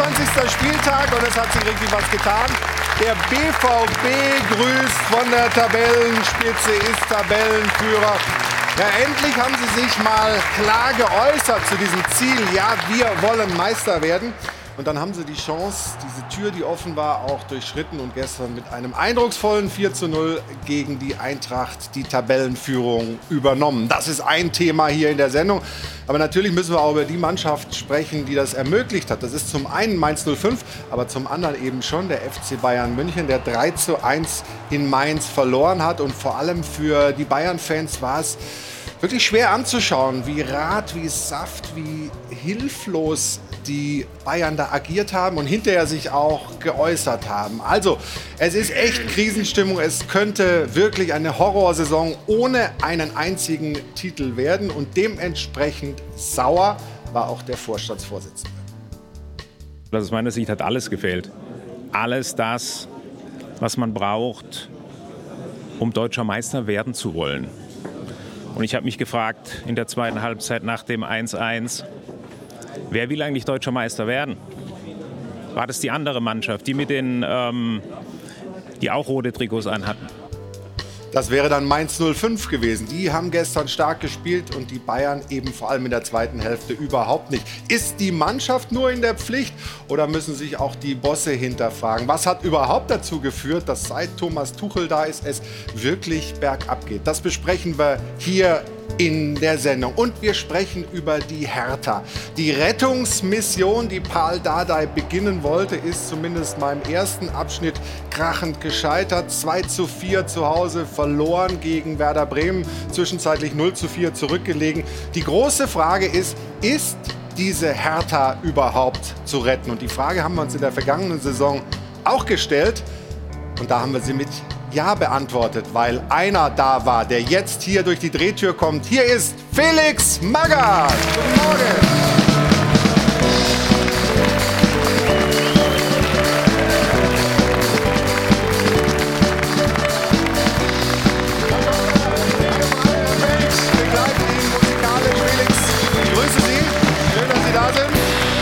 24. Spieltag und es hat sich richtig was getan. Der BVB grüßt von der Tabellenspitze, ist Tabellenführer. Ja, endlich haben sie sich mal klar geäußert zu diesem Ziel. Ja, wir wollen Meister werden. Und dann haben sie die Chance, diese Tür, die offen war, auch durchschritten und gestern mit einem eindrucksvollen 4:0 gegen die Eintracht die Tabellenführung übernommen. Das ist ein Thema hier in der Sendung. Aber natürlich müssen wir auch über die Mannschaft sprechen, die das ermöglicht hat. Das ist zum einen Mainz 05, aber zum anderen eben schon der FC Bayern München, der 3:1 in Mainz verloren hat. Und vor allem für die Bayern-Fans war es wirklich schwer anzuschauen, wie rat, wie saft, wie hilflos die Bayern da agiert haben und hinterher sich auch geäußert haben. Also, es ist echt Krisenstimmung. Es könnte wirklich eine Horrorsaison ohne einen einzigen Titel werden. Und dementsprechend sauer war auch der Vorstandsvorsitzende. Aus meiner Sicht hat alles gefehlt. Alles das, was man braucht, um deutscher Meister werden zu wollen. Und ich habe mich gefragt in der zweiten Halbzeit nach dem 1:1, wer will eigentlich deutscher Meister werden? War das die andere Mannschaft, die mit den, die auch rote Trikots anhatten? Das wäre dann Mainz 05 gewesen. Die haben gestern stark gespielt und die Bayern eben vor allem in der zweiten Hälfte überhaupt nicht. Ist die Mannschaft nur in der Pflicht oder müssen sich auch die Bosse hinterfragen? Was hat überhaupt dazu geführt, dass seit Thomas Tuchel da ist, es wirklich bergab geht? Das besprechen wir hier in der Sendung. Und wir sprechen über die Hertha. Die Rettungsmission, die Paul Dardai beginnen wollte, ist zumindest mal im ersten Abschnitt krachend gescheitert. 2:4 zu Hause verloren gegen Werder Bremen, zwischenzeitlich 0:4 zurückgelegen. Die große Frage ist diese Hertha überhaupt zu retten? Und die Frage haben wir uns in der vergangenen Saison auch gestellt. Und da haben wir sie mit Ja beantwortet, weil einer da war, der jetzt hier durch die Drehtür kommt. Hier ist Felix Magath. Guten Morgen. Begleiten ihn musikalisch. Felix, ich grüße Sie. Schön, dass Sie da sind.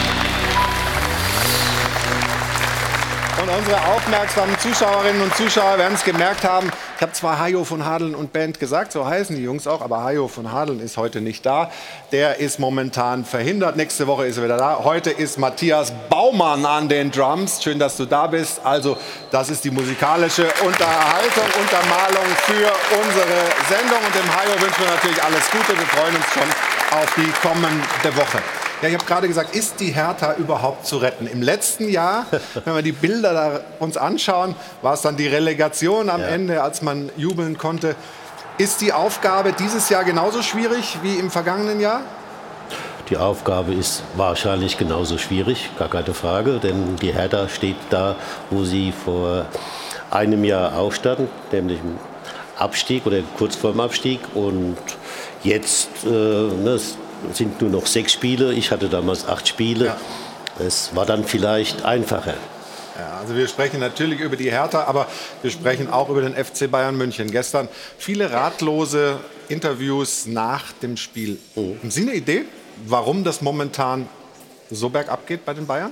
Und unsere aufmerksamen Zuschauerinnen und Zuschauer werden es gemerkt haben, ich habe zwar Hajo von Hadeln und Band gesagt, so heißen die Jungs auch, aber Hajo von Hadeln ist heute nicht da. Der ist momentan verhindert. Nächste Woche ist er wieder da. Heute ist Matthias Baumann an den Drums. Schön, dass du da bist. Also, das ist die musikalische Unterhaltung, Untermalung für unsere Sendung. Und dem Hajo wünschen wir natürlich alles Gute. Wir freuen uns schon auf die kommende Woche. Ja, ich habe gerade gesagt, ist die Hertha überhaupt zu retten? Im letzten Jahr, wenn wir die Bilder da uns anschauen, war es dann die Relegation am Ende, als man jubeln konnte. Ist die Aufgabe dieses Jahr genauso schwierig wie im vergangenen Jahr? Die Aufgabe ist wahrscheinlich genauso schwierig, gar keine Frage. Denn die Hertha steht da, wo sie vor einem Jahr auch stand, nämlich im Abstieg oder kurz vor dem Abstieg. Und jetzt sind nur noch 6 Spiele. Ich hatte damals 8 Spiele. Ja. Es war dann vielleicht einfacher. Ja, also wir sprechen natürlich über die Hertha, aber wir sprechen auch über den FC Bayern München. Gestern viele ratlose Interviews nach dem Spiel. Haben Sie eine Idee, warum das momentan so bergab geht bei den Bayern?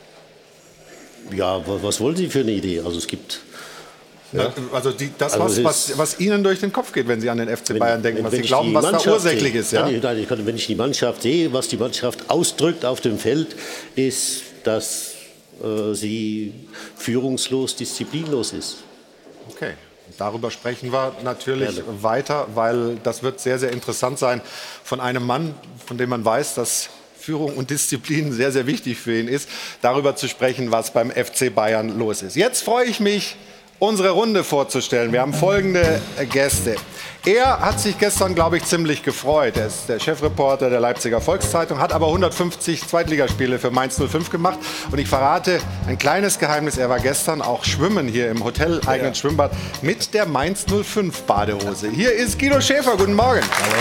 Ja, was wollen Sie für eine Idee? Also es gibt... Ja. Also was Ihnen durch den Kopf geht, wenn Sie an den FC Bayern denken, was Sie glauben, was da ursächlich ist. Ja? Wenn ich die Mannschaft sehe, was die Mannschaft ausdrückt auf dem Feld, ist, dass sie führungslos, disziplinlos ist. Okay, darüber sprechen wir natürlich weiter, weil das wird sehr, sehr interessant sein von einem Mann, von dem man weiß, dass Führung und Disziplin sehr, sehr wichtig für ihn ist, darüber zu sprechen, was beim FC Bayern los ist. Jetzt freue ich mich, unsere Runde vorzustellen. Wir haben folgende Gäste. Er hat sich gestern, glaube ich, ziemlich gefreut. Er ist der Chefreporter der Leipziger Volkszeitung, hat aber 150 Zweitligaspiele für Mainz 05 gemacht. Und ich verrate ein kleines Geheimnis. Er war gestern auch schwimmen hier im hoteleigenen Schwimmbad mit der Mainz 05 Badehose. Hier ist Guido Schäfer. Guten Morgen. Hallo.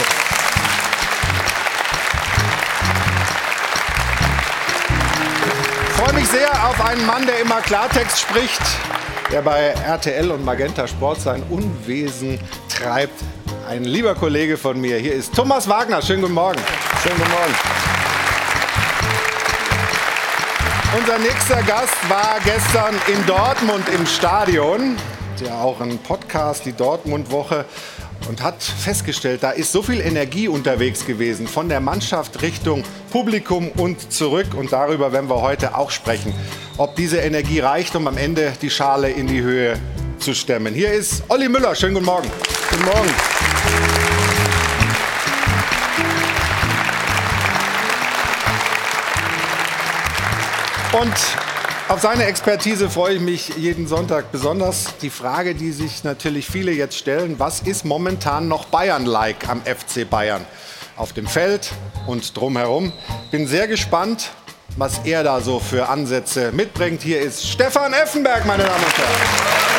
Ich freue mich sehr auf einen Mann, der immer Klartext spricht, der bei RTL und Magenta Sport sein Unwesen treibt. Ein lieber Kollege von mir, hier ist Thomas Wagner. Schönen guten Morgen. Schönen guten Morgen. Unser nächster Gast war gestern in Dortmund im Stadion, ja auch ein Podcast, die Dortmund-Woche, und hat festgestellt, da ist so viel Energie unterwegs gewesen, von der Mannschaft Richtung Publikum und zurück. Und darüber werden wir heute auch sprechen, ob diese Energie reicht, um am Ende die Schale in die Höhe zu stemmen. Hier ist Olli Müller. Schönen guten Morgen. Guten Morgen. Und auf seine Expertise freue ich mich jeden Sonntag besonders. Die Frage, die sich natürlich viele jetzt stellen: Was ist momentan noch Bayern-like am FC Bayern? Auf dem Feld und drumherum. Bin sehr gespannt, was er da so für Ansätze mitbringt. Hier ist Stefan Effenberg, meine Damen und Herren.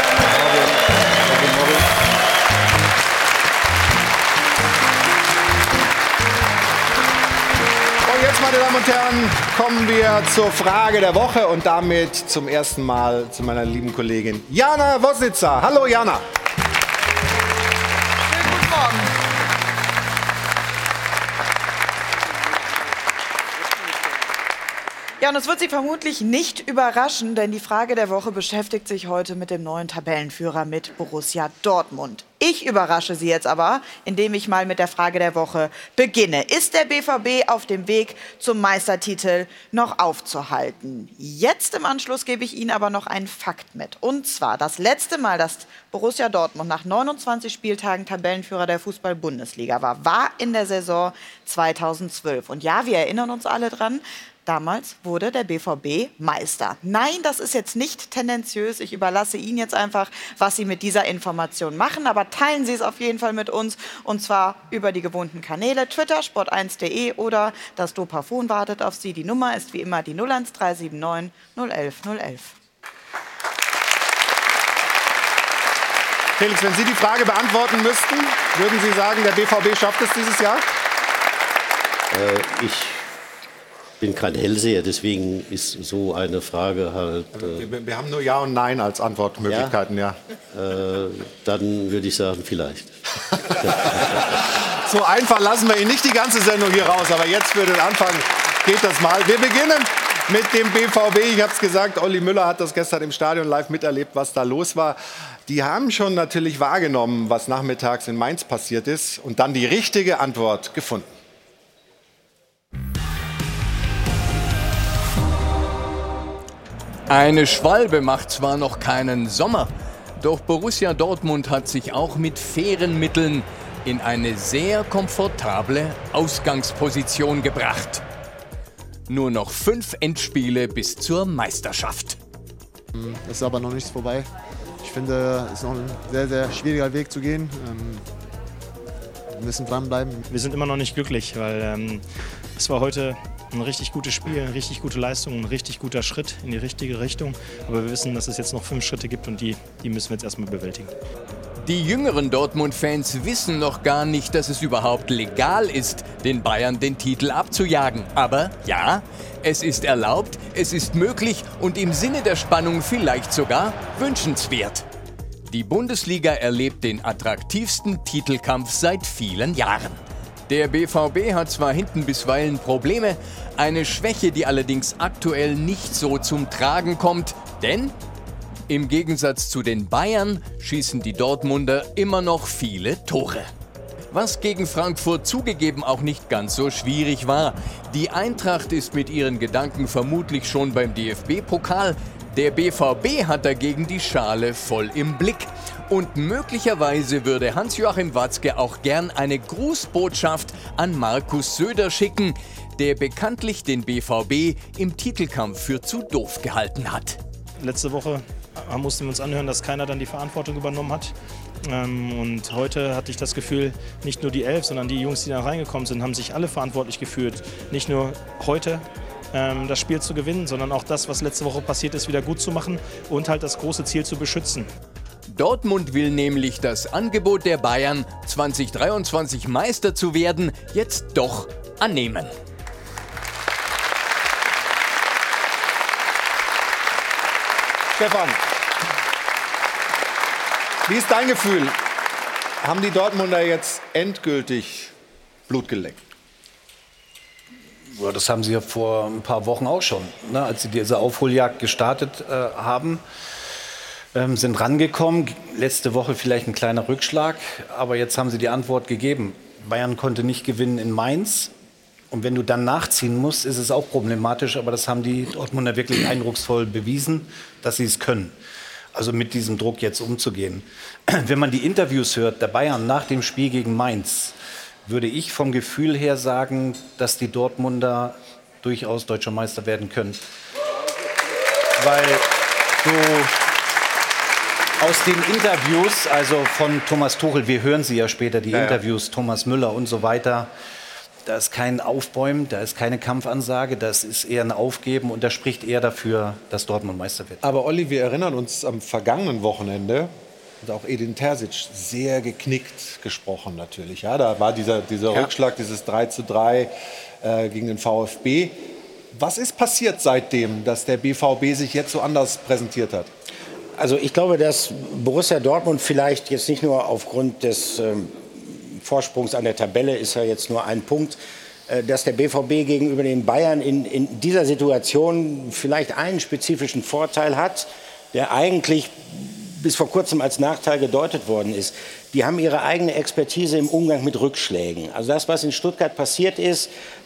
Jetzt, meine Damen und Herren, kommen wir zur Frage der Woche und damit zum ersten Mal zu meiner lieben Kollegin Jana Wosnitzer. Hallo Jana. Schönen guten Morgen. Ja, und es wird Sie vermutlich nicht überraschen, denn die Frage der Woche beschäftigt sich heute mit dem neuen Tabellenführer, mit Borussia Dortmund. Ich überrasche Sie jetzt aber, indem ich mal mit der Frage der Woche beginne. Ist der BVB auf dem Weg zum Meistertitel noch aufzuhalten? Jetzt im Anschluss gebe ich Ihnen aber noch einen Fakt mit. Und zwar das letzte Mal, dass Borussia Dortmund nach 29 Spieltagen Tabellenführer der Fußball-Bundesliga war in der Saison 2012. Und ja, wir erinnern uns alle dran, damals wurde der BVB Meister. Nein, das ist jetzt nicht tendenziös. Ich überlasse Ihnen jetzt einfach, was Sie mit dieser Information machen. Aber teilen Sie es auf jeden Fall mit uns. Und zwar über die gewohnten Kanäle. Twitter, sport1.de oder das Dopafon wartet auf Sie. Die Nummer ist wie immer die 01379 011 011. Felix, wenn Sie die Frage beantworten müssten, würden Sie sagen, der BVB schafft es dieses Jahr? Ich bin kein Hellseher, deswegen ist so eine Frage halt... Wir haben nur Ja und Nein als Antwortmöglichkeiten, ja. Dann würde ich sagen, vielleicht. So einfach lassen wir ihn nicht die ganze Sendung hier raus, aber jetzt für den Anfang geht das mal. Wir beginnen mit dem BVB. Ich habe es gesagt, Olli Müller hat das gestern im Stadion live miterlebt, was da los war. Die haben schon natürlich wahrgenommen, was nachmittags in Mainz passiert ist und dann die richtige Antwort gefunden. Eine Schwalbe macht zwar noch keinen Sommer, doch Borussia Dortmund hat sich auch mit fairen Mitteln in eine sehr komfortable Ausgangsposition gebracht. Nur noch 5 Endspiele bis zur Meisterschaft. Es ist aber noch nichts vorbei. Ich finde, es ist noch ein sehr, sehr schwieriger Weg zu gehen. Wir müssen dranbleiben. Wir sind immer noch nicht glücklich, weil es war heute ein richtig gutes Spiel, eine richtig gute Leistung, ein richtig guter Schritt in die richtige Richtung. Aber wir wissen, dass es jetzt noch 5 Schritte gibt und die müssen wir jetzt erstmal bewältigen. Die jüngeren Dortmund-Fans wissen noch gar nicht, dass es überhaupt legal ist, den Bayern den Titel abzujagen. Aber ja, es ist erlaubt, es ist möglich und im Sinne der Spannung vielleicht sogar wünschenswert. Die Bundesliga erlebt den attraktivsten Titelkampf seit vielen Jahren. Der BVB hat zwar hinten bisweilen Probleme, eine Schwäche, die allerdings aktuell nicht so zum Tragen kommt, denn im Gegensatz zu den Bayern schießen die Dortmunder immer noch viele Tore. Was gegen Frankfurt zugegeben auch nicht ganz so schwierig war. Die Eintracht ist mit ihren Gedanken vermutlich schon beim DFB-Pokal. Der BVB hat dagegen die Schale voll im Blick. Und möglicherweise würde Hans-Joachim Watzke auch gern eine Grußbotschaft an Markus Söder schicken, der bekanntlich den BVB im Titelkampf für zu doof gehalten hat. Letzte Woche mussten wir uns anhören, dass keiner dann die Verantwortung übernommen hat. Und heute hatte ich das Gefühl, nicht nur die 11, sondern die Jungs, die da reingekommen sind, haben sich alle verantwortlich gefühlt. Nicht nur heute das Spiel zu gewinnen, sondern auch das, was letzte Woche passiert ist, wieder gut zu machen und halt das große Ziel zu beschützen. Dortmund will nämlich das Angebot der Bayern, 2023 Meister zu werden, jetzt doch annehmen. Stefan, wie ist dein Gefühl? Haben die Dortmunder jetzt endgültig Blut geleckt? Ja, das haben sie ja vor ein paar Wochen auch schon, ne? Als sie diese Aufholjagd gestartet haben. Sind rangekommen. Letzte Woche vielleicht ein kleiner Rückschlag, aber jetzt haben sie die Antwort gegeben. Bayern konnte nicht gewinnen in Mainz. Und wenn du dann nachziehen musst, ist es auch problematisch. Aber das haben die Dortmunder wirklich eindrucksvoll bewiesen, dass sie es können. Also mit diesem Druck jetzt umzugehen. Wenn man die Interviews hört der Bayern nach dem Spiel gegen Mainz, würde ich vom Gefühl her sagen, dass die Dortmunder durchaus deutscher Meister werden können. Weil du aus den Interviews, also von Thomas Tuchel, wir hören sie ja später, die Interviews, Thomas Müller und so weiter, da ist kein Aufbäumen, da ist keine Kampfansage, das ist eher ein Aufgeben und da spricht eher dafür, dass Dortmund Meister wird. Aber Olli, wir erinnern uns am vergangenen Wochenende, hat auch Edin Terzic sehr geknickt gesprochen natürlich. Ja, da war dieser Rückschlag, dieses 3:3 gegen den VfB. Was ist passiert seitdem, dass der BVB sich jetzt so anders präsentiert hat? Also ich glaube, dass Borussia Dortmund vielleicht jetzt nicht nur aufgrund des Vorsprungs an der Tabelle, ist ja jetzt nur ein Punkt, dass der BVB gegenüber den Bayern in dieser Situation vielleicht einen spezifischen Vorteil hat, der eigentlich bis vor kurzem als Nachteil gedeutet worden ist. Die haben ihre eigene Expertise im Umgang mit Rückschlägen. Also das, was in Stuttgart passiert ist,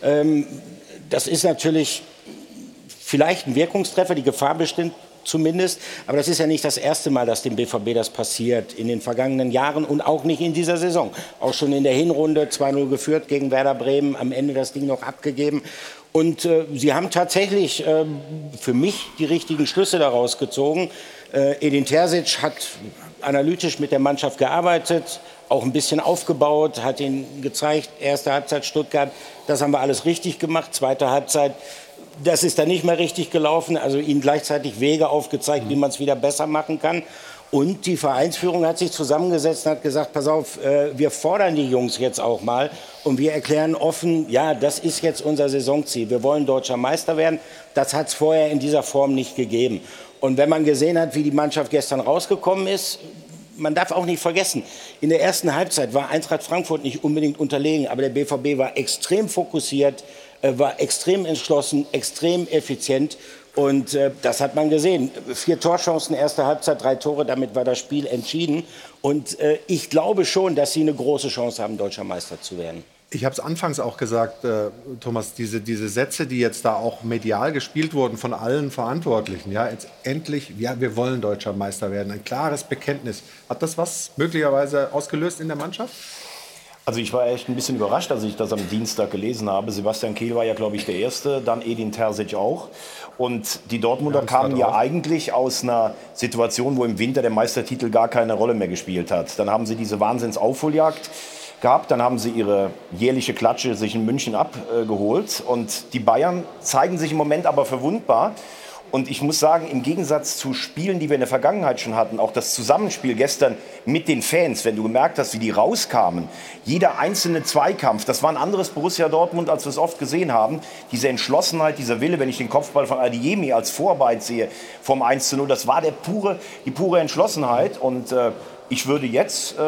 das ist natürlich vielleicht ein Wirkungstreffer, die Gefahr bestimmt zumindest. Aber das ist ja nicht das erste Mal, dass dem BVB das passiert in den vergangenen Jahren und auch nicht in dieser Saison. Auch schon in der Hinrunde 2:0 geführt gegen Werder Bremen, am Ende das Ding noch abgegeben. Und sie haben tatsächlich für mich die richtigen Schlüsse daraus gezogen. Edin Terzic hat analytisch mit der Mannschaft gearbeitet, auch ein bisschen aufgebaut, hat ihnen gezeigt, erste Halbzeit Stuttgart, das haben wir alles richtig gemacht, zweite Halbzeit, das ist dann nicht mehr richtig gelaufen, also ihnen gleichzeitig Wege aufgezeigt, wie man es wieder besser machen kann. Und die Vereinsführung hat sich zusammengesetzt und hat gesagt, pass auf, wir fordern die Jungs jetzt auch mal und wir erklären offen, ja, das ist jetzt unser Saisonziel, wir wollen deutscher Meister werden. Das hat es vorher in dieser Form nicht gegeben. Und wenn man gesehen hat, wie die Mannschaft gestern rausgekommen ist, man darf auch nicht vergessen, in der ersten Halbzeit war Eintracht Frankfurt nicht unbedingt unterlegen, aber der BVB war extrem fokussiert, war extrem entschlossen, extrem effizient. Und das hat man gesehen. 4 Torchancen, erste Halbzeit, 3 Tore, damit war das Spiel entschieden. Und ich glaube schon, dass sie eine große Chance haben, deutscher Meister zu werden. Ich habe es anfangs auch gesagt, Thomas, diese Sätze, die jetzt da auch medial gespielt wurden von allen Verantwortlichen, ja, jetzt endlich, ja, wir wollen deutscher Meister werden, ein klares Bekenntnis. Hat das was möglicherweise ausgelöst in der Mannschaft? Also ich war echt ein bisschen überrascht, als ich das am Dienstag gelesen habe. Sebastian Kehl war ja, glaube ich, der Erste, dann Edin Terzic auch. Und die Dortmunder kamen ja eigentlich aus einer Situation, wo im Winter der Meistertitel gar keine Rolle mehr gespielt hat. Dann haben sie diese Wahnsinns-Aufholjagd gehabt, dann haben sie ihre jährliche Klatsche sich in München abgeholt. Und die Bayern zeigen sich im Moment aber verwundbar. Und ich muss sagen, im Gegensatz zu Spielen, die wir in der Vergangenheit schon hatten, auch das Zusammenspiel gestern mit den Fans, wenn du gemerkt hast, wie die rauskamen, jeder einzelne Zweikampf, das war ein anderes Borussia Dortmund, als wir es oft gesehen haben. Diese Entschlossenheit, dieser Wille, wenn ich den Kopfball von Adeyemi als Vorarbeit sehe vom 1:0, das war die pure Entschlossenheit. Und ich würde jetzt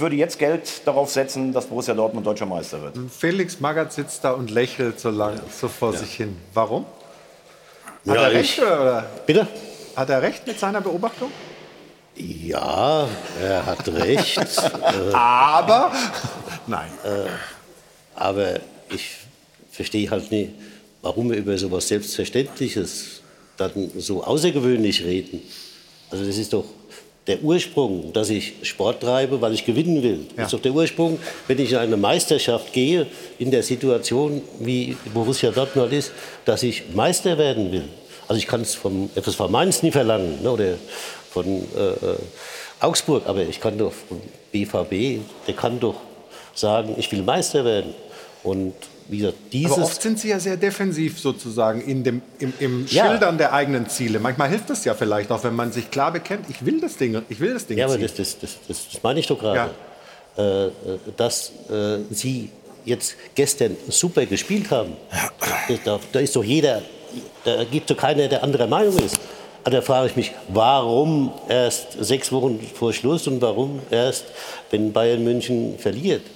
Geld darauf setzen, dass Borussia Dortmund deutscher Meister wird. Felix Magath sitzt da und lächelt so vor sich hin. Warum? Hat er recht? Oder? Bitte? Hat er recht mit seiner Beobachtung? Ja, er hat recht. Aber? Nein. Aber ich verstehe halt nicht, warum wir über so etwas Selbstverständliches dann so außergewöhnlich reden. Also das ist doch der Ursprung, dass ich Sport treibe, weil ich gewinnen will. Das ist doch der Ursprung, wenn ich in eine Meisterschaft gehe, in der Situation, wie Borussia Dortmund ist, dass ich Meister werden will. Also ich kann es vom FSV Mainz nie verlangen, ne, oder von Augsburg, aber ich kann doch vom BVB, der kann doch sagen, ich will Meister werden. Und wie gesagt, aber oft sind Sie ja sehr defensiv sozusagen im Schildern der eigenen Ziele. Manchmal hilft es ja vielleicht auch, wenn man sich klar bekennt, ich will das Ding Ja, aber das meine ich doch gerade. Ja. Dass Sie jetzt gestern super gespielt haben, da ist doch jeder, da gibt es doch keiner, der anderer Meinung ist. Da frage ich mich, warum erst 6 Wochen vor Schluss und warum erst, wenn Bayern München verliert?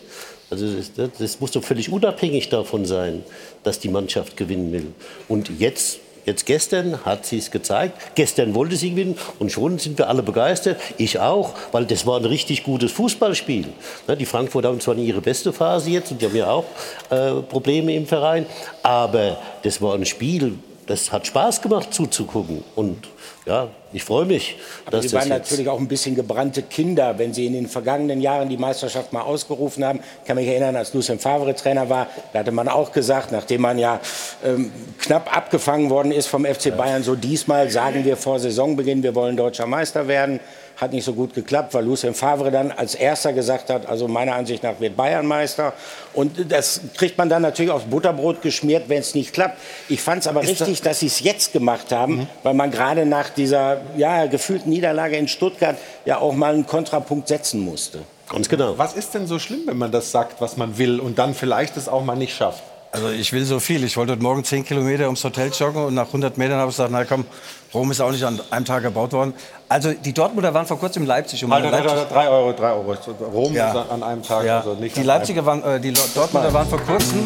Also das muss doch völlig unabhängig davon sein, dass die Mannschaft gewinnen will. Und jetzt gestern hat sie es gezeigt. Gestern wollte sie gewinnen und schon sind wir alle begeistert. Ich auch, weil das war ein richtig gutes Fußballspiel. Die Frankfurter haben zwar nicht ihre beste Phase jetzt und die haben ja auch Probleme im Verein, aber das war ein Spiel, das hat Spaß gemacht zuzugucken. Und ja, ich freue mich. Aber Sie waren natürlich auch ein bisschen gebrannte Kinder, wenn Sie in den vergangenen Jahren die Meisterschaft mal ausgerufen haben. Ich kann mich erinnern, als Lucien Favre Trainer war, da hatte man auch gesagt, nachdem man ja knapp abgefangen worden ist vom FC Bayern, so diesmal sagen wir vor Saisonbeginn, wir wollen deutscher Meister werden. Hat nicht so gut geklappt, weil Lucien Favre dann als erster gesagt hat, also meiner Ansicht nach wird Bayern Meister. Und das kriegt man dann natürlich aufs Butterbrot geschmiert, wenn es nicht klappt. Ich fand es aber richtig, dass sie es jetzt gemacht haben, weil man gerade nach dieser gefühlten Niederlage in Stuttgart ja auch mal einen Kontrapunkt setzen musste. Ganz genau. Was ist denn so schlimm, wenn man das sagt, was man will und dann vielleicht es auch mal nicht schafft? Also ich will so viel. Ich wollte heute Morgen 10 Kilometer ums Hotel joggen und nach 100 Metern habe ich gesagt, na komm, Rom ist auch nicht an einem Tag gebaut worden. Also die Dortmunder waren vor kurzem in Leipzig. Und 3 Euro. Rom ist an einem Tag. Ja. Also nicht die Dortmunder waren vor kurzem.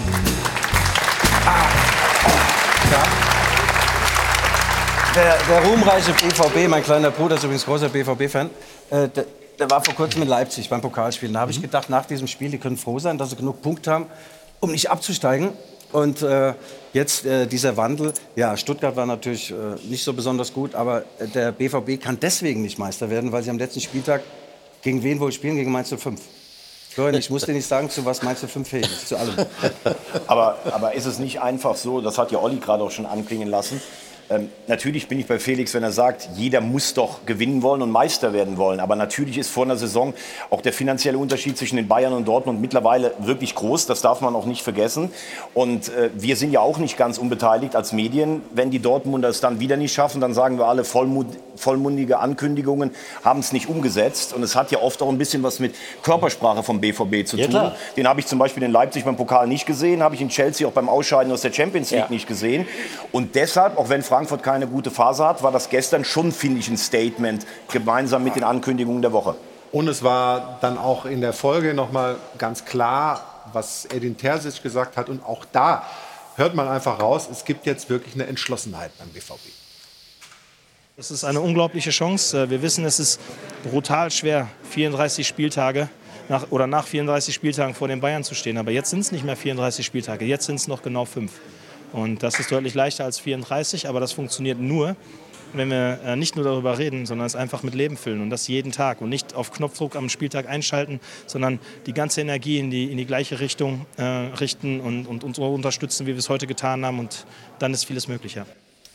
Der ruhmreiche BVB, mein kleiner Bruder ist übrigens großer BVB-Fan, der war vor kurzem in Leipzig beim Pokalspiel. Da habe ich gedacht, nach diesem Spiel, die können froh sein, dass sie genug Punkte haben, um nicht abzusteigen. Und jetzt dieser Wandel. Ja, Stuttgart war natürlich nicht so besonders gut, aber der BVB kann deswegen nicht Meister werden, weil sie am letzten Spieltag gegen wen wohl spielen? Gegen Mainz 05. Florian, ich muss dir nicht sagen, zu was Mainz 05 fähig ist, zu allem. Aber ist es nicht einfach so, das hat ja Olli gerade auch schon anklingen lassen, natürlich bin ich bei Felix, wenn er sagt, jeder muss doch gewinnen wollen und Meister werden wollen. Aber natürlich ist vor einer Saison auch der finanzielle Unterschied zwischen den Bayern und Dortmund mittlerweile wirklich groß. Das darf man auch nicht vergessen. Und wir sind ja auch nicht ganz unbeteiligt als Medien. Wenn die Dortmunder es dann wieder nicht schaffen, dann sagen wir alle vollmundige Ankündigungen, haben es nicht umgesetzt. Und es hat ja oft auch ein bisschen was mit Körpersprache vom BVB zu tun. Klar. Den habe ich zum Beispiel in Leipzig beim Pokal nicht gesehen, habe ich in Chelsea auch beim Ausscheiden aus der Champions League nicht gesehen. Und deshalb, auch wenn Frankfurt keine gute Phase hat, war das gestern schon, finde ich, ein Statement, gemeinsam mit den Ankündigungen der Woche. Und es war dann auch in der Folge noch mal ganz klar, was Edin Terzic gesagt hat. Und auch da hört man einfach raus, es gibt jetzt wirklich eine Entschlossenheit beim BVB. Das ist eine unglaubliche Chance. Wir wissen, es ist brutal schwer, 34 Spieltage nach 34 Spieltagen vor den Bayern zu stehen. Aber jetzt sind es nicht mehr 34 Spieltage, jetzt sind es noch genau 5. Und das ist deutlich leichter als 34, aber das funktioniert nur, wenn wir nicht nur darüber reden, sondern es einfach mit Leben füllen und das jeden Tag und nicht auf Knopfdruck am Spieltag einschalten, sondern die ganze Energie in die gleiche Richtung richten und uns so unterstützen, wie wir es heute getan haben, und dann ist vieles möglich. Ja.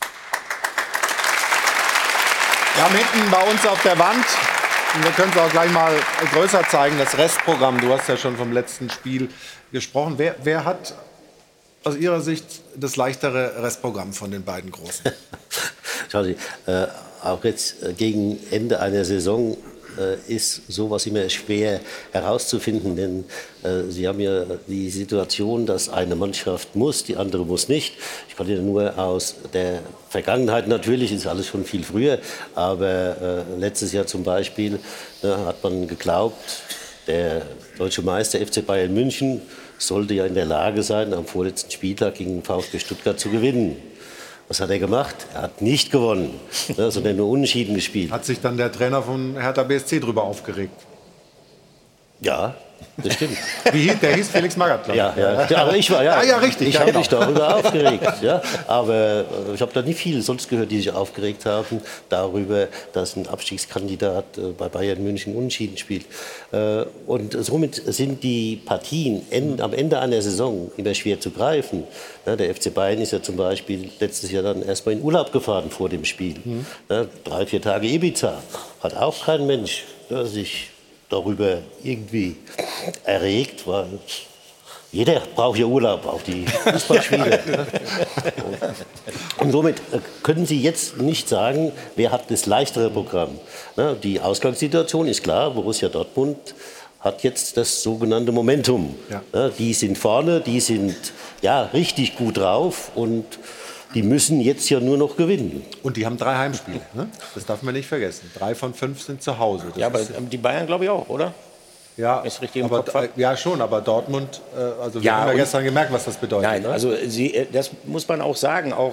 Wir haben hinten bei uns auf der Wand, und wir können es auch gleich mal größer zeigen, das Restprogramm. Du hast ja schon vom letzten Spiel gesprochen. Wer hat aus Ihrer Sicht das leichtere Restprogramm von den beiden Großen? Schauen Sie, auch jetzt gegen Ende einer Saison ist sowas immer schwer herauszufinden, denn Sie haben ja die Situation, dass eine Mannschaft muss, die andere muss nicht. Ich kann ja nur aus der Vergangenheit, natürlich ist alles schon viel früher, aber letztes Jahr zum Beispiel hat man geglaubt, der deutsche Meister FC Bayern München sollte ja in der Lage sein, am vorletzten Spieltag gegen den VfB Stuttgart zu gewinnen. Was hat er gemacht? Er hat nicht gewonnen, sondern nur unentschieden gespielt. Hat sich dann der Trainer von Hertha BSC drüber aufgeregt? Ja, das stimmt. Der hieß Felix Magath, glaube ich. Ja, aber ich war, ja richtig. Ich habe mich darüber aufgeregt. Ja. Aber ich habe da nicht viele sonst gehört, die sich aufgeregt haben darüber, dass ein Abstiegskandidat bei Bayern München unentschieden spielt. Und somit sind die Partien am Ende einer Saison immer schwer zu greifen. Ja, der FC Bayern ist ja zum Beispiel letztes Jahr dann erst mal in Urlaub gefahren vor dem Spiel. Ja, 3-4 Tage Ibiza. Hat auch kein Mensch sich darüber irgendwie erregt, weil jeder braucht ja Urlaub, auch die Fußballspieler. Und somit können Sie jetzt nicht sagen, wer hat das leichtere Programm. Die Ausgangssituation ist klar, Borussia Dortmund hat jetzt das sogenannte Momentum. Ja. Die sind vorne, die sind richtig gut drauf und die müssen jetzt ja nur noch gewinnen. Und die haben 3 Heimspiele, ne? Das darf man nicht vergessen. 3 von 5 sind zu Hause. Aber die Bayern glaube ich auch, oder? Ja, ist richtig im aber, Kopf. ja, schon, aber Dortmund, also wir haben ja gestern gemerkt, was das bedeutet. Nein, also das muss man auch sagen, auch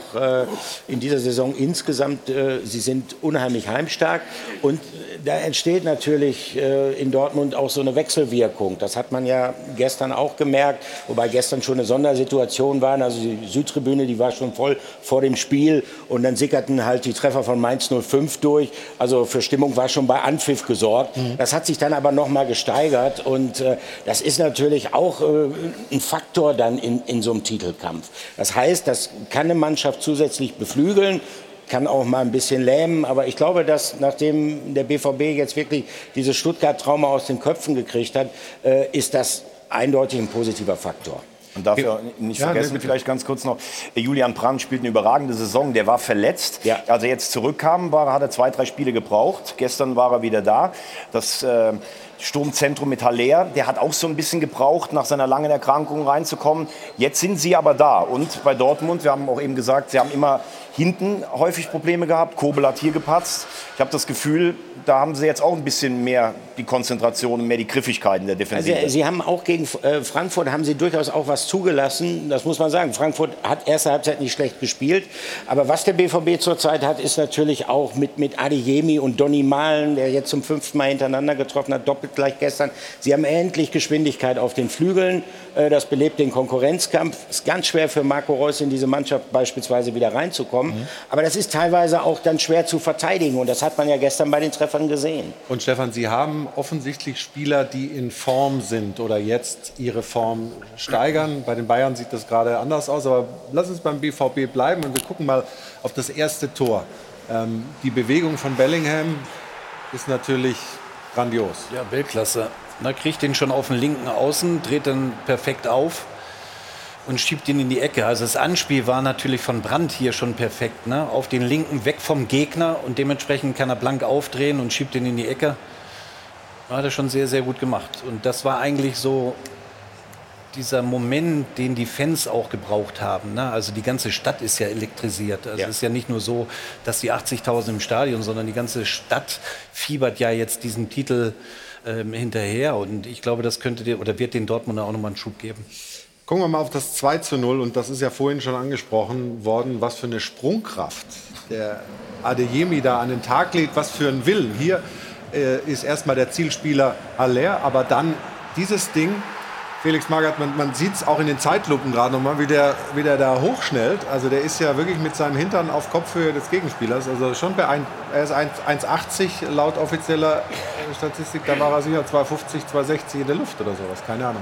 in dieser Saison insgesamt, sie sind unheimlich heimstark und da entsteht natürlich in Dortmund auch so eine Wechselwirkung. Das hat man ja gestern auch gemerkt, wobei gestern schon eine Sondersituation war. Also die Südtribüne, die war schon voll vor dem Spiel und dann sickerten halt die Treffer von Mainz 05 durch. Also für Stimmung war schon bei Anpfiff gesorgt. Das hat sich dann aber noch mal gesteigert und das ist natürlich auch ein Faktor dann in so einem Titelkampf. Das heißt, das kann eine Mannschaft zusätzlich beflügeln, kann auch mal ein bisschen lähmen, aber ich glaube, dass nachdem der BVB jetzt wirklich dieses Stuttgart-Trauma aus den Köpfen gekriegt hat, ist das eindeutig ein positiver Faktor. Und darf ja nicht vergessen, vielleicht ganz kurz noch, Julian Brandt spielt eine überragende Saison, der war verletzt. Ja. Als er jetzt zurückkam, hat er 2, 3 Spiele gebraucht. Gestern war er wieder da. Das Sturmzentrum mit Haller, der hat auch so ein bisschen gebraucht, nach seiner langen Erkrankung reinzukommen. Jetzt sind sie aber da. Und bei Dortmund, wir haben auch eben gesagt, sie haben immer hinten häufig Probleme gehabt. Kobel hat hier gepatzt. Ich habe das Gefühl, da haben sie jetzt auch ein bisschen mehr die Konzentration und mehr die Griffigkeit in der Defensive. Also, sie haben auch gegen Frankfurt haben sie durchaus auch was zugelassen. Das muss man sagen. Frankfurt hat erste Halbzeit nicht schlecht gespielt. Aber was der BVB zurzeit hat, ist natürlich auch mit Adeyemi und Donny Malen, der jetzt zum 5. Mal hintereinander getroffen hat, doppelt gleich gestern. Sie haben endlich Geschwindigkeit auf den Flügeln. Das belebt den Konkurrenzkampf. Es ist ganz schwer für Marco Reus in diese Mannschaft beispielsweise wieder reinzukommen. Aber das ist teilweise auch dann schwer zu verteidigen. Und das hat man ja gestern bei den Treffern gesehen. Und Stefan, Sie haben offensichtlich Spieler, die in Form sind oder jetzt ihre Form steigern. Bei den Bayern sieht das gerade anders aus. Aber lass uns beim BVB bleiben und wir gucken mal auf das erste Tor. Die Bewegung von Bellingham ist natürlich grandios. Ja, Weltklasse. Da kriegt den schon auf den linken Außen, dreht dann perfekt auf und schiebt ihn in die Ecke. Also das Anspiel war natürlich von Brandt hier schon perfekt. Ne? Auf den linken, weg vom Gegner und dementsprechend kann er blank aufdrehen und schiebt ihn in die Ecke. Hat er schon sehr, sehr gut gemacht. Und das war eigentlich so dieser Moment, den die Fans auch gebraucht haben. Ne? Also die ganze Stadt ist ja elektrisiert. Also es ist ja nicht nur so, dass die 80.000 im Stadion, sondern die ganze Stadt fiebert ja jetzt diesen Titel hinterher. Und ich glaube, das könnte oder wird den Dortmunder auch nochmal einen Schub geben. Gucken wir mal auf das 2:0 und das ist ja vorhin schon angesprochen worden, was für eine Sprungkraft der Adeyemi da an den Tag legt, was für ein Willen. Hier ist erstmal der Zielspieler Haller, aber dann dieses Ding, Felix Magath, man sieht es auch in den Zeitlupen gerade nochmal, wie der da hochschnellt. Also der ist ja wirklich mit seinem Hintern auf Kopfhöhe des Gegenspielers. Also schon er ist 1,80 laut offizieller Statistik, da war er sicher 2,50, 2,60 in der Luft oder sowas, keine Ahnung.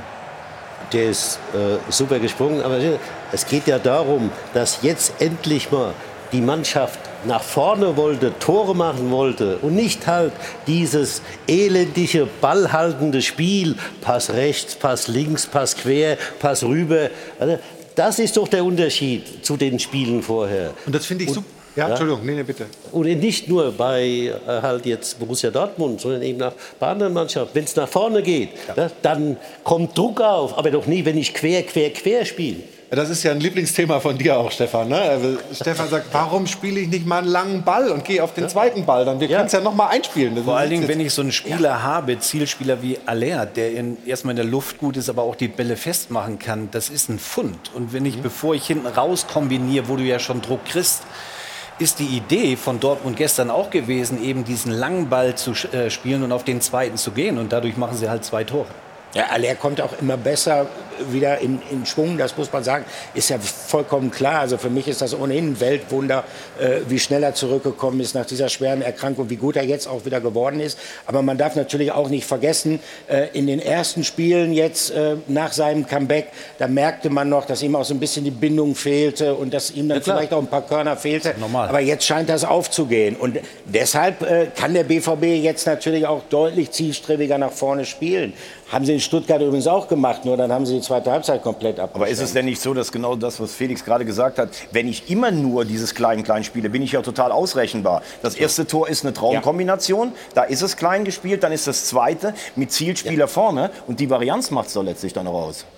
Der ist super gesprungen, aber es geht ja darum, dass jetzt endlich mal die Mannschaft nach vorne wollte, Tore machen wollte und nicht halt dieses elendige, ballhaltende Spiel, Pass rechts, Pass links, Pass quer, Pass rüber. Also, das ist doch der Unterschied zu den Spielen vorher. Und das finde ich super. Ja, Entschuldigung, nee, bitte. Und nicht nur bei halt jetzt Borussia Dortmund, sondern eben auch bei anderen Mannschaften. Wenn es nach vorne geht, dann kommt Druck auf, aber doch nie, wenn ich quer spiele. Das ist ja ein Lieblingsthema von dir auch, Stefan. Ne? Also Stefan sagt, warum spiele ich nicht mal einen langen Ball und gehe auf den zweiten Ball? Dann wir können es ja noch mal einspielen. Vor allen Dingen, wenn ich so einen Spieler habe, Zielspieler wie Haller, der erstmal in der Luft gut ist, aber auch die Bälle festmachen kann, das ist ein Pfund. Und wenn ich, bevor ich hinten raus kombiniere, wo du ja schon Druck kriegst, ist die Idee von Dortmund gestern auch gewesen, eben diesen langen Ball zu spielen und auf den zweiten zu gehen. Und dadurch machen sie halt 2 Tore. Ja, Haller kommt auch immer besser wieder in Schwung, das muss man sagen, ist ja vollkommen klar. Also für mich ist das ohnehin ein Weltwunder, wie schnell er zurückgekommen ist nach dieser schweren Erkrankung, wie gut er jetzt auch wieder geworden ist. Aber man darf natürlich auch nicht vergessen, in den ersten Spielen jetzt nach seinem Comeback, da merkte man noch, dass ihm auch so ein bisschen die Bindung fehlte und dass ihm dann vielleicht auch ein paar Körner fehlte. Aber jetzt scheint das aufzugehen. Und deshalb kann der BVB jetzt natürlich auch deutlich zielstrebiger nach vorne spielen. Haben sie in Stuttgart übrigens auch gemacht, nur dann haben sie die zweite Halbzeit komplett abgeschlossen. Aber ist es denn nicht so, dass genau das, was Felix gerade gesagt hat, wenn ich immer nur dieses Klein spiele, bin ich ja total ausrechenbar. Das erste Tor ist eine Traumkombination, da ist es klein gespielt, dann ist das zweite mit Zielspieler vorne und die Varianz macht es doch letztlich dann auch aus.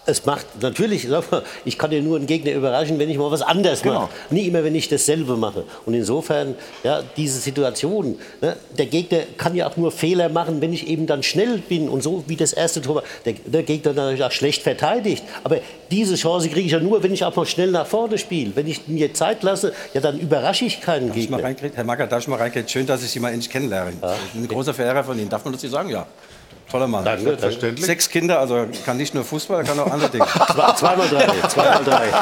es macht natürlich, ich kann ja nur einen Gegner überraschen, wenn ich mal was anderes mache. Nie immer, wenn ich dasselbe mache. Und insofern, ja, diese Situation, ne, der Gegner kann ja auch nur Fehler machen, wenn ich eben dann schnell bin. Und so wie das erste Tor war, der Gegner natürlich auch schlecht verteidigt. Aber diese Chance kriege ich ja nur, wenn ich auch mal schnell nach vorne spiele. Wenn ich mir Zeit lasse, ja, dann überrasche ich keinen Gegner. Herr Macker, darf ich mal reinkriegen? Schön, dass ich Sie mal endlich kennenlerne. Ja. Ich bin ein großer Verehrer von Ihnen. Darf man das hier sagen? Ja. Toller Mann. Danke, 6 Kinder, also kann nicht nur Fußball, kann auch andere Dinge. Zweimal drei. Ja.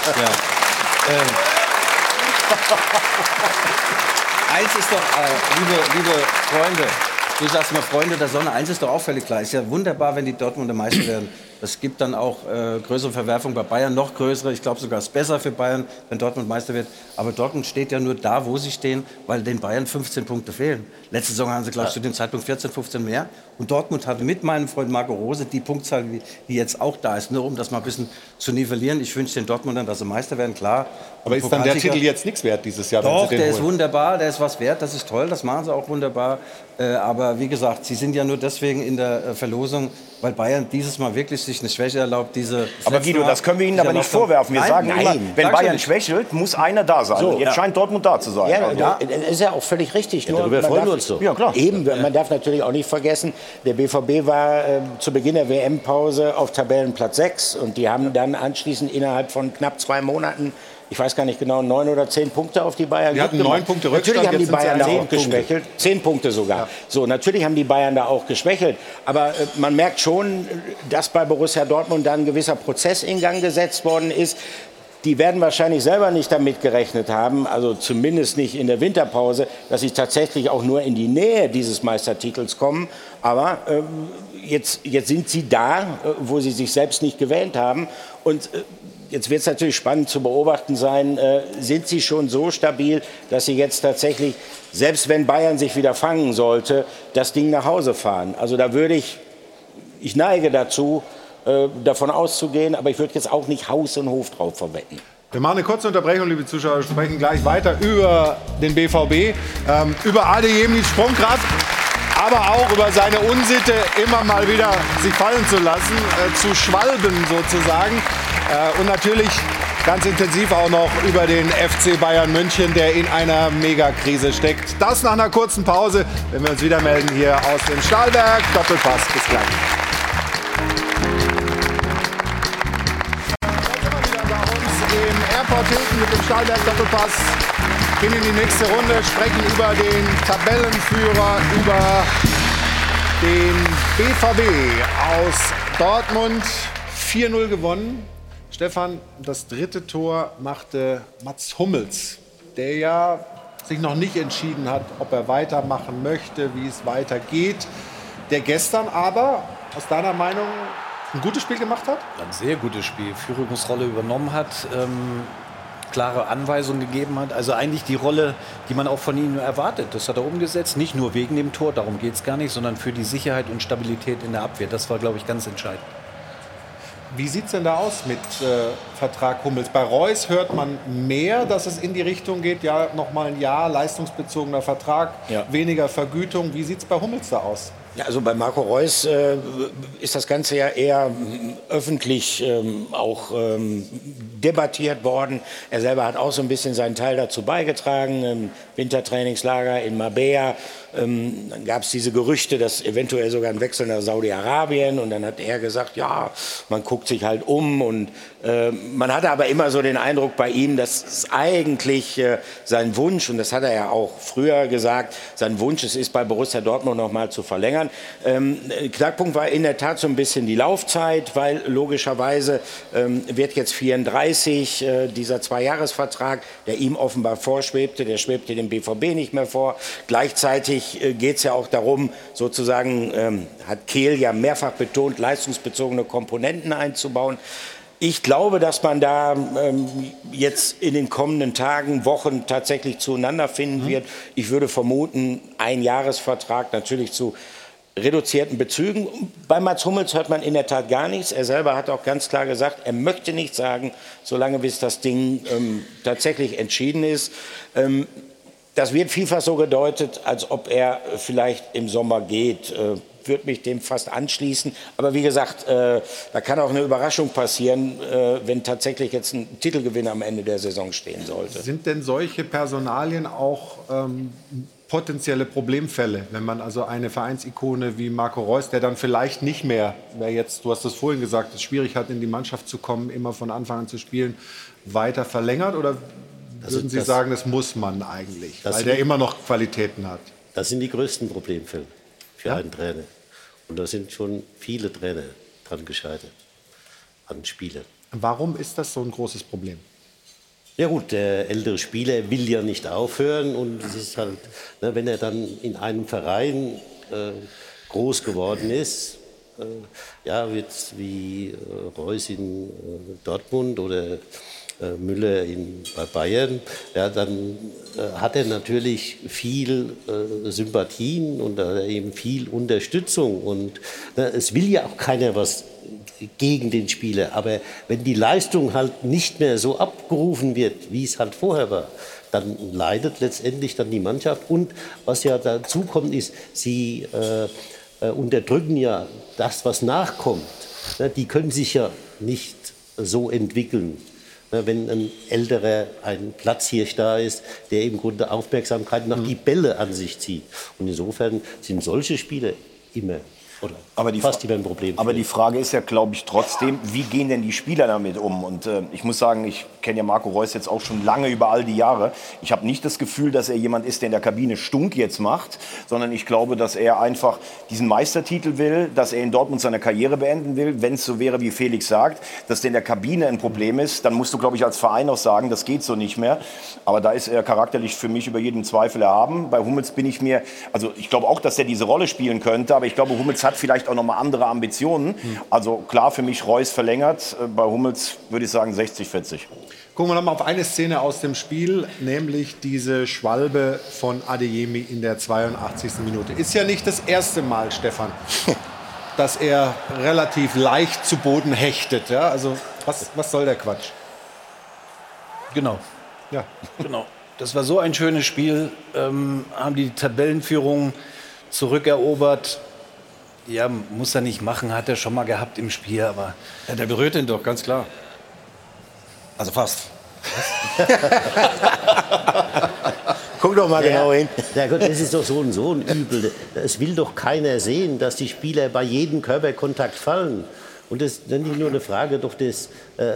Eins ist doch, liebe Freunde, du sagst immer Freunde der Sonne, eins ist doch auch völlig klar. Ist ja wunderbar, wenn die Dortmunder Meister werden. Es gibt dann auch größere Verwerfungen bei Bayern, noch größere. Ich glaube sogar, es ist besser für Bayern, wenn Dortmund Meister wird. Aber Dortmund steht ja nur da, wo sie stehen, weil den Bayern 15 Punkte fehlen. Letzte Saison haben sie, glaube ich, zu dem Zeitpunkt 14, 15 mehr. Und Dortmund hatte mit meinem Freund Marco Rose die Punktzahl, die jetzt auch da ist. Nur um das mal ein bisschen zu nivellieren. Ich wünsche den Dortmundern, dass sie Meister werden, klar. Aber ist dann der Titel jetzt nichts wert dieses Jahr? Doch, wenn sie den der holen? ist wunderbar, der ist was wert, das ist toll, das machen sie auch wunderbar. Aber wie gesagt, sie sind ja nur deswegen in der Verlosung, weil Bayern dieses Mal wirklich sich eine Schwäche erlaubt. Aber Guido, das können wir Ihnen aber nicht vorwerfen. Wir sagen immer, wenn Bayern schwächelt, muss einer da sein. So, Jetzt scheint Dortmund da zu sein. Ja, das ist ja auch völlig richtig. Ja, darüber freuen wir uns so. Ja, klar. Eben, man darf natürlich auch nicht vergessen, der BVB war zu Beginn der WM-Pause auf Tabellenplatz 6 und die haben dann anschließend innerhalb von knapp 2 Monaten, ich weiß gar nicht genau, 9 oder 10 Punkte auf die Bayern. Die hatten 9 Punkte Rückstand. Natürlich haben die jetzt sind sie Bayern da 10 auch geschwächelt. 10 Punkte sogar. Ja. So, natürlich haben die Bayern da auch geschwächelt. Aber man merkt schon, dass bei Borussia Dortmund dann ein gewisser Prozess in Gang gesetzt worden ist. Die werden wahrscheinlich selber nicht damit gerechnet haben, also zumindest nicht in der Winterpause, dass sie tatsächlich auch nur in die Nähe dieses Meistertitels kommen. Aber jetzt sind sie da, wo sie sich selbst nicht gewähnt haben. Und jetzt wird es natürlich spannend zu beobachten sein, sind sie schon so stabil, dass sie jetzt tatsächlich, selbst wenn Bayern sich wieder fangen sollte, das Ding nach Hause fahren. Also da würde ich neige dazu, davon auszugehen, aber ich würde jetzt auch nicht Haus und Hof drauf verwetten. Wir machen eine kurze Unterbrechung, liebe Zuschauer. Wir sprechen gleich weiter über den BVB, über Adeyemi's Sprungkraft, aber auch über seine Unsitte, immer mal wieder sich fallen zu lassen, zu schwalben sozusagen. Und natürlich ganz intensiv auch noch über den FC Bayern München, der in einer Megakrise steckt. Das nach einer kurzen Pause, wenn wir uns wieder melden hier aus dem Stahlwerk. Doppelpass, bis gleich. Airport Hilton mit dem Stahlwerk Doppelpass gehen in die nächste Runde, sprechen über den Tabellenführer, über den BVB aus Dortmund. 4:0 gewonnen. Stefan, das dritte Tor machte Mats Hummels, der ja sich noch nicht entschieden hat, ob er weitermachen möchte, wie es weitergeht. Der gestern aber, aus deiner Meinung, ein gutes Spiel gemacht hat? Ein sehr gutes Spiel. Führungsrolle übernommen hat, klare Anweisungen gegeben hat. Also eigentlich die Rolle, die man auch von ihm erwartet. Das hat er umgesetzt. Nicht nur wegen dem Tor, darum geht es gar nicht, sondern für die Sicherheit und Stabilität in der Abwehr. Das war, glaube ich, ganz entscheidend. Wie sieht es denn da aus mit Vertrag Hummels? Bei Reus hört man mehr, dass es in die Richtung geht, ja, nochmal ein Jahr, leistungsbezogener Vertrag, weniger Vergütung. Wie sieht es bei Hummels da aus? Ja, also bei Marco Reus ist das Ganze ja eher öffentlich auch debattiert worden. Er selber hat auch so ein bisschen seinen Teil dazu beigetragen. Im Wintertrainingslager in Marbella. Dann gab es diese Gerüchte, dass eventuell sogar ein Wechsel nach Saudi-Arabien. Und dann hat er gesagt, ja, man guckt sich halt um. Und man hatte aber immer so den Eindruck bei ihm, dass es eigentlich sein Wunsch, und das hat er ja auch früher gesagt, sein Wunsch es ist, bei Borussia Dortmund noch mal zu verlängern. Knackpunkt war in der Tat so ein bisschen die Laufzeit, weil logischerweise wird jetzt 34, dieser 2-Jahres-Vertrag, der ihm offenbar vorschwebte, der schwebte dem BVB nicht mehr vor. Gleichzeitig geht es ja auch darum, sozusagen, hat Kehl ja mehrfach betont, leistungsbezogene Komponenten einzubauen. Ich glaube, dass man da jetzt in den kommenden Tagen, Wochen tatsächlich zueinander finden wird. Ich würde vermuten, ein Jahresvertrag natürlich zu reduzierten Bezügen. Bei Mats Hummels hört man in der Tat gar nichts. Er selber hat auch ganz klar gesagt, er möchte nichts sagen, solange bis das Ding tatsächlich entschieden ist. Das wird vielfach so gedeutet, als ob er vielleicht im Sommer geht. würde mich dem fast anschließen. Aber wie gesagt, da kann auch eine Überraschung passieren, wenn tatsächlich jetzt ein Titelgewinner am Ende der Saison stehen sollte. Sind denn solche Personalien auch potenzielle Problemfälle, wenn man also eine Vereinsikone wie Marco Reus, der dann vielleicht nicht mehr, wer jetzt, du hast es vorhin gesagt, es schwierig hat, in die Mannschaft zu kommen, immer von Anfang an zu spielen, weiter verlängert? Oder würden Sie sagen, das muss man eigentlich, weil der immer noch Qualitäten hat? Das sind die größten Problemfälle für einen Trainer. Und da sind schon viele Trainer dran gescheitert, an Spielern. Warum ist das so ein großes Problem? Ja gut, der ältere Spieler will ja nicht aufhören und es ist halt, ne, wenn er dann in einem Verein groß geworden ist, jetzt wie Reus in Dortmund oder Müller bei Bayern, dann hat er natürlich viel Sympathien und eben viel Unterstützung. Und es will ja auch keiner was gegen den Spieler. Aber wenn die Leistung halt nicht mehr so abgerufen wird, wie es halt vorher war, dann leidet letztendlich dann die Mannschaft. Und was ja dazu kommt, ist, sie unterdrücken ja das, was nachkommt. Die können sich ja nicht so entwickeln. Wenn ein älterer, ein Platzhirsch da ist, der im Grunde Aufmerksamkeit nach die Bälle an sich zieht. Und insofern sind solche Spieler immer fast immer ein Problem. Aber die Frage ist ja, glaube ich, trotzdem, wie gehen denn die Spieler damit um? Und ich muss sagen, ich kenne ja Marco Reus jetzt auch schon lange, über all die Jahre. Ich habe nicht das Gefühl, dass er jemand ist, der in der Kabine Stunk jetzt macht, sondern ich glaube, dass er einfach diesen Meistertitel will, dass er in Dortmund seine Karriere beenden will. Wenn es so wäre, wie Felix sagt, dass der in der Kabine ein Problem ist, dann musst du, glaube ich, als Verein auch sagen, das geht so nicht mehr. Aber da ist er charakterlich für mich über jeden Zweifel erhaben. Bei Hummels bin ich mir, also ich glaube auch, dass er diese Rolle spielen könnte, aber ich glaube, Hummels hat vielleicht auch noch mal andere Ambitionen. Also klar, für mich Reus verlängert. Bei Hummels würde ich sagen 60-40. Gucken wir noch mal auf eine Szene aus dem Spiel, nämlich diese Schwalbe von Adeyemi in der 82. Minute. Ist ja nicht das erste Mal, Stefan, dass er relativ leicht zu Boden hechtet. Ja? Also was soll der Quatsch? Genau. Ja. Genau. Das war so ein schönes Spiel. Haben die Tabellenführung zurückerobert. Ja, muss er nicht machen, hat er schon mal gehabt im Spiel, aber... Ja, der berührt ihn doch, ganz klar. Also fast. Guck doch mal genau hin. Ja Gott, das ist doch so ein Übel. Es will doch keiner sehen, dass die Spieler bei jedem Körperkontakt fallen. Und das ist nicht nur eine Frage doch des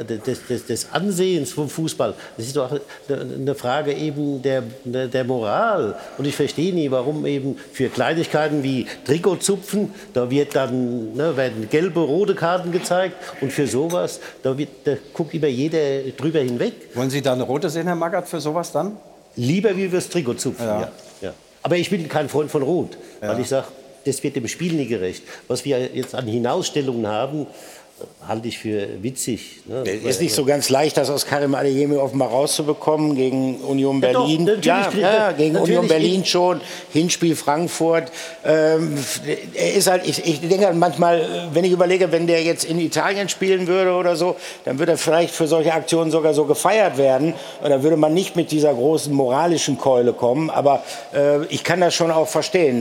Ansehens vom Fußball. Das ist doch eine Frage eben der Moral. Und ich verstehe nie, warum eben für Kleinigkeiten wie Trikotzupfen, da werden gelbe, rote Karten gezeigt. Und für sowas, da guckt immer jeder drüber hinweg. Wollen Sie da eine rote sehen, Herr Magath, für sowas dann? Lieber wie wir das Trikotzupfen, ja. Aber ich bin kein Freund von Rot, weil ich sage, das wird dem Spiel nicht gerecht. Was wir jetzt an Hinausstellungen haben, halte ich für witzig. Ne? Ist nicht so ganz leicht, das aus Karim Adeyemi offenbar rauszubekommen gegen Union Berlin. Doch, gegen Union Berlin schon. Hinspiel Frankfurt. Er ist halt, ich denke halt manchmal, wenn ich überlege, wenn der jetzt in Italien spielen würde oder so, dann würde er vielleicht für solche Aktionen sogar so gefeiert werden. Und dann würde man nicht mit dieser großen moralischen Keule kommen. Aber ich kann das schon auch verstehen.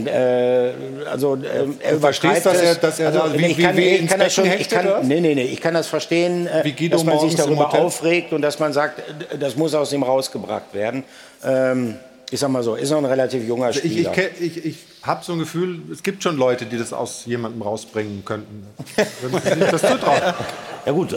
Du verstehst, dass er da wie ins Becken hechtet? Nee, ich kann das verstehen, dass man sich darüber aufregt und dass man sagt, das muss aus ihm rausgebracht werden. Ich sag mal so, ist noch ein relativ junger Spieler. Ich habe so ein Gefühl, es gibt schon Leute, die das aus jemandem rausbringen könnten. Das zutrauen. Ja gut,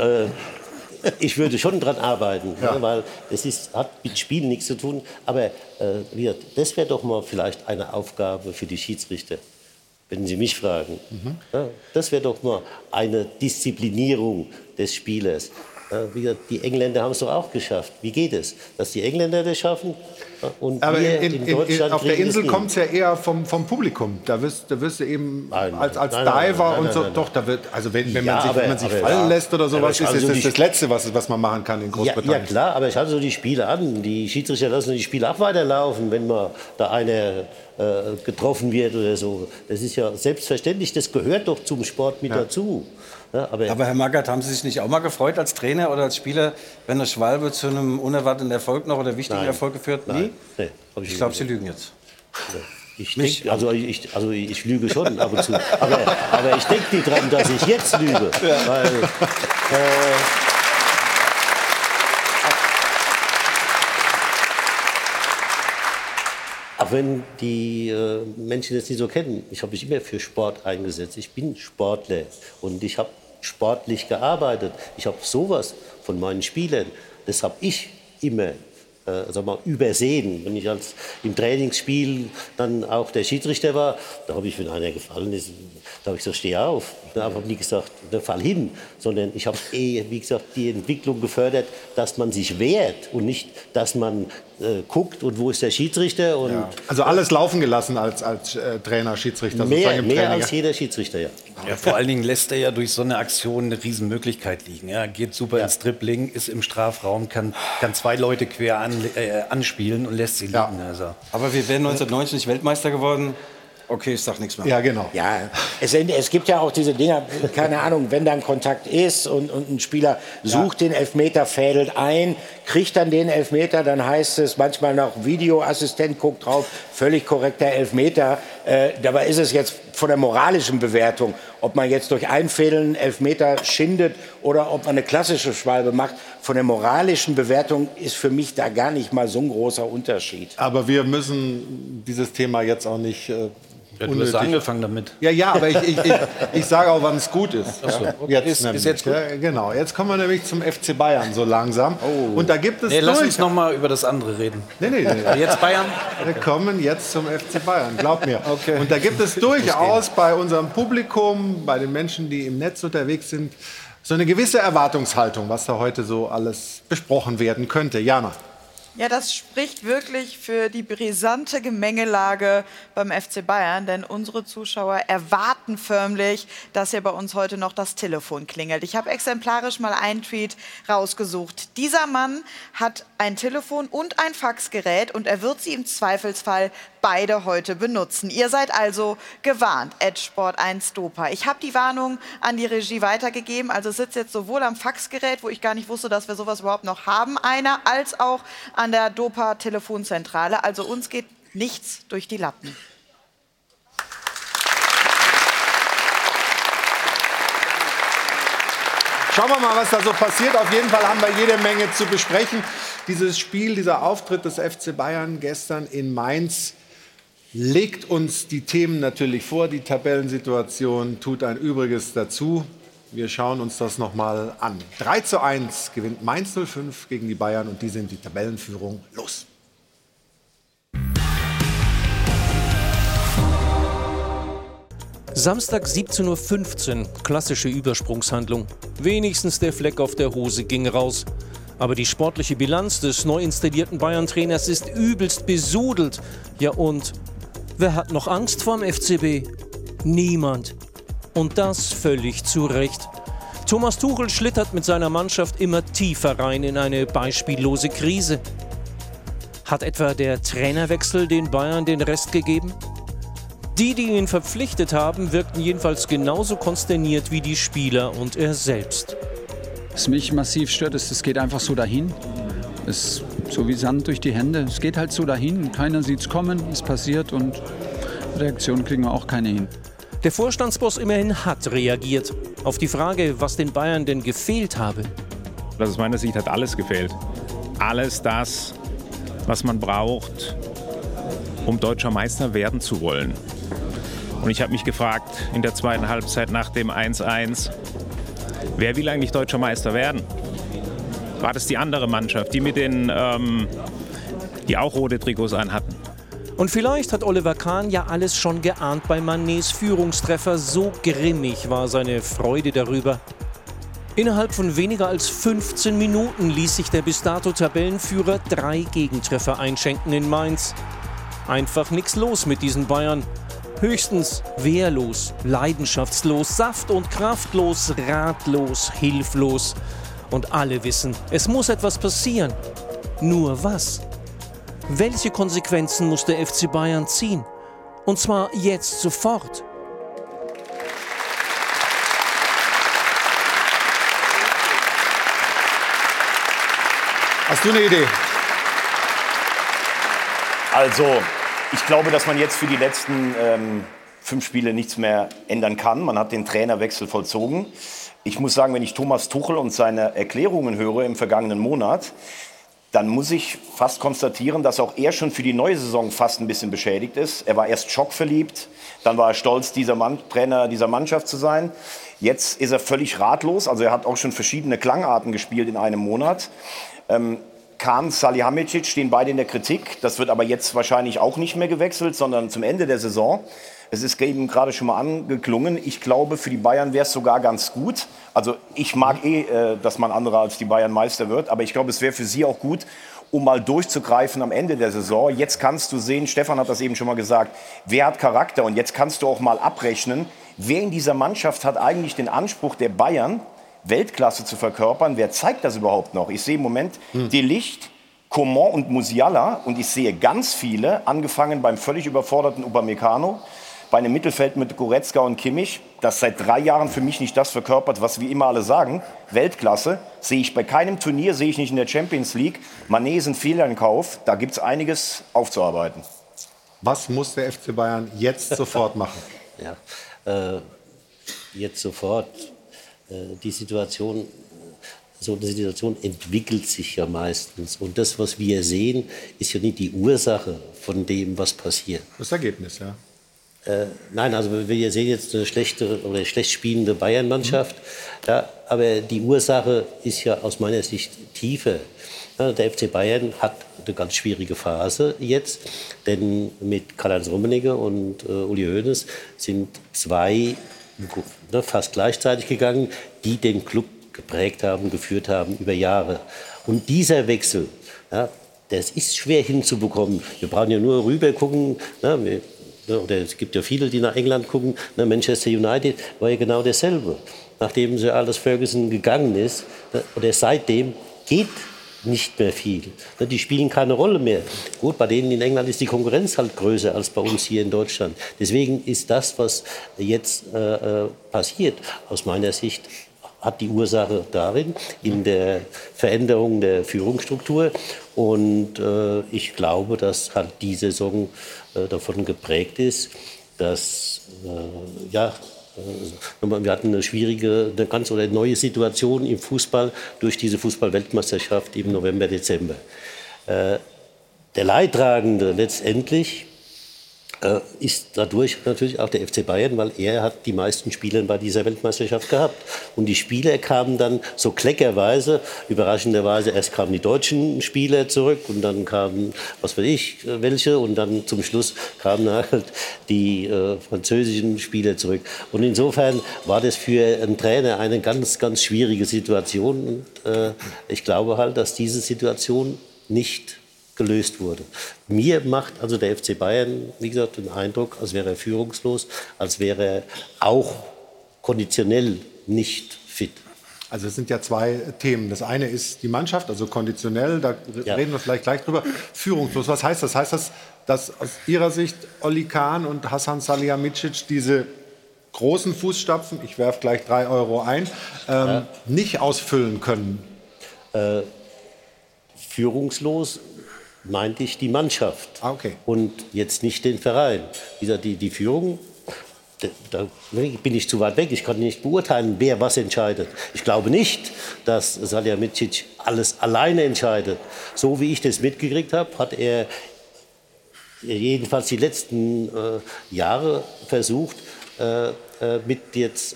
ich würde schon dran arbeiten, weil es hat mit Spielen nichts zu tun. Aber das wäre doch mal vielleicht eine Aufgabe für die Schiedsrichter. Wenn Sie mich fragen. Ja, das wäre doch mal eine Disziplinierung des Spielers. Ja, die Engländer haben es doch auch geschafft. Wie geht es? Dass die Engländer das schaffen? Und aber wir in Deutschland auf der Insel kommt es ja eher vom Publikum. Da wirst du eben als Diver und so. Doch, da wird, also wenn man sich fallen lässt oder sowas, ist das Letzte, was man machen kann in Großbritannien. Ja klar, aber ich halte so die Spiele an. Die Schiedsrichter lassen die Spiele auch weiterlaufen, wenn mal da einer getroffen wird oder so. Das ist ja selbstverständlich, das gehört doch zum Sport mit dazu. Ja, aber Herr Magath, haben Sie sich nicht auch mal gefreut als Trainer oder als Spieler, wenn eine Schwalbe zu einem unerwarteten Erfolg noch oder wichtigen Erfolg geführt hat? Nee, ich glaube, Sie lügen jetzt. Ich lüge schon ab und zu. Aber ich denke nicht dran, dass ich jetzt lüge. Ja. Weil, auch wenn die Menschen das nicht so kennen, ich habe mich immer für Sport eingesetzt. Ich bin Sportler und ich habe sportlich gearbeitet. Ich habe sowas von meinen Spielern, das habe ich immer übersehen. Wenn ich im Trainingsspiel dann auch der Schiedsrichter war, da habe ich, wenn einer gefallen ist, da habe ich gesagt, steh auf. Da habe ich nie gesagt, fall hin, sondern ich habe wie gesagt, die Entwicklung gefördert, dass man sich wehrt und nicht, dass man guckt und wo ist der Schiedsrichter. Und also alles laufen gelassen als Trainer, Schiedsrichter. Mehr als jeder Schiedsrichter, ja. Ja, vor allen Dingen lässt er ja durch so eine Aktion eine Riesenmöglichkeit liegen. Er geht super ins Dribbling, ist im Strafraum, kann 2 Leute quer anspielen und lässt sie liegen. Also. Aber wir wären 1990 nicht Weltmeister geworden. Okay, ich sag nichts mehr. Ja, genau. Ja, es gibt ja auch diese Dinger, keine Ahnung, wenn da ein Kontakt ist und ein Spieler sucht den Elfmeter, fädelt ein, kriegt dann den Elfmeter, dann heißt es manchmal noch, Videoassistent guckt drauf, völlig korrekter Elfmeter. Dabei ist es jetzt von der moralischen Bewertung, ob man jetzt durch Einfädeln Elfmeter schindet oder ob man eine klassische Schwalbe macht, von der moralischen Bewertung ist für mich da gar nicht mal so ein großer Unterschied. Aber wir müssen dieses Thema jetzt auch nicht ja, du hast angefangen damit. Ja, aber ich sage auch, wann es gut ist. Ach so. Jetzt ist jetzt gut? Ja, genau. Jetzt kommen wir nämlich zum FC Bayern so langsam. Oh. Und da gibt es lass uns noch mal über das andere reden. Nee. Jetzt Bayern? Wir kommen jetzt zum FC Bayern, glaub mir. Okay. Und da gibt es durchaus bei unserem Publikum, bei den Menschen, die im Netz unterwegs sind, so eine gewisse Erwartungshaltung, was da heute so alles besprochen werden könnte. Jana. Ja, das spricht wirklich für die brisante Gemengelage beim FC Bayern, denn unsere Zuschauer erwarten förmlich, dass hier bei uns heute noch das Telefon klingelt. Ich habe exemplarisch mal einen Tweet rausgesucht. Dieser Mann hat ein Telefon und ein Faxgerät und er wird sie im Zweifelsfall beide heute benutzen. Ihr seid also gewarnt, @Sport1 Dopa. Ich habe die Warnung an die Regie weitergegeben, also sitzt jetzt sowohl am Faxgerät, wo ich gar nicht wusste, dass wir sowas überhaupt noch haben, einer, als auch an der Dopa-Telefonzentrale. Also uns geht nichts durch die Lappen. Schauen wir mal, was da so passiert. Auf jeden Fall haben wir jede Menge zu besprechen. Dieses Spiel, dieser Auftritt des FC Bayern gestern in Mainz legt uns die Themen natürlich vor. Die Tabellensituation tut ein Übriges dazu. Wir schauen uns das noch mal an. 3:1 gewinnt Mainz 05 gegen die Bayern und die sind die Tabellenführung los. Samstag 17:15 Uhr, klassische Übersprungshandlung. Wenigstens der Fleck auf der Hose ging raus. Aber die sportliche Bilanz des neu installierten Bayern-Trainers ist übelst besudelt. Ja und, wer hat noch Angst vorm FCB? Niemand. Und das völlig zu Recht. Thomas Tuchel schlittert mit seiner Mannschaft immer tiefer rein in eine beispiellose Krise. Hat etwa der Trainerwechsel den Bayern den Rest gegeben? Die ihn verpflichtet haben, wirkten jedenfalls genauso konsterniert wie die Spieler und er selbst. Was mich massiv stört, ist, es geht einfach so dahin. Es ist so wie Sand durch die Hände. Es geht halt so dahin. Keiner sieht es kommen, es passiert und Reaktionen kriegen wir auch keine hin. Der Vorstandsboss immerhin hat reagiert. Auf die Frage, was den Bayern denn gefehlt habe. Aus meiner Sicht hat alles gefehlt. Alles das, was man braucht, um deutscher Meister werden zu wollen. Und ich habe mich gefragt, in der zweiten Halbzeit nach dem 1:1, wer will eigentlich deutscher Meister werden? War das die andere Mannschaft, die mit den, die auch rote Trikots anhatten? Und vielleicht hat Oliver Kahn ja alles schon geahnt bei Manets Führungstreffer. So grimmig war seine Freude darüber. Innerhalb von weniger als 15 Minuten ließ sich der bis dato Tabellenführer 3 Gegentreffer einschenken in Mainz. Einfach nichts los mit diesen Bayern. Höchstens wehrlos, leidenschaftslos, saft- und kraftlos, ratlos, hilflos. Und alle wissen, es muss etwas passieren. Nur was? Welche Konsequenzen muss der FC Bayern ziehen? Und zwar jetzt sofort. Hast du eine Idee? Also, Ich glaube, dass man jetzt für die letzten 5 Spiele nichts mehr ändern kann. Man hat den Trainerwechsel vollzogen. Ich muss sagen, wenn ich Thomas Tuchel und seine Erklärungen höre im vergangenen Monat, dann muss ich fast konstatieren, dass auch er schon für die neue Saison fast ein bisschen beschädigt ist. Er war erst schockverliebt, dann war er stolz, Trainer dieser Mannschaft zu sein. Jetzt ist er völlig ratlos, also er hat auch schon verschiedene Klangarten gespielt in einem Monat. Kahn, Salihamidzic stehen beide in der Kritik. Das wird aber jetzt wahrscheinlich auch nicht mehr gewechselt, sondern zum Ende der Saison. Es ist eben gerade schon mal angeklungen. Ich glaube, für die Bayern wäre es sogar ganz gut. Also ich mag dass man anderer als die Bayern Meister wird. Aber ich glaube, es wäre für sie auch gut, um mal durchzugreifen am Ende der Saison. Jetzt kannst du sehen, Stefan hat das eben schon mal gesagt, wer hat Charakter? Und jetzt kannst du auch mal abrechnen, wer in dieser Mannschaft hat eigentlich den Anspruch der Bayern, Weltklasse zu verkörpern. Wer zeigt das überhaupt noch? Ich sehe im Moment De Ligt, Coman und Musiala. Und ich sehe ganz viele, angefangen beim völlig überforderten Upamecano, bei einem Mittelfeld mit Goretzka und Kimmich, das seit 3 Jahren für mich nicht das verkörpert, was wir immer alle sagen. Weltklasse sehe ich bei keinem Turnier, sehe ich nicht in der Champions League. Mané ist ein Fehleinkauf, da gibt es einiges aufzuarbeiten. Was muss der FC Bayern jetzt sofort machen? Jetzt sofort. Die Situation, so eine Situation entwickelt sich ja meistens. Und das, was wir sehen, ist ja nicht die Ursache von dem, was passiert. Das Ergebnis, ja. Nein, also wir sehen jetzt eine schlechte oder schlecht spielende Bayern-Mannschaft. Ja, aber die Ursache ist ja aus meiner Sicht tiefer. Ja, der FC Bayern hat eine ganz schwierige Phase jetzt, denn mit Karl-Heinz Rummenigge und Uli Hoeneß sind 2 fast gleichzeitig gegangen, die den Club geprägt haben, geführt haben über Jahre. Und dieser Wechsel, ja, das ist schwer hinzubekommen. Wir brauchen ja nur rüber gucken. Oder es gibt ja viele, die nach England gucken. Manchester United war ja genau dasselbe. Nachdem Sir Alex Ferguson gegangen ist, oder seitdem geht nicht mehr viel. Die spielen keine Rolle mehr. Gut, bei denen in England ist die Konkurrenz halt größer als bei uns hier in Deutschland. Deswegen ist das, was jetzt passiert, aus meiner Sicht, hat die Ursache darin, in der Veränderung der Führungsstruktur. Und ich glaube, dass halt die Saison davon geprägt ist, dass wir hatten eine ganz oder neue Situation im Fußball durch diese Fußball-Weltmeisterschaft im November, Dezember. Der Leidtragende letztendlich ist dadurch natürlich auch der FC Bayern, weil er hat die meisten Spieler bei dieser Weltmeisterschaft gehabt. Und die Spieler kamen dann so kleckerweise, überraschenderweise, erst kamen die deutschen Spieler zurück und dann kamen, was weiß ich, welche und dann zum Schluss kamen halt die französischen Spieler zurück. Und insofern war das für einen Trainer eine ganz, ganz schwierige Situation. Und ich glaube halt, dass diese Situation nicht gelöst wurde. Mir macht also der FC Bayern, wie gesagt, den Eindruck, als wäre er führungslos, als wäre er auch konditionell nicht fit. Also es sind ja 2 Themen. Das eine ist die Mannschaft, also konditionell, da reden wir vielleicht gleich drüber. Führungslos, was heißt das? Heißt das, dass aus Ihrer Sicht Oli Kahn und Hasan Salihamidzic diese großen Fußstapfen, ich werfe gleich 3 Euro ein, nicht ausfüllen können? Führungslos meinte ich die Mannschaft und jetzt nicht den Verein. Die Führung, da bin ich zu weit weg. Ich kann nicht beurteilen, wer was entscheidet. Ich glaube nicht, dass Salihamidzic alles alleine entscheidet. So wie ich das mitgekriegt habe, hat er jedenfalls die letzten Jahre versucht, mit jetzt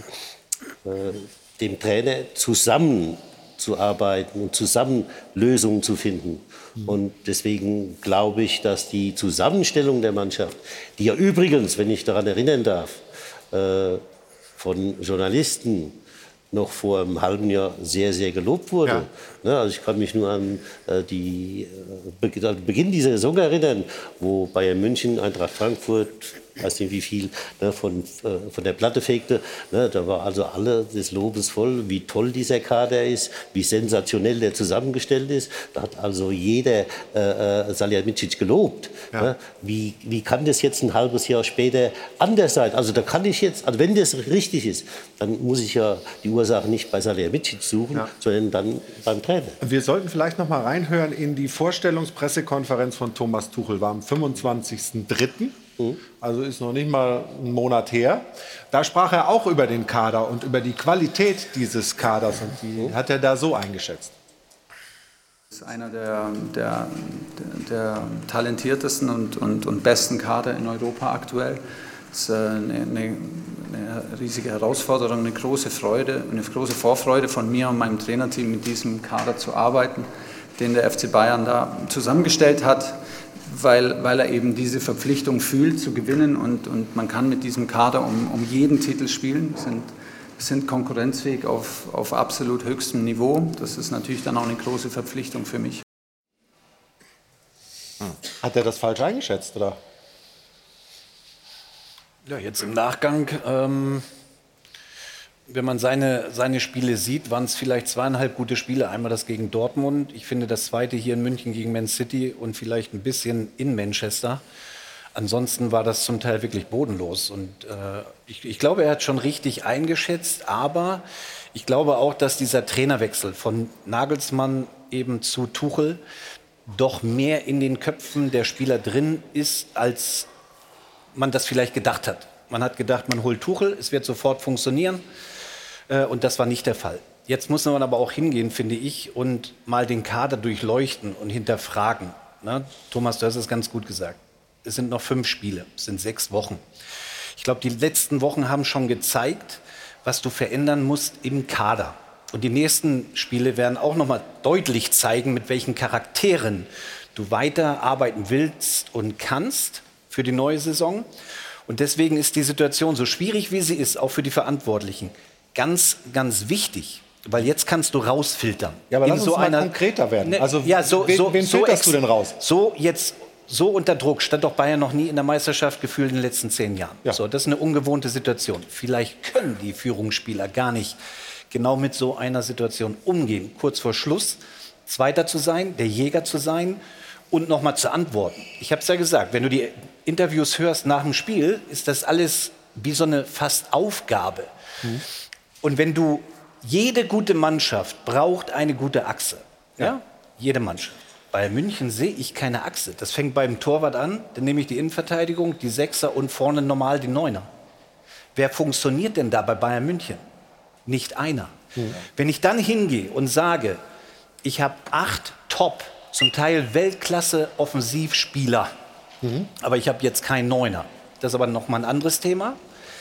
dem Trainer zusammenzuarbeiten und zusammen Lösungen zu finden. Und deswegen glaube ich, dass die Zusammenstellung der Mannschaft, die ja übrigens, wenn ich daran erinnern darf, von Journalisten noch vor einem halben Jahr sehr, sehr gelobt wurde. Ja. Also ich kann mich nur an Beginn dieser Saison erinnern, wo Bayern München, Eintracht Frankfurt, weiß nicht wie viel, ne, von der Platte fegte. Ne, da war also alle des Lobes voll, wie toll dieser Kader ist, wie sensationell der zusammengestellt ist. Da hat also jeder Salihamidzic gelobt. Ja. Ne? Wie kann das jetzt ein halbes Jahr später anders sein? Also da kann ich jetzt, also wenn das richtig ist, dann muss ich ja die Ursache nicht bei Salihamidzic suchen, sondern dann beim Trainer. Wir sollten vielleicht noch mal reinhören in die Vorstellungspressekonferenz von Thomas Tuchel. War am 25.03. Also ist noch nicht mal ein Monat her. Da sprach er auch über den Kader und über die Qualität dieses Kaders. Und die hat er da so eingeschätzt. Das ist einer der talentiertesten und besten Kader in Europa aktuell. Das ist eine riesige Herausforderung, eine große Freude, eine große Vorfreude von mir und meinem Trainerteam, mit diesem Kader zu arbeiten, den der FC Bayern da zusammengestellt hat, weil er eben diese Verpflichtung fühlt, zu gewinnen. Und man kann mit diesem Kader um jeden Titel spielen. Wir sind konkurrenzfähig auf absolut höchstem Niveau. Das ist natürlich dann auch eine große Verpflichtung für mich. Hat er das falsch eingeschätzt, oder? Ja, jetzt im Nachgang, wenn man seine Spiele sieht, waren es vielleicht 2,5 gute Spiele. Einmal das gegen Dortmund, ich finde das zweite hier in München gegen Man City und vielleicht ein bisschen in Manchester. Ansonsten war das zum Teil wirklich bodenlos. Und ich glaube, er hat schon richtig eingeschätzt, aber ich glaube auch, dass dieser Trainerwechsel von Nagelsmann eben zu Tuchel doch mehr in den Köpfen der Spieler drin ist, als man das vielleicht gedacht hat. Man hat gedacht, man holt Tuchel, es wird sofort funktionieren. Und das war nicht der Fall. Jetzt muss man aber auch hingehen, finde ich, und mal den Kader durchleuchten und hinterfragen. Ne? Thomas, du hast es ganz gut gesagt. Es sind noch 5 Spiele, es sind 6 Wochen. Ich glaube, die letzten Wochen haben schon gezeigt, was du verändern musst im Kader. Und die nächsten Spiele werden auch noch mal deutlich zeigen, mit welchen Charakteren du weiterarbeiten willst und kannst für die neue Saison. Und deswegen ist die Situation, so schwierig wie sie ist, auch für die Verantwortlichen, ganz, ganz wichtig. Weil jetzt kannst du rausfiltern. Ja, aber lass uns mal konkreter werden. Also ja, wen filterst du denn raus? So unter Druck stand doch Bayern noch nie in der Meisterschaft gefühlt in den letzten 10 Jahren. Ja. So, das ist eine ungewohnte Situation. Vielleicht können die Führungsspieler gar nicht genau mit so einer Situation umgehen. Kurz vor Schluss Zweiter zu sein, der Jäger zu sein und noch mal zu antworten. Ich habe es ja gesagt, wenn du die Interviews hörst nach dem Spiel, ist das alles wie so eine fast Aufgabe. Und wenn du, jede gute Mannschaft braucht eine gute Achse. Ja? Jede Mannschaft. Bei München sehe ich keine Achse. Das fängt beim Torwart an, dann nehme ich die Innenverteidigung, die Sechser und vorne normal die Neuner. Wer funktioniert denn da bei Bayern München? Nicht einer. Wenn ich dann hingehe und sage, ich habe 8 Top, zum Teil Weltklasse-Offensivspieler, aber ich habe jetzt keinen Neuner, das ist aber noch mal ein anderes Thema,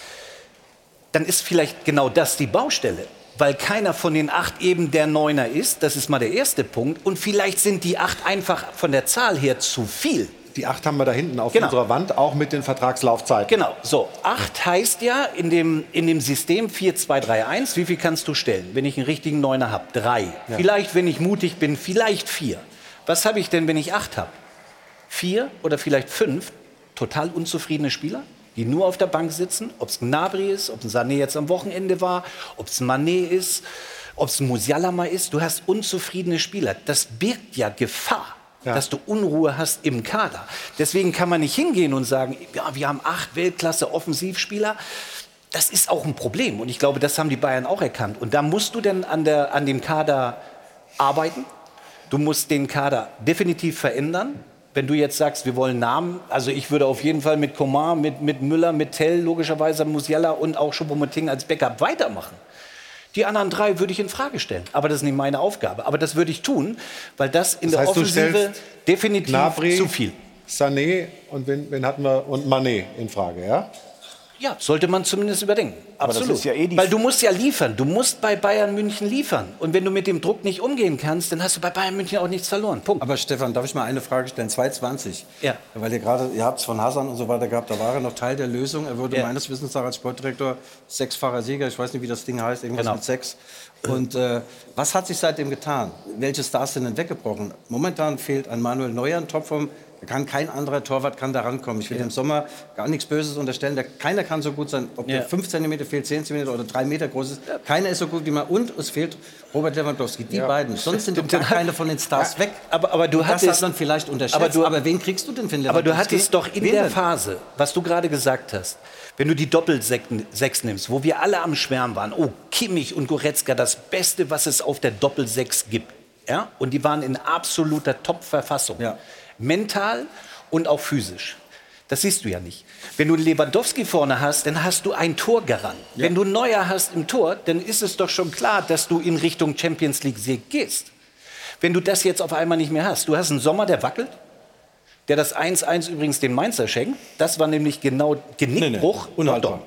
dann ist vielleicht genau das die Baustelle. Weil keiner von den 8 eben der Neuner ist, das ist mal der erste Punkt. Und vielleicht sind die 8 einfach von der Zahl her zu viel. Die 8 haben wir da hinten auf unserer Wand, auch mit den Vertragslaufzeiten. Genau, so. 8 heißt ja in dem System 4-2-3-1, wie viel kannst du stellen, wenn ich einen richtigen Neuner habe? 3. Ja. Vielleicht, wenn ich mutig bin, vielleicht 4. Was habe ich denn, wenn ich 8 habe? 4 oder vielleicht 5 total unzufriedene Spieler, die nur auf der Bank sitzen, ob es ein Gnabry ist, ob es ein Sané jetzt am Wochenende war, ob es ein Mané ist, ob es ein Musiala mal ist. Du hast unzufriedene Spieler. Das birgt ja Gefahr, dass du Unruhe hast im Kader. Deswegen kann man nicht hingehen und sagen, ja, wir haben 8 Weltklasse-Offensivspieler. Das ist auch ein Problem. Und ich glaube, das haben die Bayern auch erkannt. Und da musst du dann an dem Kader arbeiten. Du musst den Kader definitiv verändern. Wenn du jetzt sagst, wir wollen Namen, also ich würde auf jeden Fall mit Coman, mit Müller, mit Tell, logischerweise Musiala und auch Choupo-Moting als Backup weitermachen. Die anderen 3 würde ich in Frage stellen. Aber das ist nicht meine Aufgabe. Aber das würde ich tun, weil das in der Offensive definitiv Gnabry, zu viel. Sané und wen hatten wir? Und Mané in Frage, ja? Ja, sollte man zumindest überdenken. Aber Absolut. das ist ja Weil du musst ja liefern. Du musst bei Bayern München liefern. Und wenn du mit dem Druck nicht umgehen kannst, dann hast du bei Bayern München auch nichts verloren. Punkt. Aber Stefan, darf ich mal eine Frage stellen? 2,20. Ja. Weil ihr habt es von Hassan und so weiter gehabt, da war er noch Teil der Lösung. Er wurde meines Wissens nach als Sportdirektor 6-facher Sieger. Ich weiß nicht, wie das Ding heißt, irgendwas mit 6. Und was hat sich seitdem getan? Welche Stars sind denn weggebrochen? Momentan fehlt ein Manuel Neuer in Topform. Da kann kein anderer Torwart da rankommen. Ich will im Sommer gar nichts Böses unterstellen. Keiner kann so gut sein, ob der 5 cm fehlt, 10 cm oder 3 Meter groß ist. Keiner ist so gut wie man. Und es fehlt Robert Lewandowski. Die beiden. Sonst sind gar keine von den Stars weg. Aber du hattest, das hat man vielleicht unterschätzt. Aber wen kriegst du denn für den Lewandowski? Aber du hattest doch in der Phase, was du gerade gesagt hast, wenn du die Doppel-6 nimmst, wo wir alle am Schwärmen waren, oh, Kimmich und Goretzka, das Beste, was es auf der Doppel-6 gibt. Ja? Und die waren in absoluter Top-Verfassung. Ja. Mental und auch physisch. Das siehst du ja nicht. Wenn du Lewandowski vorne hast, dann hast du einen Torgarant. Ja. Wenn du Neuer hast im Tor, dann ist es doch schon klar, dass du in Richtung Champions League-Sieg gehst. Wenn du das jetzt auf einmal nicht mehr hast. Du hast einen Sommer, der wackelt, der das 1-1 übrigens den Mainzer schenkt. Das war nämlich genau Genickbruch. Doch.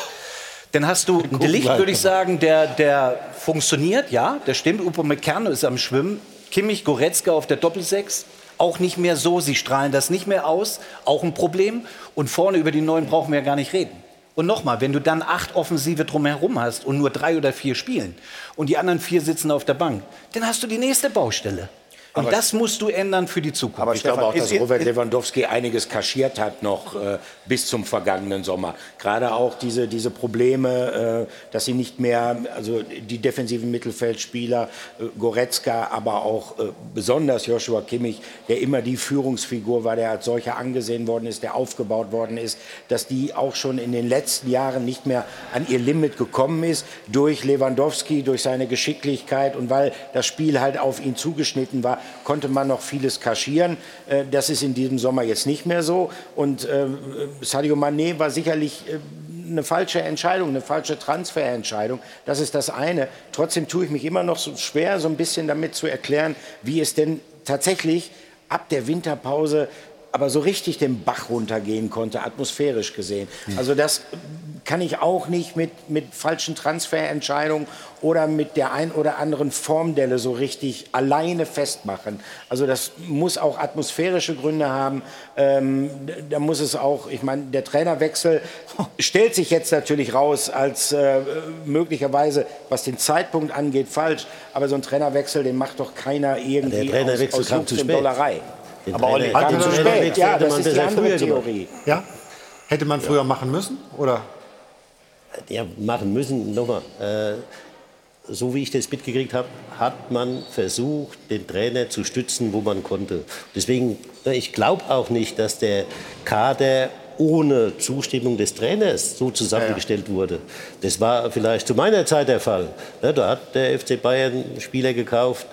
Dann hast du einen Delicht, würde ich sagen, der funktioniert, ja, der stimmt. Upamecano ist am Schwimmen. Kimmich, Goretzka auf der Doppel-6. Auch nicht mehr so, sie strahlen das nicht mehr aus, auch ein Problem. Und vorne über die Neuen brauchen wir ja gar nicht reden. Und nochmal, wenn du dann 8 Offensive drumherum hast und nur 3 oder 4 spielen und die anderen 4 sitzen auf der Bank, dann hast du die nächste Baustelle. Und das musst du ändern für die Zukunft. Aber ich glaube auch, dass Robert Lewandowski einiges kaschiert hat noch bis zum vergangenen Sommer. Gerade auch diese Probleme, dass sie nicht mehr, also die defensiven Mittelfeldspieler, Goretzka, aber auch besonders Joshua Kimmich, der immer die Führungsfigur war, der als solcher angesehen worden ist, der aufgebaut worden ist, dass die auch schon in den letzten Jahren nicht mehr an ihr Limit gekommen ist, durch Lewandowski, durch seine Geschicklichkeit und weil das Spiel halt auf ihn zugeschnitten war, konnte man noch vieles kaschieren. Das ist in diesem Sommer jetzt nicht mehr so. Und Sadio Mané war sicherlich eine falsche Entscheidung, eine falsche Transferentscheidung. Das ist das eine. Trotzdem tue ich mich immer noch so schwer, so ein bisschen damit zu erklären, wie es denn tatsächlich ab der Winterpause aber so richtig den Bach runtergehen konnte, atmosphärisch gesehen. Also das kann ich auch nicht mit falschen Transferentscheidungen oder mit der ein oder anderen Formdelle so richtig alleine festmachen. Also das muss auch atmosphärische Gründe haben. Da muss es auch, ich meine, der Trainerwechsel stellt sich jetzt natürlich raus als möglicherweise, was den Zeitpunkt angeht, falsch. Aber so ein Trainerwechsel, den macht doch keiner irgendwie aus Jux und Dollerei. Aber Olli, zu spät. Ja, das ist die andere Theorie. Ja? Hätte man früher machen müssen, oder? Ja, machen müssen, nochmal. So wie ich das mitgekriegt habe, hat man versucht, den Trainer zu stützen, wo man konnte. Deswegen, ich glaube auch nicht, dass der Kader ohne Zustimmung des Trainers so zusammengestellt wurde. Das war vielleicht zu meiner Zeit der Fall. Da hat der FC Bayern Spieler gekauft,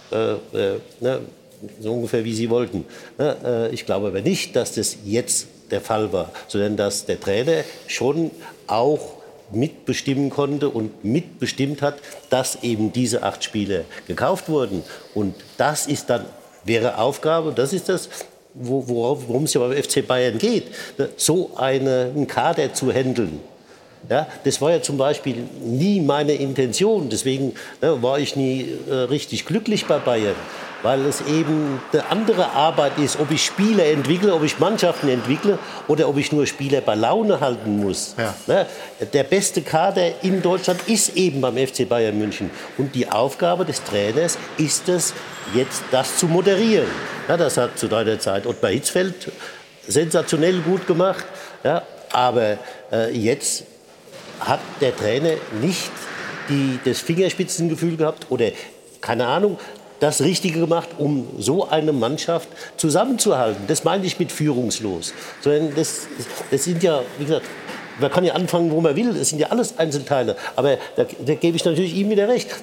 so ungefähr wie sie wollten. Ich glaube aber nicht, dass das jetzt der Fall war, sondern dass der Trainer schon auch mitbestimmen konnte und mitbestimmt hat, dass eben diese 8 Spieler gekauft wurden. Und das ist dann, wäre Aufgabe, das ist das, worum es ja beim FC Bayern geht, so einen Kader zu handeln. Ja, das war ja zum Beispiel nie meine Intention, deswegen war ich nie richtig glücklich bei Bayern. Weil es eben eine andere Arbeit ist, ob ich Spieler entwickle, ob ich Mannschaften entwickle oder ob ich nur Spieler bei Laune halten muss. Ja. Der beste Kader in Deutschland ist eben beim FC Bayern München. Und die Aufgabe des Trainers ist es, jetzt das zu moderieren. Ja, das hat zu deiner Zeit Ottmar Hitzfeld sensationell gut gemacht. Ja, aber jetzt hat der Trainer nicht das Fingerspitzengefühl gehabt oder, keine Ahnung, das Richtige gemacht, um so eine Mannschaft zusammenzuhalten. Das meine ich mit führungslos. Sondern das sind ja, wie gesagt, man kann ja anfangen, wo man will. Das sind ja alles Einzelteile. Aber da gebe ich natürlich ihm wieder recht.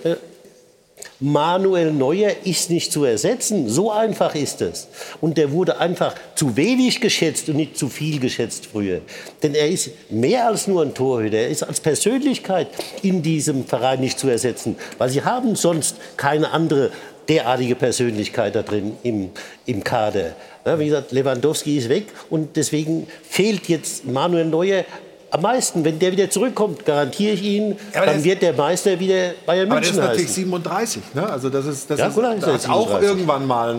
Manuel Neuer ist nicht zu ersetzen. So einfach ist es. Und der wurde einfach zu wenig geschätzt und nicht zu viel geschätzt früher. Denn er ist mehr als nur ein Torhüter. Er ist als Persönlichkeit in diesem Verein nicht zu ersetzen. Weil sie haben sonst keine andere derartige Persönlichkeit da drin im Kader. Ja, wie gesagt, Lewandowski ist weg und deswegen fehlt jetzt Manuel Neuer am meisten. Wenn der wieder zurückkommt, garantiere ich Ihnen, dann wird der Meister wieder Bayern München heißen. Aber der ist natürlich 37. Ne? Also das ist auch irgendwann mal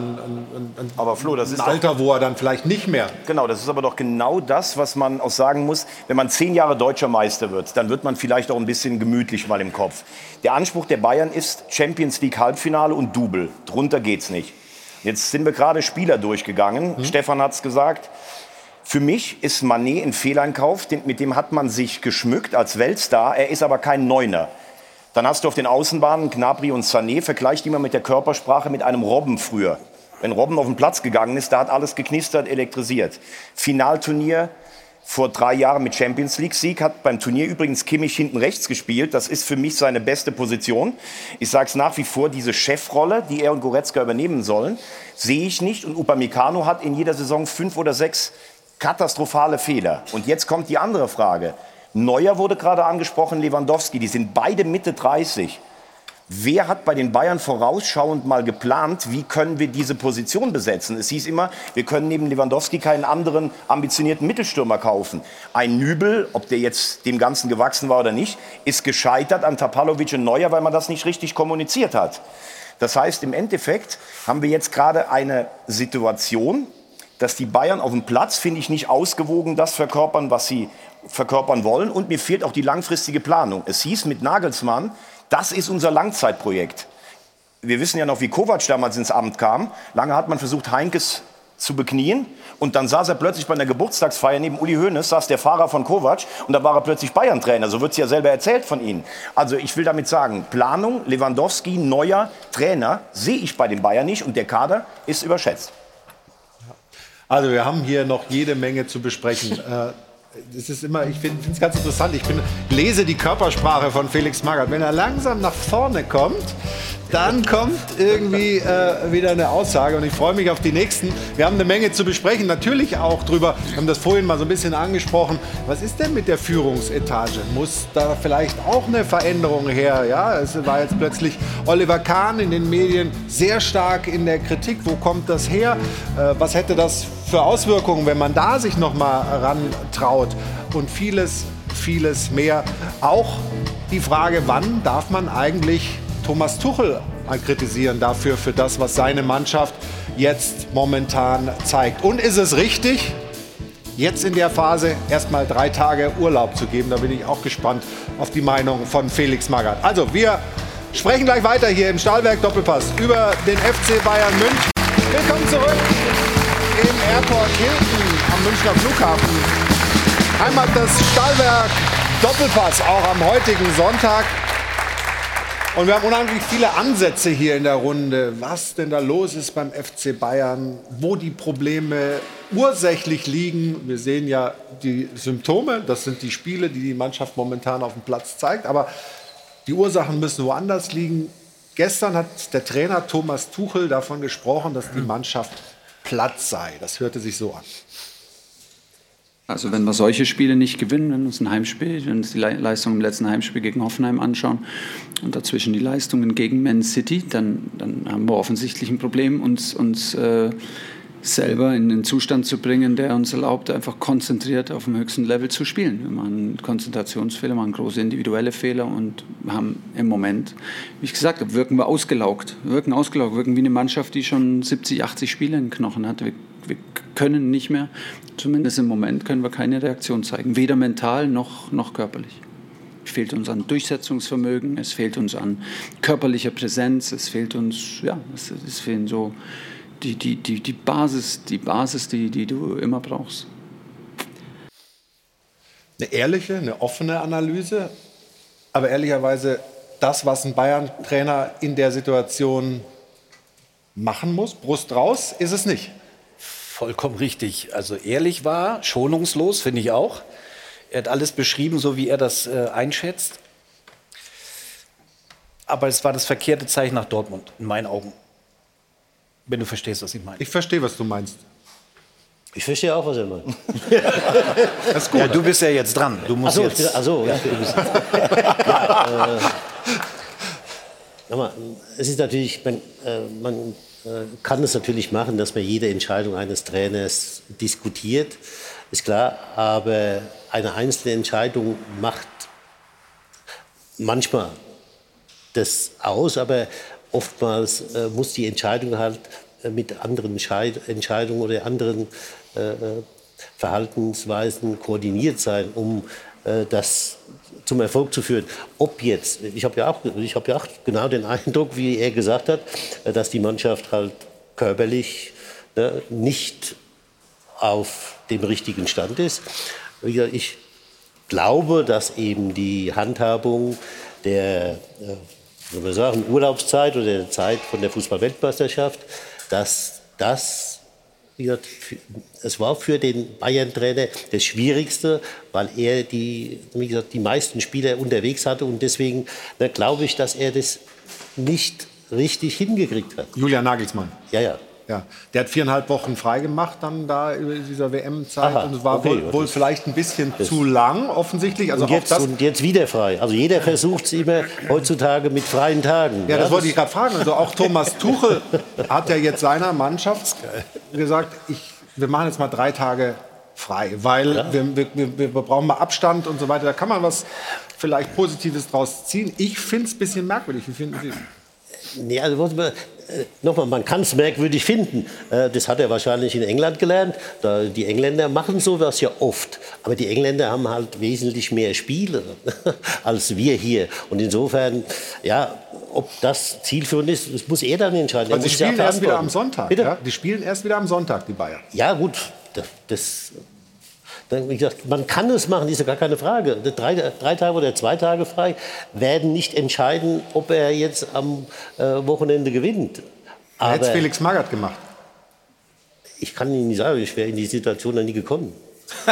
ein Alter, wo er dann vielleicht nicht mehr. Genau, das ist aber doch genau das, was man auch sagen muss. Wenn man 10 Jahre deutscher Meister wird, dann wird man vielleicht auch ein bisschen gemütlich mal im Kopf. Der Anspruch der Bayern ist Champions League Halbfinale und Double. Drunter geht's nicht. Jetzt sind wir gerade Spieler durchgegangen. Stefan hat es gesagt. Für mich ist Mané ein Fehleinkauf, mit dem hat man sich geschmückt als Weltstar. Er ist aber kein Neuner. Dann hast du auf den Außenbahnen Gnabry und Sané. Vergleicht die mal mit der Körpersprache mit einem Robben früher. Wenn Robben auf den Platz gegangen ist, da hat alles geknistert, elektrisiert. Finalturnier vor 3 Jahren mit Champions League-Sieg, hat beim Turnier übrigens Kimmich hinten rechts gespielt. Das ist für mich seine beste Position. Ich sage es nach wie vor, diese Chefrolle, die er und Goretzka übernehmen sollen, sehe ich nicht. Und Upamecano hat in jeder Saison 5 oder 6 katastrophale Fehler. Und jetzt kommt die andere Frage. Neuer wurde gerade angesprochen, Lewandowski, die sind beide Mitte 30. Wer hat bei den Bayern vorausschauend mal geplant, wie können wir diese Position besetzen? Es hieß immer, wir können neben Lewandowski keinen anderen ambitionierten Mittelstürmer kaufen. Ein Nübel, ob der jetzt dem Ganzen gewachsen war oder nicht, ist gescheitert an Tapalovic und Neuer, weil man das nicht richtig kommuniziert hat. Das heißt, im Endeffekt haben wir jetzt gerade eine Situation, dass die Bayern auf dem Platz, finde ich, nicht ausgewogen das verkörpern, was sie verkörpern wollen. Und mir fehlt auch die langfristige Planung. Es hieß mit Nagelsmann, das ist unser Langzeitprojekt. Wir wissen ja noch, wie Kovac damals ins Amt kam. Lange hat man versucht, Heinkes zu beknien. Und dann saß er plötzlich bei einer Geburtstagsfeier neben Uli Hoeneß, saß der Fahrer von Kovac. Und da war er plötzlich Bayern-Trainer. So wird es ja selber erzählt von Ihnen. Also ich will damit sagen, Planung, Lewandowski, Neuer, Trainer, sehe ich bei den Bayern nicht. Und der Kader ist überschätzt. Also wir haben hier noch jede Menge zu besprechen. Es ist immer, ich finde es ganz interessant. Ich lese die Körpersprache von Felix Magath. Wenn er langsam nach vorne kommt, dann kommt irgendwie wieder eine Aussage. Und ich freue mich auf die nächsten. Wir haben eine Menge zu besprechen. Natürlich auch drüber, wir haben das vorhin mal so ein bisschen angesprochen. Was ist denn mit der Führungsetage? Muss da vielleicht auch eine Veränderung her? Ja, es war jetzt plötzlich Oliver Kahn in den Medien sehr stark in der Kritik. Wo kommt das her? Was hätte das für Auswirkungen, wenn man da sich noch mal rantraut? Und vieles, vieles mehr. Auch die Frage, wann darf man eigentlich Thomas Tuchel mal kritisieren dafür, für das, was seine Mannschaft jetzt momentan zeigt. Und ist es richtig, jetzt in der Phase erstmal 3 Tage Urlaub zu geben? Da bin ich auch gespannt auf die Meinung von Felix Magath. Also, wir sprechen gleich weiter hier im Stahlwerk Doppelpass über den FC Bayern München. Willkommen zurück im Airport Hilton am Münchner Flughafen. Einmal das Stahlwerk Doppelpass, auch am heutigen Sonntag. Und wir haben unheimlich viele Ansätze hier in der Runde, was denn da los ist beim FC Bayern, wo die Probleme ursächlich liegen. Wir sehen ja die Symptome, das sind die Spiele, die die Mannschaft momentan auf dem Platz zeigt. Aber die Ursachen müssen woanders liegen. Gestern hat der Trainer Thomas Tuchel davon gesprochen, dass die Mannschaft platt sei. Das hörte sich so an. Also wenn wir solche Spiele nicht gewinnen, wenn wir uns ein Heimspiel, wenn wir uns die Leistung im letzten Heimspiel gegen Hoffenheim anschauen und dazwischen die Leistungen gegen Man City, dann haben wir offensichtlich ein Problem, uns selber in den Zustand zu bringen, der uns erlaubt, einfach konzentriert auf dem höchsten Level zu spielen. Wir machen Konzentrationsfehler, machen große individuelle Fehler und haben im Moment, wie ich gesagt habe, wirken wir ausgelaugt. Wirken wie eine Mannschaft, die schon 70, 80 Spiele in den Knochen hat. Wir können nicht mehr, zumindest im Moment, können wir keine Reaktion zeigen. Weder mental noch körperlich. Es fehlt uns an Durchsetzungsvermögen, es fehlt uns an körperlicher Präsenz, es fehlt uns, ja, es fehlen so die Basis, die du immer brauchst. Eine ehrliche, eine offene Analyse, aber ehrlicherweise das, was ein Bayern-Trainer in der Situation machen muss, Brust raus, ist es nicht. Vollkommen richtig. Also ehrlich war, schonungslos, finde ich auch. Er hat alles beschrieben, so wie er das einschätzt. Aber es war das verkehrte Zeichen nach Dortmund, in meinen Augen. Wenn du verstehst, was ich meine. Ich verstehe, was du meinst. Ich verstehe auch, was er meint. Das ist gut. Ja, du bist ja jetzt dran. Du musst jetzt. Es ist natürlich, man kann es natürlich machen, dass man jede Entscheidung eines Trainers diskutiert, ist klar, aber eine einzelne Entscheidung macht manchmal das aus, aber oftmals muss die Entscheidung halt mit anderen Entscheidungen oder anderen Verhaltensweisen koordiniert sein, um das zum Erfolg zu führen. Ob jetzt, ich habe ja auch genau den Eindruck, wie er gesagt hat, dass die Mannschaft halt körperlich nicht auf dem richtigen Stand ist. Wie gesagt, ich glaube, dass eben die Handhabung der soll man sagen, Urlaubszeit oder der Zeit von der Fußball-Weltmeisterschaft, dass das, wie gesagt, es war für den Bayern-Trainer das Schwierigste, weil er wie gesagt, die meisten Spieler unterwegs hatte und deswegen glaube ich, dass er das nicht richtig hingekriegt hat. Julian Nagelsmann. Ja. Ja, der hat 4,5 Wochen frei gemacht dann da über dieser WM-Zeit und es war wohl vielleicht ein bisschen zu lang offensichtlich. Also und jetzt wieder frei. Also jeder versucht es immer heutzutage mit freien Tagen. Ja, das wollte ich gerade fragen. Also auch Thomas Tuchel hat ja jetzt seiner Mannschaft gesagt, wir machen jetzt mal 3 Tage frei, weil wir brauchen mal Abstand und so weiter. Da kann man was vielleicht Positives draus ziehen. Ich finde es ein bisschen merkwürdig. Wie finden Sie? Nee, also nochmal, man kann es merkwürdig finden. Das hat er wahrscheinlich in England gelernt. Die Engländer machen sowas ja oft. Aber die Engländer haben halt wesentlich mehr Spiele als wir hier. Und insofern, ja, ob das zielführend ist, das muss er dann entscheiden. Also die spielen erst wieder am Sonntag. Ja? Die spielen erst wieder am Sonntag, die Bayern. Ja gut, wie gesagt, man kann es machen, ist ja gar keine Frage. 3 Tage oder 2 Tage frei werden nicht entscheiden, ob er jetzt am Wochenende gewinnt. Aber hätte es Felix Magath gemacht? Ich kann Ihnen nicht sagen, ich wäre in die Situation noch nie gekommen. Mir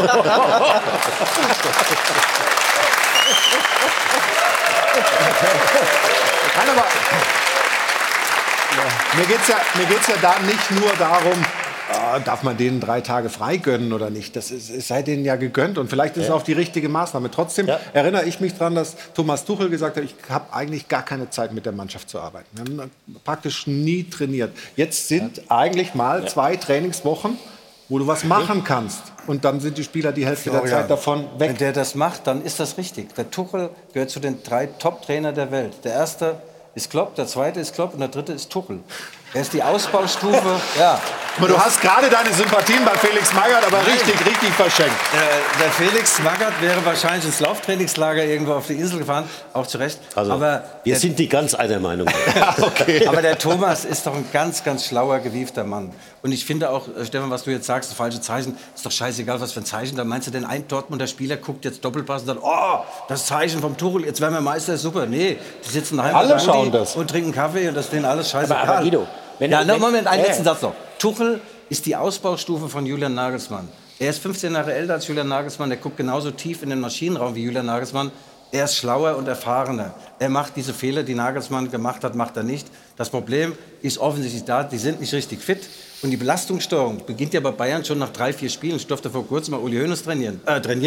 geht's ja da nicht nur darum, darf man denen 3 Tage frei gönnen oder nicht? Das sei denen ja gegönnt und vielleicht ist es auch die richtige Maßnahme. Trotzdem erinnere ich mich daran, dass Thomas Tuchel gesagt hat, ich habe eigentlich gar keine Zeit mit der Mannschaft zu arbeiten. Wir haben praktisch nie trainiert. Jetzt sind eigentlich mal 2 Trainingswochen, wo du was machen kannst. Und dann sind die Spieler die Hälfte der Zeit davon weg. Wenn der das macht, dann ist das richtig. Der Tuchel gehört zu den 3 Top-Trainern der Welt. Der erste ist Klopp, der zweite ist Klopp und der dritte ist Tuchel. Er ist die Ausbaustufe. Aber du hast gerade deine Sympathien bei Felix Magath aber richtig verschenkt. Der Felix Magath wäre wahrscheinlich ins Lauftrainingslager irgendwo auf die Insel gefahren, auch zu Recht. Also, aber wir sind nicht ganz einer Meinung. Okay. Aber der Thomas ist doch ein ganz, ganz schlauer, gewiefter Mann. Und ich finde auch, Stefan, was du jetzt sagst, das falsche Zeichen, ist doch scheißegal, was für ein Zeichen. Da meinst du, denn ein Dortmunder Spieler guckt jetzt Doppelpass und sagt, oh, das Zeichen vom Tuchel, jetzt werden wir Meister, ist super. Nee, die sitzen daheim alle schauen das und trinken Kaffee und das ist denen alles scheißegal. Aber Guido, Moment, einen letzten Satz noch. Tuchel ist die Ausbaustufe von Julian Nagelsmann. Er ist 15 Jahre älter als Julian Nagelsmann, der guckt genauso tief in den Maschinenraum wie Julian Nagelsmann. Er ist schlauer und erfahrener. Er macht diese Fehler, die Nagelsmann gemacht hat, macht er nicht. Das Problem ist offensichtlich da, die sind nicht richtig fit. Und die Belastungssteuerung beginnt ja bei Bayern schon nach 3, 4 Spielen. Ich durfte vor kurzem mal Uli Hoeneß trainieren.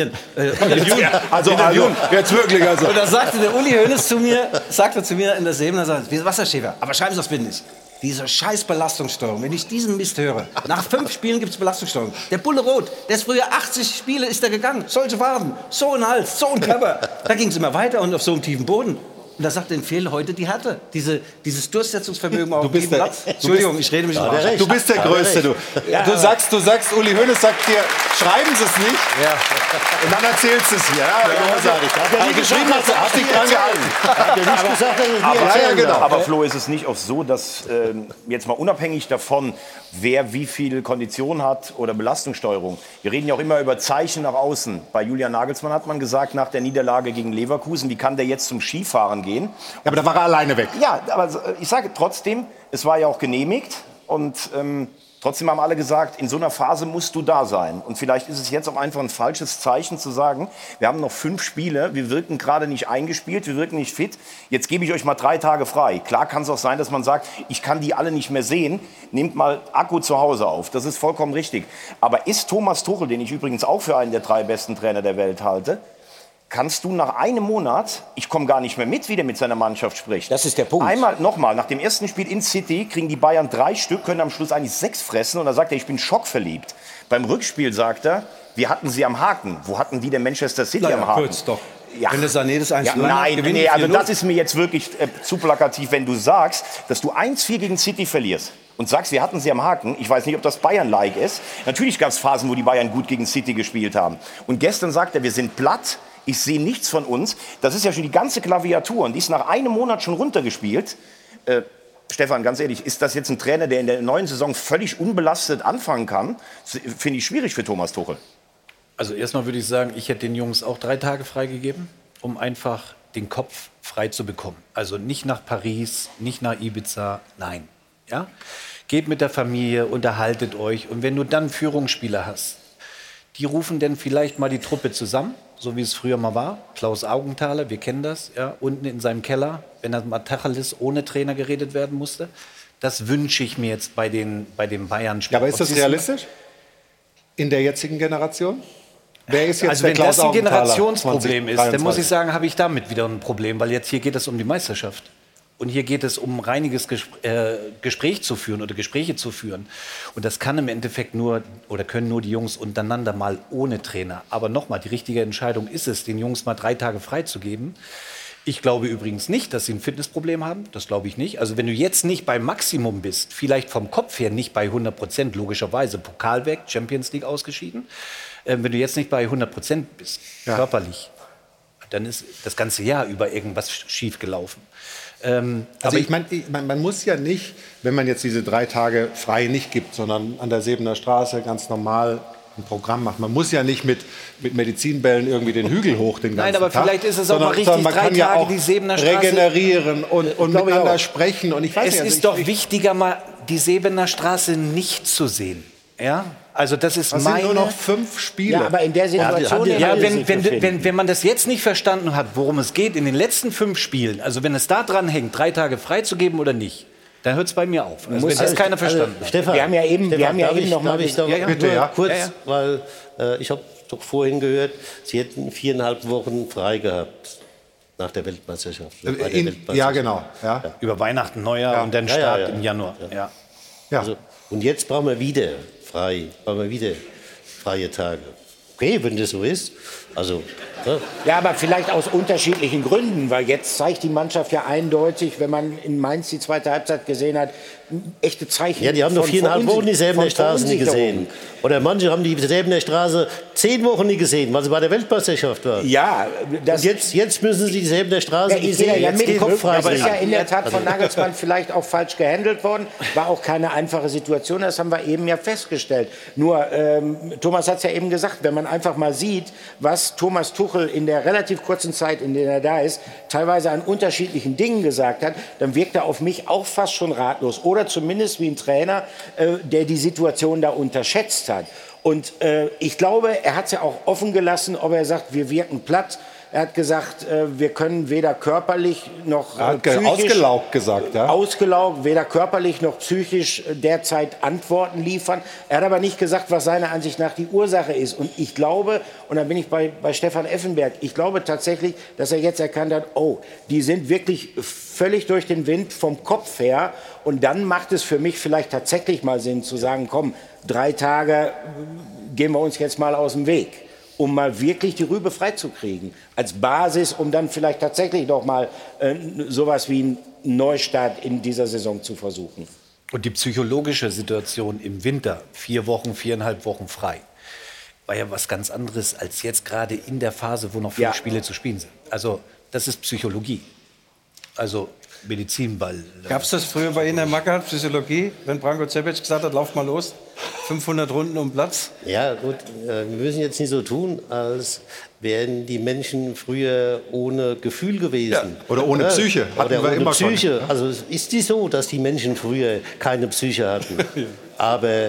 Also, jetzt wirklich. Also. Und da sagte der Uli Hoeneß zu mir in der Sebener, was, Herr Schäfer, aber schreiben Sie das bitte nicht. Diese scheiß Belastungssteuerung, wenn ich diesen Mist höre, nach 5 Spielen gibt es Belastungssteuerung. Der Bulle Rot, der ist früher 80 Spiele ist er gegangen, solche Waden, so ein Hals, so ein Körper. Da ging es immer weiter und auf so einem tiefen Boden. Und da sagt, denen fehlt heute die Härte, dieses Durchsetzungsvermögen auf dem Platz. Entschuldigung, ich rede mich nicht raus. Du bist der Größte, du. Du sagst, Uli Hoeneß sagt dir, schreiben Sie es nicht. Ja. Und dann erzählst du es hier. Geschrieben hast dich dran gehalten. Aber Flo, ist es nicht oft so, dass jetzt mal unabhängig davon, wer wie viel Kondition hat oder Belastungssteuerung, wir reden ja auch immer über Zeichen nach außen. Bei Julian Nagelsmann hat man gesagt, nach der Niederlage gegen Leverkusen, wie kann der jetzt zum Skifahren gehen? Ja, aber da war er alleine weg. Ja, aber ich sage trotzdem, es war ja auch genehmigt und trotzdem haben alle gesagt, in so einer Phase musst du da sein. Und vielleicht ist es jetzt auch einfach ein falsches Zeichen zu sagen, wir haben noch 5 Spiele, wir wirken gerade nicht eingespielt, wir wirken nicht fit, jetzt gebe ich euch mal 3 Tage frei. Klar kann es auch sein, dass man sagt, ich kann die alle nicht mehr sehen, nehmt mal Akku zu Hause auf. Das ist vollkommen richtig. Aber ist Thomas Tuchel, den ich übrigens auch für einen der 3 besten Trainer der Welt halte, kannst du nach einem Monat, ich komme gar nicht mehr mit, wie der mit seiner Mannschaft spricht. Das ist der Punkt. Einmal nochmal, nach dem ersten Spiel in City kriegen die Bayern 3 Stück, können am Schluss eigentlich 6 fressen und dann sagt er, ich bin schockverliebt. Beim Rückspiel sagt er, wir hatten sie am Haken. Wo hatten die denn Manchester City am Haken? Kurz doch. Ja. Wenn das Sané das 1 Nein, also das ist mir jetzt wirklich zu plakativ, wenn du sagst, dass du 1-4 gegen City verlierst. Und sagst, wir hatten sie am Haken. Ich weiß nicht, ob das Bayern-like ist. Natürlich gab es Phasen, wo die Bayern gut gegen City gespielt haben. Und gestern sagt er, wir sind platt. Ich sehe nichts von uns. Das ist ja schon die ganze Klaviatur. Und die ist nach einem Monat schon runtergespielt. Stefan, ganz ehrlich, ist das jetzt ein Trainer, der in der neuen Saison völlig unbelastet anfangen kann? Finde ich schwierig für Thomas Tuchel. Also erstmal würde ich sagen, ich hätte den Jungs auch 3 Tage freigegeben, um einfach den Kopf frei zu bekommen. Also nicht nach Paris, nicht nach Ibiza, nein. Ja? Geht mit der Familie, unterhaltet euch. Und wenn du dann Führungsspieler hast, die rufen dann vielleicht mal die Truppe zusammen, so wie es früher mal war. Klaus Augenthaler, wir kennen das, ja, unten in seinem Keller, wenn das mal Tacheles ohne Trainer geredet werden musste. Das wünsche ich mir jetzt bei den Bayern. Ja, aber ist das realistisch? In der jetzigen Generation? Wer ist jetzt also der wenn Klaus das ein Augenthaler Generationsproblem ist, dann 2023? muss ich sagen, habe ich damit wieder ein Problem, weil jetzt hier geht es um die Meisterschaft. Und hier geht es um reiniges Gespräch zu führen oder Gespräche zu führen. Und das kann im Endeffekt nur oder können nur die Jungs untereinander mal ohne Trainer. Aber nochmal, die richtige Entscheidung ist es, den Jungs mal 3 Tage freizugeben. Ich glaube übrigens nicht, dass sie ein Fitnessproblem haben. Das glaube ich nicht. Also wenn du jetzt nicht beim Maximum bist, vielleicht vom Kopf her nicht bei 100%, logischerweise Pokal weg, Champions League ausgeschieden. Wenn du jetzt nicht bei 100% bist, körperlich, dann ist das ganze Jahr über irgendwas schief gelaufen. Also ich meine, man muss ja nicht, wenn man jetzt diese 3 Tage frei nicht gibt, sondern an der Sebener Straße ganz normal ein Programm macht. Man muss ja nicht mit Medizinbällen irgendwie den Hügel hoch den ganzen Tag. Nein, aber vielleicht ist es auch mal richtig, man 3 kann ja Tage auch die Sebener Straße regenerieren und miteinander sprechen. Und ich weiß es nicht, ist doch wichtiger, mal die Sebener Straße nicht zu sehen. Ja? Also das ist das meine... sind nur noch 5 Spiele. Ja, aber in der Situation... Ja, wenn man das jetzt nicht verstanden hat, worum es geht, in den letzten 5 Spielen, also wenn es da dran hängt, 3 Tage freizugeben oder nicht, dann hört es bei mir auf. Also wenn das keiner verstanden hat. Stefan, wir haben ja eben noch mal... Kurz, weil ich habe doch vorhin gehört, Sie hätten 4,5 Wochen frei gehabt nach der Weltmeisterschaft. Ja, genau. Ja. Über Weihnachten, Neujahr und dann Start im Januar. Ja. Also, und jetzt brauchen wir wieder freie Tage. Okay, wenn das so ist. Also, ja, aber vielleicht aus unterschiedlichen Gründen, weil jetzt zeigt die Mannschaft ja eindeutig, wenn man in Mainz die zweite Halbzeit gesehen hat, echte Zeichen. Ja, die haben noch 4,5 Wochen die Säbener Straße nicht gesehen. Oder manche haben die Säbener Straße 10 Wochen nicht gesehen, weil sie bei der Weltmeisterschaft waren. Ja, das jetzt müssen sie die Säbener Straße nicht sehen. Ja, jetzt den Kopf frei. Aber ist ja in der Tat von Nagelsmann vielleicht auch falsch gehandelt worden. War auch keine einfache Situation, das haben wir eben ja festgestellt. Nur, Thomas hat es ja eben gesagt, wenn man einfach mal sieht, was Thomas Tuchel in der relativ kurzen Zeit, in der er da ist, teilweise an unterschiedlichen Dingen gesagt hat, dann wirkt er auf mich auch fast schon ratlos. Oder zumindest wie ein Trainer, der die Situation da unterschätzt hat. Und ich glaube, er hat es ja auch offen gelassen, ob er sagt, wir wirken platt. Er hat gesagt, wir können weder körperlich noch psychisch... Ausgelaugt gesagt, ja. Ausgelaugt, weder körperlich noch psychisch derzeit Antworten liefern. Er hat aber nicht gesagt, was seiner Ansicht nach die Ursache ist. Und ich glaube, und da bin ich bei Stefan Effenberg, ich glaube tatsächlich, dass er jetzt erkannt hat, oh, die sind wirklich völlig durch den Wind vom Kopf her. Und dann macht es für mich vielleicht tatsächlich mal Sinn zu sagen, komm, 3 Tage gehen wir uns jetzt mal aus dem Weg, um mal wirklich die Rübe freizukriegen. Als Basis, um dann vielleicht tatsächlich noch mal sowas wie einen Neustart in dieser Saison zu versuchen. Und die psychologische Situation im Winter, 4 Wochen, 4,5 Wochen frei, war ja was ganz anderes als jetzt gerade in der Phase, wo noch 5 Spiele zu spielen sind. Also das ist Psychologie. Also Medizinball. Gab es das früher bei Ihnen, Herr Mackert, Psychologie, wenn Branko Cepic gesagt hat, lauf mal los, 500 Runden um Platz? Ja gut, wir müssen jetzt nicht so tun, als wären die Menschen früher ohne Gefühl gewesen. Ja, oder ohne Psyche. Oder ohne Psyche. Also ist es so, dass die Menschen früher keine Psyche hatten. Aber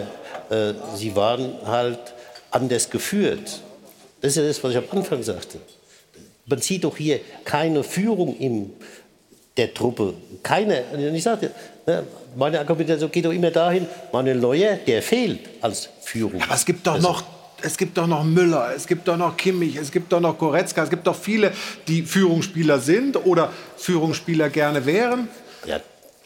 sie waren halt anders geführt. Das ist ja das, was ich am Anfang sagte. Man sieht doch hier keine Führung in der Truppe. Keine. Ich sagte, meine Argumentation geht doch immer dahin, Manuel Neuer, der fehlt als Führung. Aber es gibt doch noch Müller, es gibt doch noch Kimmich, es gibt doch noch Goretzka, es gibt doch viele, die Führungsspieler sind oder Führungsspieler gerne wären. Ja,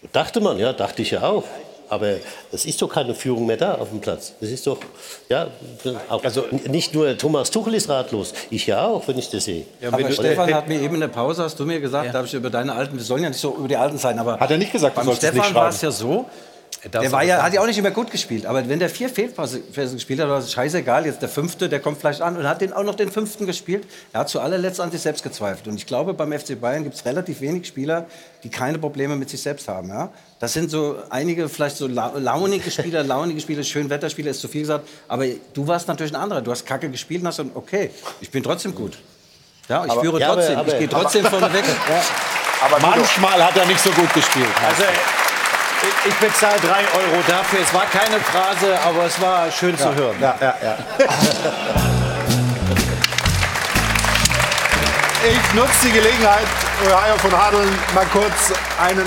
dachte ich ja auch. Aber es ist doch keine Führung mehr da auf dem Platz. Das ist doch, ja, auch, also nicht nur Thomas Tuchel ist ratlos, ich ja auch, wenn ich das sehe. Ja, aber Stefan hat mir eben in der Pause, hast du mir gesagt, da habe ich über deine alten, wir sollen ja nicht so über die alten sein, aber hat er nicht gesagt, beim Stefan war es ja so, Hat ja auch nicht immer gut gespielt. Aber wenn der 4 Fehlpässe gespielt hat, war es scheißegal. Jetzt der 5., der kommt vielleicht an und hat auch noch den 5. gespielt. Er hat zu allerletzt an sich selbst gezweifelt. Und ich glaube, beim FC Bayern gibt es relativ wenig Spieler, die keine Probleme mit sich selbst haben. Ja? Das sind so einige vielleicht so launige Spieler, Schönwetterspieler ist zu viel gesagt. Aber du warst natürlich ein anderer. Du hast Kacke gespielt und hast gesagt, okay, ich bin trotzdem gut. Ja, ich führe trotzdem. Ich gehe trotzdem vorne weg. Ja. Aber manchmal hat er nicht so gut gespielt. Also, ich bezahle 3 € dafür. Es war keine Phrase, aber es war schön zu hören. Ja. Ich nutze die Gelegenheit, Hajo von Hadeln mal kurz einen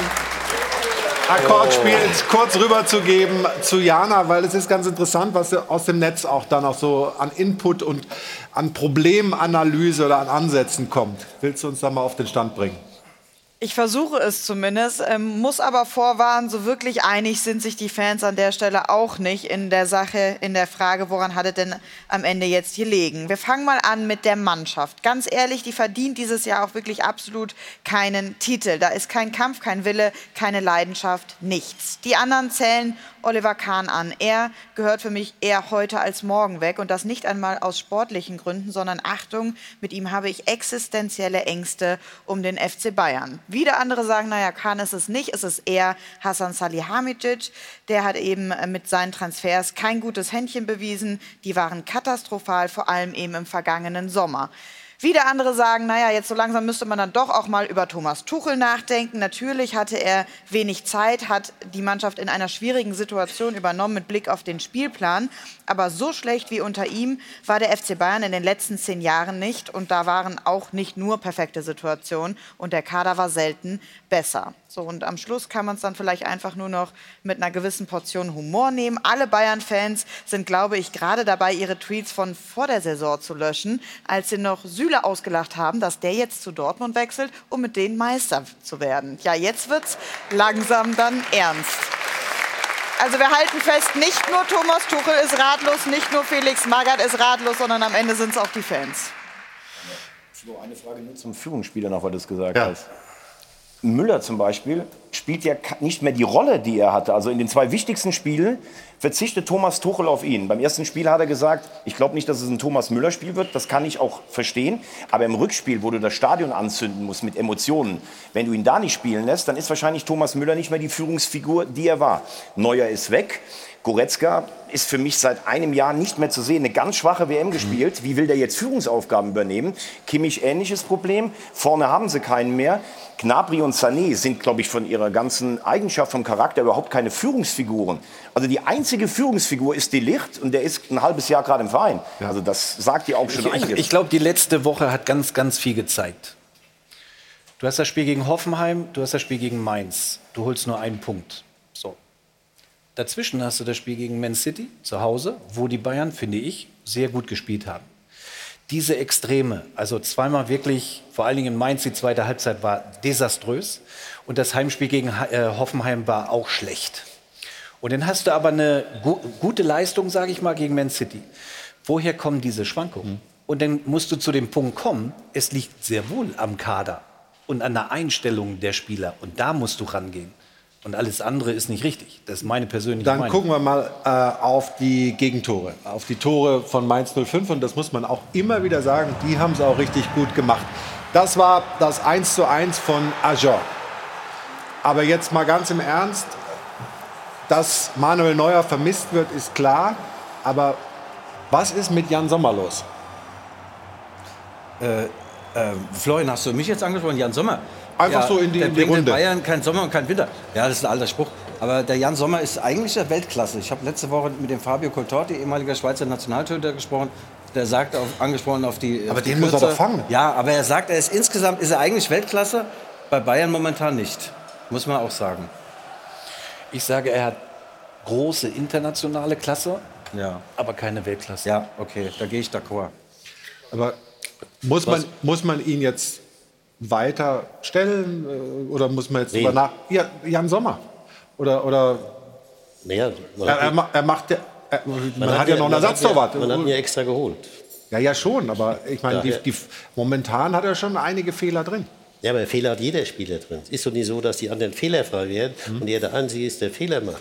Akkord spielt, kurz rüberzugeben zu Jana, weil es ist ganz interessant, was aus dem Netz auch dann auch so an Input und an Problemanalyse oder an Ansätzen kommt. Willst du uns da mal auf den Stand bringen? Ich versuche es zumindest, muss aber vorwarnen, so wirklich einig sind sich die Fans an der Stelle auch nicht in der Sache, in der Frage, woran hat es denn am Ende jetzt gelegen. Wir fangen mal an mit der Mannschaft. Ganz ehrlich, die verdient dieses Jahr auch wirklich absolut keinen Titel. Da ist kein Kampf, kein Wille, keine Leidenschaft, nichts. Die anderen zählen Oliver Kahn an. Er gehört für mich eher heute als morgen weg und das nicht einmal aus sportlichen Gründen, sondern Achtung, mit ihm habe ich existenzielle Ängste um den FC Bayern. Wieder andere sagen, naja, Kahn ist es nicht, es ist eher Hasan Salihamidzic. Der hat eben mit seinen Transfers kein gutes Händchen bewiesen. Die waren katastrophal, vor allem eben im vergangenen Sommer. Wieder andere sagen, naja, jetzt so langsam müsste man dann doch auch mal über Thomas Tuchel nachdenken. Natürlich hatte er wenig Zeit, hat die Mannschaft in einer schwierigen Situation übernommen mit Blick auf den Spielplan. Aber so schlecht wie unter ihm war der FC Bayern in den letzten 10 Jahren nicht. Und da waren auch nicht nur perfekte Situationen. Und der Kader war selten besser. So, und am Schluss kann man es dann vielleicht einfach nur noch mit einer gewissen Portion Humor nehmen. Alle Bayern-Fans sind, glaube ich, gerade dabei, ihre Tweets von vor der Saison zu löschen, als sie noch Süle ausgelacht haben, dass der jetzt zu Dortmund wechselt, um mit denen Meister zu werden. Ja, jetzt wird's langsam dann ernst. Also wir halten fest, nicht nur Thomas Tuchel ist ratlos, nicht nur Felix Magath ist ratlos, sondern am Ende sind es auch die Fans. Flo, eine Frage nur zum Führungsspieler noch, weil du es gesagt hast. Müller zum Beispiel spielt ja nicht mehr die Rolle, die er hatte. Also in den 2 wichtigsten Spielen verzichtet Thomas Tuchel auf ihn. Beim ersten Spiel hat er gesagt, ich glaube nicht, dass es ein Thomas Müller-Spiel wird. Das kann ich auch verstehen. Aber im Rückspiel, wo du das Stadion anzünden musst mit Emotionen, wenn du ihn da nicht spielen lässt, dann ist wahrscheinlich Thomas Müller nicht mehr die Führungsfigur, die er war. Neuer ist weg. Goretzka ist für mich seit einem Jahr nicht mehr zu sehen. Eine ganz schwache WM gespielt. Wie will der jetzt Führungsaufgaben übernehmen? Kimmich ähnliches Problem. Vorne haben sie keinen mehr. Gnabry und Sané sind, glaube ich, von ihrer ganzen Eigenschaft, vom Charakter überhaupt keine Führungsfiguren. Also die einzige Führungsfigur ist De Ligt und der ist ein halbes Jahr gerade im Verein. Ja. Also das sagt dir auch schon einiges. Ich glaube, die letzte Woche hat ganz, ganz viel gezeigt. Du hast das Spiel gegen Hoffenheim, du hast das Spiel gegen Mainz. Du holst nur einen Punkt. So. Dazwischen hast du das Spiel gegen Man City zu Hause, wo die Bayern, finde ich, sehr gut gespielt haben. Diese Extreme, also zweimal wirklich, vor allen Dingen in Mainz, die zweite Halbzeit war desaströs. Und das Heimspiel gegen Hoffenheim war auch schlecht. Und dann hast du aber eine gute Leistung, sage ich mal, gegen Man City. Woher kommen diese Schwankungen? Und dann musst du zu dem Punkt kommen, es liegt sehr wohl am Kader und an der Einstellung der Spieler. Und da musst du rangehen. Und alles andere ist nicht richtig. Das ist meine persönliche Meinung. Dann gucken wir mal auf die Gegentore, auf die Tore von Mainz 05. Und das muss man auch immer wieder sagen, die haben es auch richtig gut gemacht. Das war das 1:1 von Ajor. Aber jetzt mal ganz im Ernst, dass Manuel Neuer vermisst wird, ist klar. Aber was ist mit Jan Sommer los? Florian, hast du mich jetzt angesprochen? Jan Sommer? Einfach so in die Runde. Bayern kein Sommer und kein Winter. Ja, das ist ein alter Spruch. Aber der Jan Sommer ist eigentlich der Weltklasse. Ich habe letzte Woche mit dem Fabio Coltorti, ehemaliger Schweizer Nationaltorhüter, gesprochen. Der sagt, angesprochen auf die. Aber den muss er doch fangen. Ja, aber er sagt, insgesamt ist er eigentlich Weltklasse. Bei Bayern momentan nicht. Muss man auch sagen. Ich sage, er hat große internationale Klasse, aber keine Weltklasse. Ja, okay, da gehe ich d'accord. Aber muss man ihn jetzt weiter stellen oder muss man jetzt drüber nach? Ja, Jan Sommer. Oder naja, man hat ja noch einen Ersatztorwart. Man hat ihn ja extra geholt. Ja, schon, aber ich meine, momentan hat er schon einige Fehler drin. Ja, aber Fehler hat jeder Spieler drin. Es ist doch nicht so, dass die anderen fehlerfrei werden und er der Einzige ist, der Fehler macht.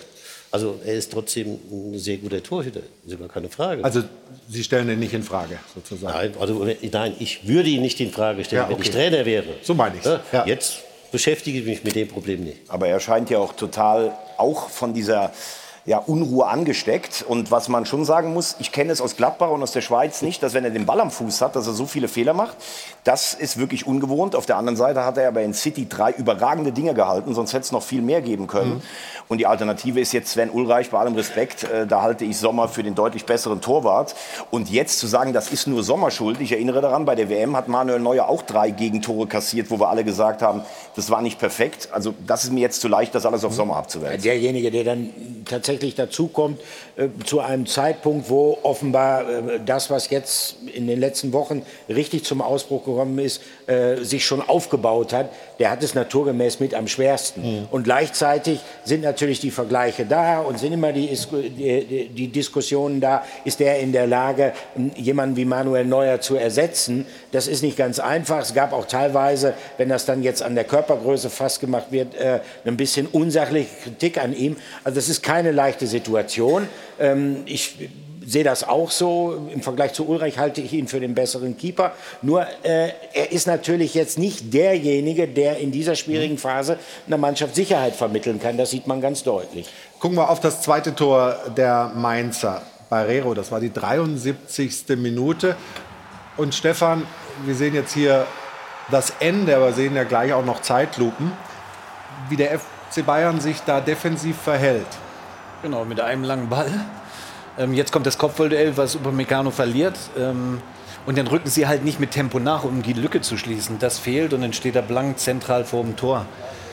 Also er ist trotzdem ein sehr guter Torhüter, ist gar keine Frage. Also Sie stellen ihn nicht in Frage, sozusagen? Nein, ich würde ihn nicht in Frage stellen, wenn ich Trainer wäre. So meine ich es. Ja. Jetzt beschäftige ich mich mit dem Problem nicht. Aber er scheint ja auch total auch von dieser Unruhe angesteckt. Und was man schon sagen muss, ich kenne es aus Gladbach und aus der Schweiz nicht, dass wenn er den Ball am Fuß hat, dass er so viele Fehler macht. Das ist wirklich ungewohnt. Auf der anderen Seite hat er aber in City 3 überragende Dinge gehalten, sonst hätte es noch viel mehr geben können. Und die Alternative ist jetzt Sven Ulreich, bei allem Respekt, da halte ich Sommer für den deutlich besseren Torwart. Und jetzt zu sagen, das ist nur Sommer schuld, ich erinnere daran, bei der WM hat Manuel Neuer auch 3 Gegentore kassiert, wo wir alle gesagt haben, das war nicht perfekt. Also das ist mir jetzt zu leicht, das alles auf Sommer abzuwälzen. Derjenige, der dann tatsächlich dazukommt, zu einem Zeitpunkt, wo offenbar das, was jetzt in den letzten Wochen richtig zum Ausbruch gekommen ist, sich schon aufgebaut hat, der hat es naturgemäß mit am schwersten. Und gleichzeitig sind natürlich die Vergleiche da und sind immer die Diskussionen da, ist der in der Lage, jemanden wie Manuel Neuer zu ersetzen. Das ist nicht ganz einfach. Es gab auch teilweise, wenn das dann jetzt an der Körpergröße festgemacht wird, ein bisschen unsachliche Kritik an ihm. Also das ist keine leichte Situation. Ich sehe das auch so. Im Vergleich zu Ulreich halte ich ihn für den besseren Keeper. Nur er ist natürlich jetzt nicht derjenige, der in dieser schwierigen Phase einer Mannschaft Sicherheit vermitteln kann. Das sieht man ganz deutlich. Gucken wir auf das zweite Tor der Mainzer. Barrero, das war die 73. Minute. Und Stefan, wir sehen jetzt hier das Ende, aber sehen ja gleich auch noch Zeitlupen, wie der FC Bayern sich da defensiv verhält. Genau, mit einem langen Ball. Jetzt kommt das Kopfballduell, was Upamecano verliert. Und dann rücken sie halt nicht mit Tempo nach, um die Lücke zu schließen. Das fehlt und dann steht er blank zentral vor dem Tor.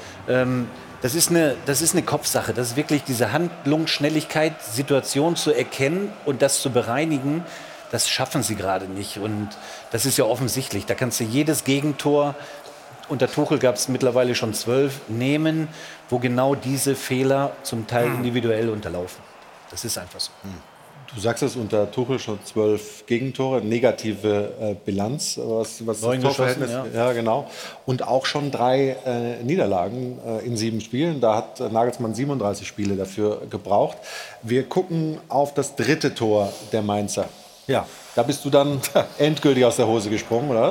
Das ist eine Kopfsache. Das ist wirklich diese Handlungsschnelligkeit, Situation zu erkennen und das zu bereinigen. Das schaffen sie gerade nicht. Und das ist ja offensichtlich. Da kannst du jedes Gegentor, unter Tuchel gab es mittlerweile schon 12, nehmen, wo genau diese Fehler zum Teil individuell unterlaufen. Das ist einfach so. Du sagst es, unter Tuchel schon 12 Gegentore, negative Bilanz, was das Torverhältnis, ja genau. Und auch schon 3 Niederlagen in 7 Spielen. Da hat Nagelsmann 37 Spiele dafür gebraucht. Wir gucken auf das dritte Tor der Mainzer. Ja, da bist du dann endgültig aus der Hose gesprungen, oder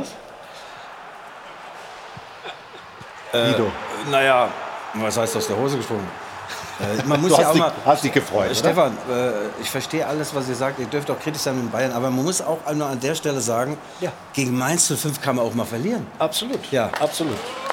was? Guido. Naja, was heißt aus der Hose gesprungen? Man muss du ja auch mal, hast dich gefreut, Stefan, ich verstehe alles, was ihr sagt. Ihr dürft auch kritisch sein mit Bayern. Aber man muss auch nur an der Stelle sagen, gegen Mainz 05 kann man auch mal verlieren. Absolut. Ja, absolut.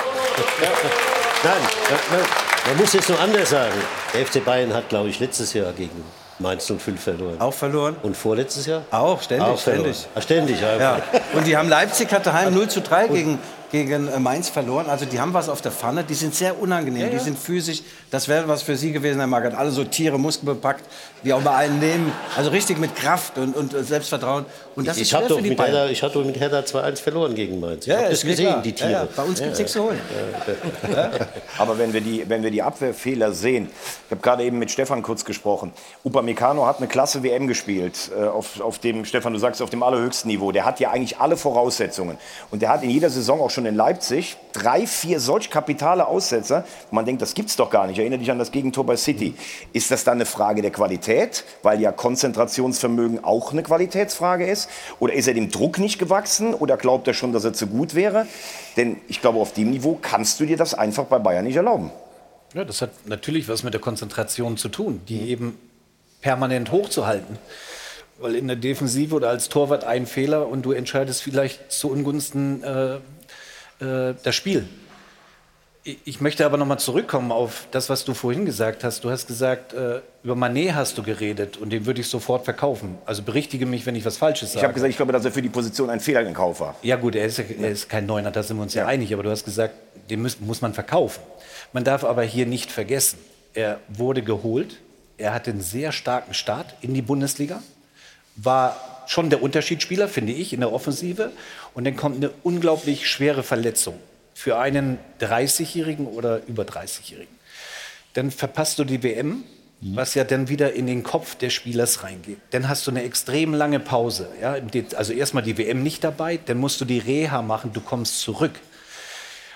Nein, man muss es nur anders sagen. Der FC Bayern hat, glaube ich, letztes Jahr gegen Mainz 05 verloren. Auch verloren? Und vorletztes Jahr? Auch, ständig. Auch ständig. Ständig, ja. Und die haben Leipzig hatte heim 0:3 gegen Mainz verloren. Also die haben was auf der Pfanne. Die sind sehr unangenehm. Die sind physisch. Das wäre was für Sie gewesen, Herr Magath. Alle so Tiere, muskelbepackt, wie auch bei allen nehmen. Also richtig mit Kraft und Selbstvertrauen. Und das ist schwer für die Bayern. Ich hatte mit Hertha 2-1 verloren gegen Mainz. Ja, ich habe das gesehen, klar. die Tiere. Ja, bei uns gibt es nichts zu holen. Aber wenn wir die Abwehrfehler sehen, ich habe gerade eben mit Stefan kurz gesprochen, Upamecano hat eine klasse WM gespielt, auf dem, Stefan, du sagst, auf dem allerhöchsten Niveau. Der hat ja eigentlich alle Voraussetzungen. Und der hat in jeder Saison auch schon in Leipzig 3, 4 solch kapitale Aussetzer, wo man denkt, das gibt's doch gar nicht. Erinnere dich an das Gegentor bei City. Ist das dann eine Frage der Qualität, weil ja Konzentrationsvermögen auch eine Qualitätsfrage ist? Oder ist er dem Druck nicht gewachsen? Oder glaubt er schon, dass er zu gut wäre? Denn ich glaube, auf dem Niveau kannst du dir das einfach bei Bayern nicht erlauben. Ja, das hat natürlich was mit der Konzentration zu tun, die eben permanent hochzuhalten. Weil in der Defensive oder als Torwart ein Fehler und du entscheidest vielleicht zu Ungunsten das Spiel. Ich möchte aber noch mal zurückkommen auf das, was du vorhin gesagt hast. Du hast gesagt, über Mané hast du geredet und den würde ich sofort verkaufen. Also berichtige mich, wenn ich was Falsches sage. Ich habe gesagt, ich glaube, dass er für die Position ein Fehler in Kauf war. Ja gut, er ist kein Neuner, da sind wir uns ja einig. Aber du hast gesagt, den muss man verkaufen. Man darf aber hier nicht vergessen, er wurde geholt. Er hatte einen sehr starken Start in die Bundesliga. War schon der Unterschiedsspieler, finde ich, in der Offensive. Und dann kommt eine unglaublich schwere Verletzung für einen 30-Jährigen oder über 30-Jährigen. Dann verpasst du die WM, was ja dann wieder in den Kopf des Spielers reingeht. Dann hast du eine extrem lange Pause. Ja? Also erstmal die WM nicht dabei, dann musst du die Reha machen, du kommst zurück.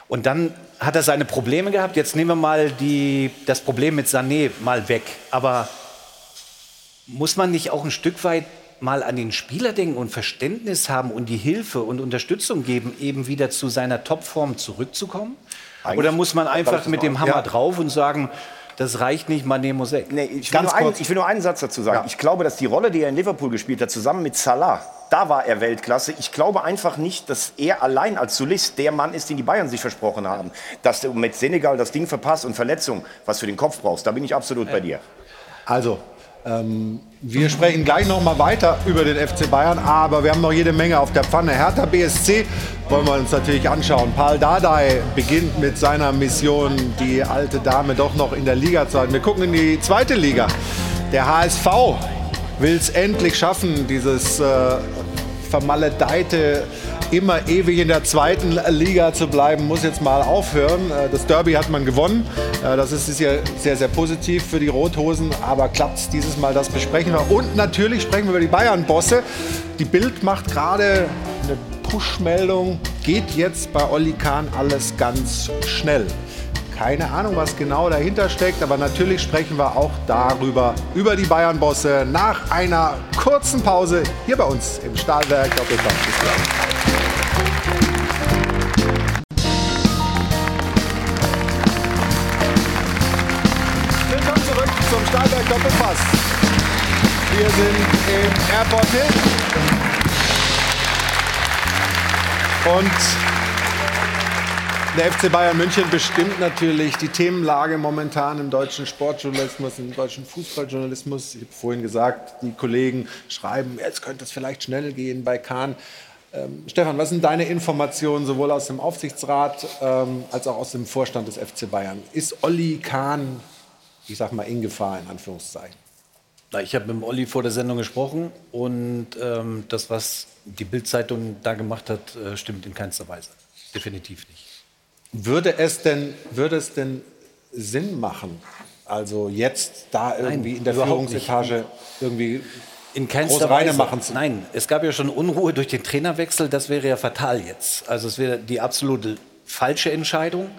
Und dann hat er seine Probleme gehabt. Jetzt nehmen wir mal das Problem mit Sané mal weg. Aber muss man nicht auch ein Stück weit mal an den Spieler denken und Verständnis haben und die Hilfe und Unterstützung geben, eben wieder zu seiner Topform zurückzukommen? Eigentlich Oder muss man einfach mit dem Hammer drauf und sagen, das reicht nicht, Mané muss weg? Nee, ich will nur einen Satz dazu sagen. Ja. Ich glaube, dass die Rolle, die er in Liverpool gespielt hat, zusammen mit Salah, da war er Weltklasse. Ich glaube einfach nicht, dass er allein als Solist der Mann ist, den die Bayern sich versprochen haben. Dass du mit Senegal das Ding verpasst und Verletzung, was für den Kopf brauchst, da bin ich absolut bei dir. Also, wir sprechen gleich noch mal weiter über den FC Bayern, aber wir haben noch jede Menge auf der Pfanne. Hertha BSC wollen wir uns natürlich anschauen. Paul Dardai beginnt mit seiner Mission, die alte Dame doch noch in der Liga zu halten. Wir gucken in die zweite Liga. Der HSV will es endlich schaffen, dieses vermaledeite, immer ewig in der zweiten Liga zu bleiben, muss jetzt mal aufhören. Das Derby hat man gewonnen. Das ist ja sehr, sehr positiv für die Rothosen. Aber klappt es dieses Mal, das besprechen wir. Und natürlich sprechen wir über die Bayern-Bosse. Die Bild macht gerade eine Push-Meldung. Geht jetzt bei Oli Kahn alles ganz schnell. Keine Ahnung, was genau dahinter steckt, aber natürlich sprechen wir auch darüber, über die Bayern-Bosse, nach einer kurzen Pause hier bei uns im Stahlwerk Doppelpass. Bis gleich. Willkommen zurück zum Stahlwerk Doppelpass. Wir sind im Airport Hilton. Und der FC Bayern München bestimmt natürlich die Themenlage momentan im deutschen Sportjournalismus, im deutschen Fußballjournalismus. Ich habe vorhin gesagt, die Kollegen schreiben, jetzt könnte es vielleicht schnell gehen bei Kahn. Stefan, was sind deine Informationen sowohl aus dem Aufsichtsrat als auch aus dem Vorstand des FC Bayern? Ist Oli Kahn, ich sag mal, in Gefahr, in Anführungszeichen? Ich habe mit dem Olli vor der Sendung gesprochen und das, was die Bild-Zeitung da gemacht hat, stimmt in keinster Weise. Definitiv nicht. Würde es denn Sinn machen, also jetzt da irgendwie in der Führungsetage irgendwie in keinster Weise machen zu? Nein, es gab ja schon Unruhe durch den Trainerwechsel, das wäre ja fatal jetzt. Also es wäre die absolute falsche Entscheidung.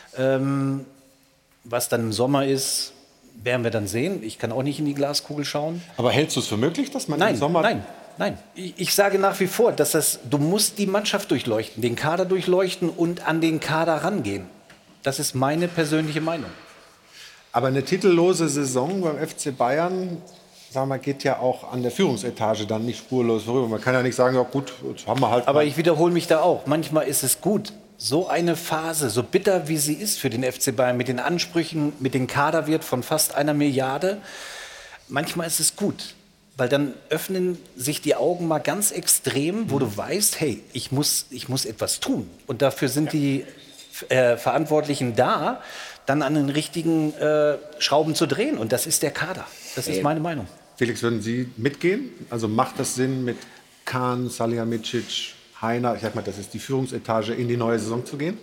Was dann im Sommer ist, werden wir dann sehen. Ich kann auch nicht in die Glaskugel schauen. Aber hältst du es für möglich, dass man im Sommer... Nein, ich sage nach wie vor, dass du musst die Mannschaft durchleuchten, den Kader durchleuchten und an den Kader rangehen. Das ist meine persönliche Meinung. Aber eine titellose Saison beim FC Bayern, sagen wir, geht ja auch an der Führungsetage dann nicht spurlos vorüber. Man kann ja nicht sagen, ja gut, jetzt haben wir halt... Aber ich wiederhole mich da auch. Manchmal ist es gut, so eine Phase, so bitter wie sie ist für den FC Bayern, mit den Ansprüchen, mit dem Kaderwert von fast 1 Milliarde, manchmal ist es gut. Weil dann öffnen sich die Augen mal ganz extrem, wo du weißt, hey, ich muss etwas tun. Und dafür sind die Verantwortlichen da, dann an den richtigen Schrauben zu drehen. Und das ist der Kader. Das ist meine Meinung. Felix, würden Sie mitgehen? Also macht das Sinn, mit Kahn, Salihamidzic, Heiner, ich sag mal, das ist die Führungsetage, in die neue Saison zu gehen?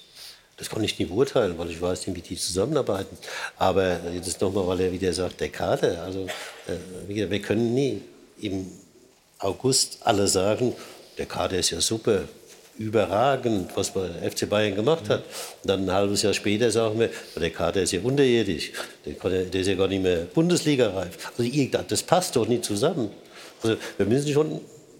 Das kann ich nicht beurteilen, weil ich weiß nicht, wie die zusammenarbeiten. Aber jetzt nochmal, weil er wieder sagt, der Kader. Also wir können nie im August alle sagen, der Kader ist ja super, überragend, was der FC Bayern gemacht hat. Und dann ein halbes Jahr später sagen wir, der Kader ist ja unterirdisch, der ist ja gar nicht mehr Bundesliga-reif. Also das passt doch nicht zusammen. Also wir müssen schon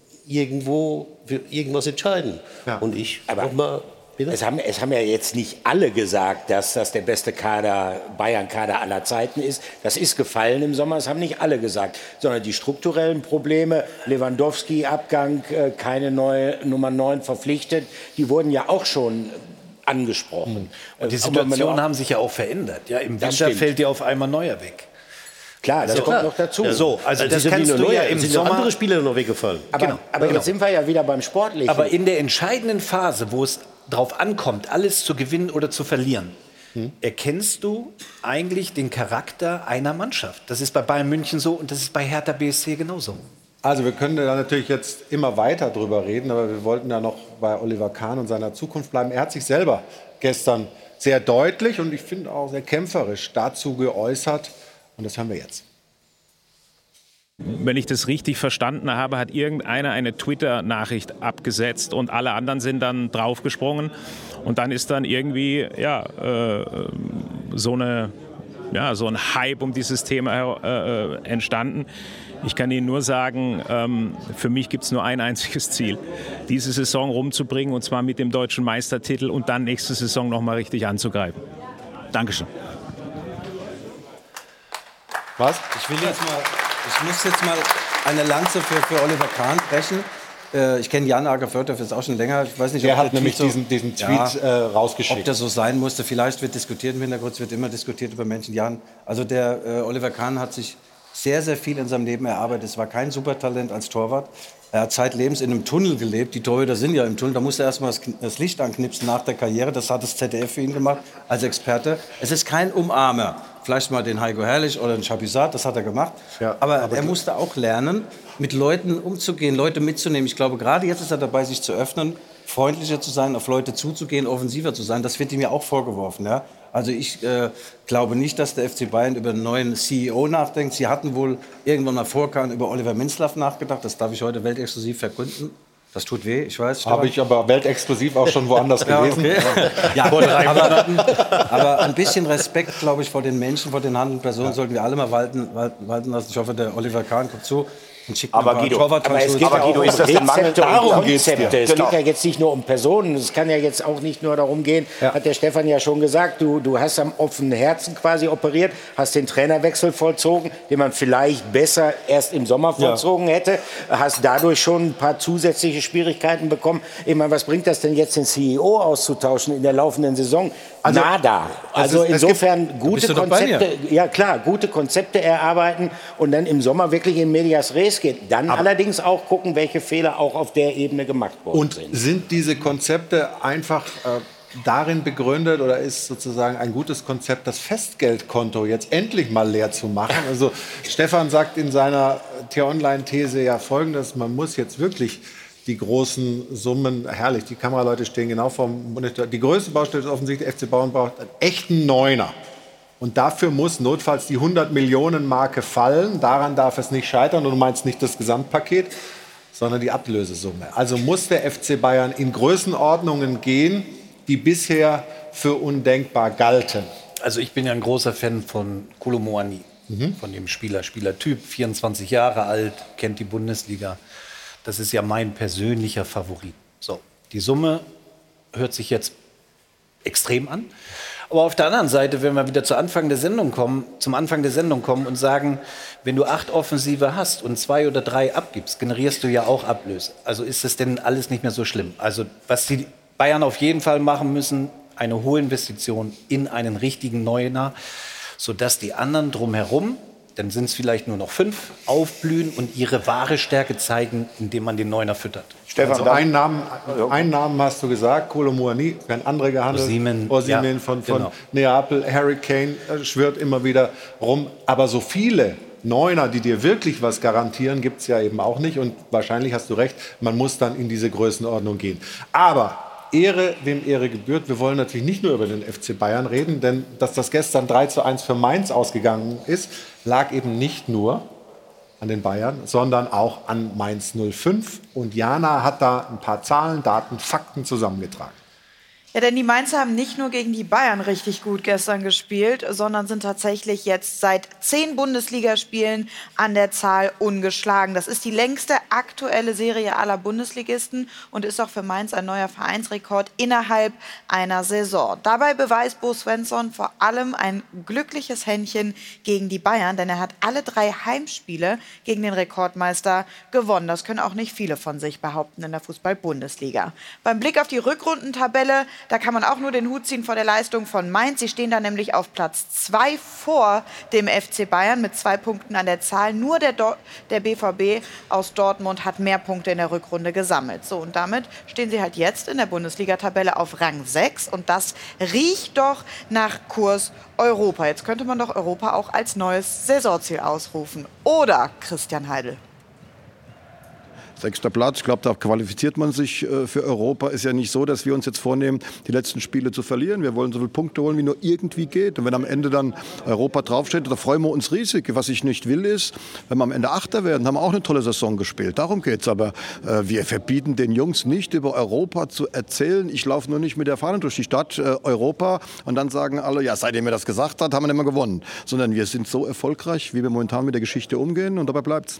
irgendwo für irgendwas entscheiden. Ja. Und ich nochmal... Es haben ja jetzt nicht alle gesagt, dass das der beste Bayern-Kader aller Zeiten ist. Das ist gefallen im Sommer, das haben nicht alle gesagt. Sondern die strukturellen Probleme, Lewandowski-Abgang, keine neue Nummer 9 verpflichtet, die wurden ja auch schon angesprochen. Und die Situationen haben sich ja auch verändert. Ja, im Winter fällt ja auf einmal Neuer weg. Klar, das kommt noch dazu. Ja, so, also das kannst du ja im Sommer... andere Spieler noch weggefallen. Aber jetzt sind wir ja wieder beim Sportlichen. Aber in der entscheidenden Phase, wo es drauf ankommt, alles zu gewinnen oder zu verlieren, erkennst du eigentlich den Charakter einer Mannschaft. Das ist bei Bayern München so und das ist bei Hertha BSC genauso. Also wir können da natürlich jetzt immer weiter drüber reden, aber wir wollten ja noch bei Oliver Kahn und seiner Zukunft bleiben. Er hat sich selber gestern sehr deutlich und ich finde auch sehr kämpferisch dazu geäußert. Und das hören wir jetzt. Wenn ich das richtig verstanden habe, hat irgendeiner eine Twitter-Nachricht abgesetzt und alle anderen sind dann draufgesprungen. Und dann ist dann irgendwie so ein Hype um dieses Thema entstanden. Ich kann Ihnen nur sagen, für mich gibt es nur ein einziges Ziel, diese Saison rumzubringen, und zwar mit dem deutschen Meistertitel und dann nächste Saison noch mal richtig anzugreifen. Dankeschön. Was? Ich muss jetzt mal eine Lanze für Oliver Kahn brechen. Ich kenne Jan Ager-Fördorf jetzt auch schon länger. Ich weiß nicht, der ob hat nämlich diesen Tweet rausgeschickt. Ob das so sein musste. Vielleicht wird diskutiert im Hintergrund, es wird immer diskutiert über Menschen. Jan, also der Oliver Kahn hat sich sehr, sehr viel in seinem Leben erarbeitet. Es war kein Supertalent als Torwart. Er hat zeitlebens in einem Tunnel gelebt. Die Torhüter sind ja im Tunnel. Da musste er erst mal das Licht anknipsen nach der Karriere. Das hat das ZDF für ihn gemacht als Experte. Es ist kein Umarmer. Vielleicht mal den Heiko Herrlich oder den Chapuisat, das hat er gemacht. Ja, aber er musste auch lernen, mit Leuten umzugehen, Leute mitzunehmen. Ich glaube, gerade jetzt ist er dabei, sich zu öffnen, freundlicher zu sein, auf Leute zuzugehen, offensiver zu sein. Das wird ihm ja auch vorgeworfen. Ja? Also ich glaube nicht, dass der FC Bayern über einen neuen CEO nachdenkt. Sie hatten wohl irgendwann mal vor Kahn über Oliver Minzlaff nachgedacht. Das darf ich heute weltexklusiv verkünden. Das tut weh, ich weiß. Habe ich aber weltexklusiv auch schon woanders gelesen. Okay. Ja, aber ein bisschen Respekt, glaube ich, vor den Menschen, vor den handelnden Personen sollten wir alle mal walten lassen. Ich hoffe, der Oliver Kahn kommt zu. Aber Guido, es geht ja auch um Rezepte und Konzepte. Es geht ja jetzt nicht nur um Personen. Es kann ja jetzt auch nicht nur darum gehen, hat der Stefan ja schon gesagt, du hast am offenen Herzen quasi operiert, hast den Trainerwechsel vollzogen, den man vielleicht besser erst im Sommer vollzogen hätte, hast dadurch schon ein paar zusätzliche Schwierigkeiten bekommen. Ich meine, was bringt das denn jetzt, den CEO auszutauschen in der laufenden Saison? Nada. Also insofern gute Konzepte, ja klar, gute Konzepte erarbeiten und dann im Sommer wirklich in Medias Res geht. Dann allerdings auch gucken, welche Fehler auch auf der Ebene gemacht worden sind. Und sind diese Konzepte einfach darin begründet oder ist sozusagen ein gutes Konzept, das Festgeldkonto jetzt endlich mal leer zu machen? Also Stefan sagt in seiner T-Online-These ja Folgendes: Man muss jetzt wirklich die großen Summen, herrlich, die Kameraleute stehen genau vorm Monitor. Die größte Baustelle ist offensichtlich, der FC Bayern braucht einen echten Neuner. Und dafür muss notfalls die 100-Millionen-Marke fallen. Daran darf es nicht scheitern. Und du meinst nicht das Gesamtpaket, sondern die Ablösesumme. Also muss der FC Bayern in Größenordnungen gehen, die bisher für undenkbar galten. Also ich bin ja ein großer Fan von Kolo Muani, von dem Spielertyp, 24 Jahre alt, kennt die Bundesliga. Das ist ja mein persönlicher Favorit. So, die Summe hört sich jetzt extrem an. Aber auf der anderen Seite, wenn wir wieder zum Anfang der Sendung kommen und sagen, wenn du 8 Offensive hast und 2 oder 3 abgibst, generierst du ja auch Ablöse. Also ist das denn alles nicht mehr so schlimm? Also was die Bayern auf jeden Fall machen müssen, eine hohe Investition in einen richtigen Neuner, sodass die anderen drumherum, dann sind es vielleicht nur noch 5, aufblühen und ihre wahre Stärke zeigen, indem man den Neuner füttert. Stefan, also einen Namen hast du gesagt, Kolo Muani, werden andere gehandelt. Osimhen von Neapel, Harry Kane schwirrt immer wieder rum. Aber so viele Neuner, die dir wirklich was garantieren, gibt es ja eben auch nicht. Und wahrscheinlich hast du recht, man muss dann in diese Größenordnung gehen. Aber Ehre, wem Ehre gebührt. Wir wollen natürlich nicht nur über den FC Bayern reden, denn dass das gestern 3:1 für Mainz ausgegangen ist, lag eben nicht nur an den Bayern, sondern auch an Mainz 05. Und Jana hat da ein paar Zahlen, Daten, Fakten zusammengetragen. Ja, denn die Mainzer haben nicht nur gegen die Bayern richtig gut gestern gespielt, sondern sind tatsächlich jetzt seit 10 Bundesligaspielen an der Zahl ungeschlagen. Das ist die längste aktuelle Serie aller Bundesligisten und ist auch für Mainz ein neuer Vereinsrekord innerhalb einer Saison. Dabei beweist Bo Svensson vor allem ein glückliches Händchen gegen die Bayern, denn er hat alle 3 Heimspiele gegen den Rekordmeister gewonnen. Das können auch nicht viele von sich behaupten in der Fußball-Bundesliga. Beim Blick auf die Rückrundentabelle, da kann man auch nur den Hut ziehen vor der Leistung von Mainz. Sie stehen da nämlich auf Platz 2 vor dem FC Bayern mit 2 Punkten an der Zahl. Nur der BVB aus Dortmund hat mehr Punkte in der Rückrunde gesammelt. So, und damit stehen sie halt jetzt in der Bundesliga-Tabelle auf Rang 6. Und das riecht doch nach Kurs Europa. Jetzt könnte man doch Europa auch als neues Saisonziel ausrufen. Oder, Christian Heidel? 6. Platz. Ich glaube, da qualifiziert man sich für Europa. Ist ja nicht so, dass wir uns jetzt vornehmen, die letzten Spiele zu verlieren. Wir wollen so viele Punkte holen, wie nur irgendwie geht. Und wenn am Ende dann Europa draufsteht, da freuen wir uns riesig. Was ich nicht will, ist, wenn wir am Ende Achter werden, haben wir auch eine tolle Saison gespielt. Darum geht's. Aber wir verbieten den Jungs nicht, über Europa zu erzählen. Ich laufe nur nicht mit der Fahne durch die Stadt, Europa, und dann sagen alle, ja, seitdem er das gesagt hat, haben wir nicht mehr gewonnen. Sondern wir sind so erfolgreich, wie wir momentan mit der Geschichte umgehen, und dabei bleibt's.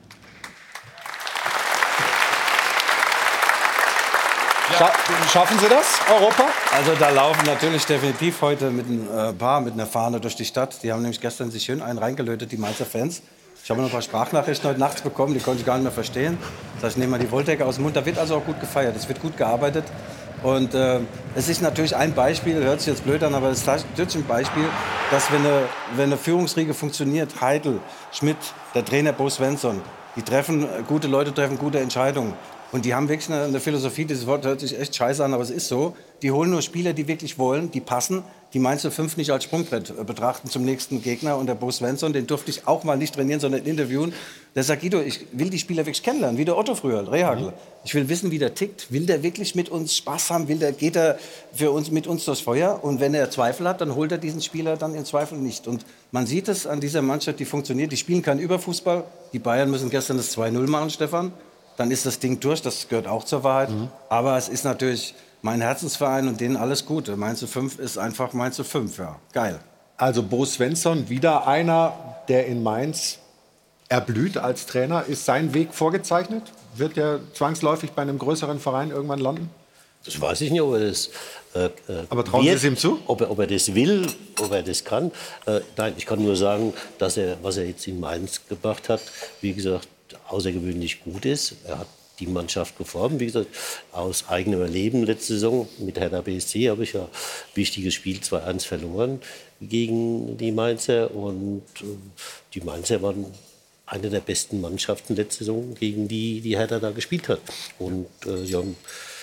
Schaffen Sie das, Europa? Also da laufen natürlich definitiv heute mit ein paar mit einer Fahne durch die Stadt. Die haben nämlich gestern sich schön einen reingelötet, die Mainzer Fans. Ich habe noch ein paar Sprachnachrichten heute nachts bekommen, die konnte ich gar nicht mehr verstehen. Das heißt, ich nehme mal die Wolldecke aus dem Mund. Da wird also auch gut gefeiert, es wird gut gearbeitet. Und es ist natürlich ein Beispiel, hört sich jetzt blöd an, aber es ist natürlich ein Beispiel, dass wenn eine Führungsriege funktioniert, Heidel, Schmidt, der Trainer Bo Svensson, gute Leute treffen gute Entscheidungen. Und die haben wirklich eine Philosophie, dieses Wort hört sich echt scheiße an, aber es ist so. Die holen nur Spieler, die wirklich wollen, die passen. Die Mainz 05 nicht als Sprungbrett betrachten zum nächsten Gegner. Und der Bo Svensson, den durfte ich auch mal nicht trainieren, sondern interviewen. Der sagt, Guido, ich will die Spieler wirklich kennenlernen, wie der Otto früher, Rehagel. Ich will wissen, wie der tickt. Will der wirklich mit uns Spaß haben? Geht er mit uns durchs Feuer? Und wenn er Zweifel hat, dann holt er diesen Spieler dann im Zweifel nicht. Und man sieht es an dieser Mannschaft, die funktioniert. Die spielen keinen Überfußball. Die Bayern müssen gestern das 2-0 machen, Stefan. Dann ist das Ding durch, das gehört auch zur Wahrheit. Aber es ist natürlich mein Herzensverein und denen alles Gute. Mainz 05 ist einfach Mainz 05, ja. Geil. Also Bo Svensson, wieder einer, der in Mainz erblüht als Trainer. Ist sein Weg vorgezeichnet? Wird er zwangsläufig bei einem größeren Verein irgendwann landen? Das weiß ich nicht, ob er das aber trauen Sie es ihm zu? Ob er das will, ob er das kann. Nein, ich kann nur sagen, dass was er jetzt in Mainz gebracht hat, wie gesagt, außergewöhnlich gut ist. Er hat die Mannschaft geformt. Wie gesagt, aus eigenem Erleben letzte Saison mit Hertha BSC habe ich ja ein wichtiges Spiel 2-1 verloren gegen die Mainzer. Und die Mainzer waren eine der besten Mannschaften letzte Saison, gegen die Hertha da gespielt hat. Und sie haben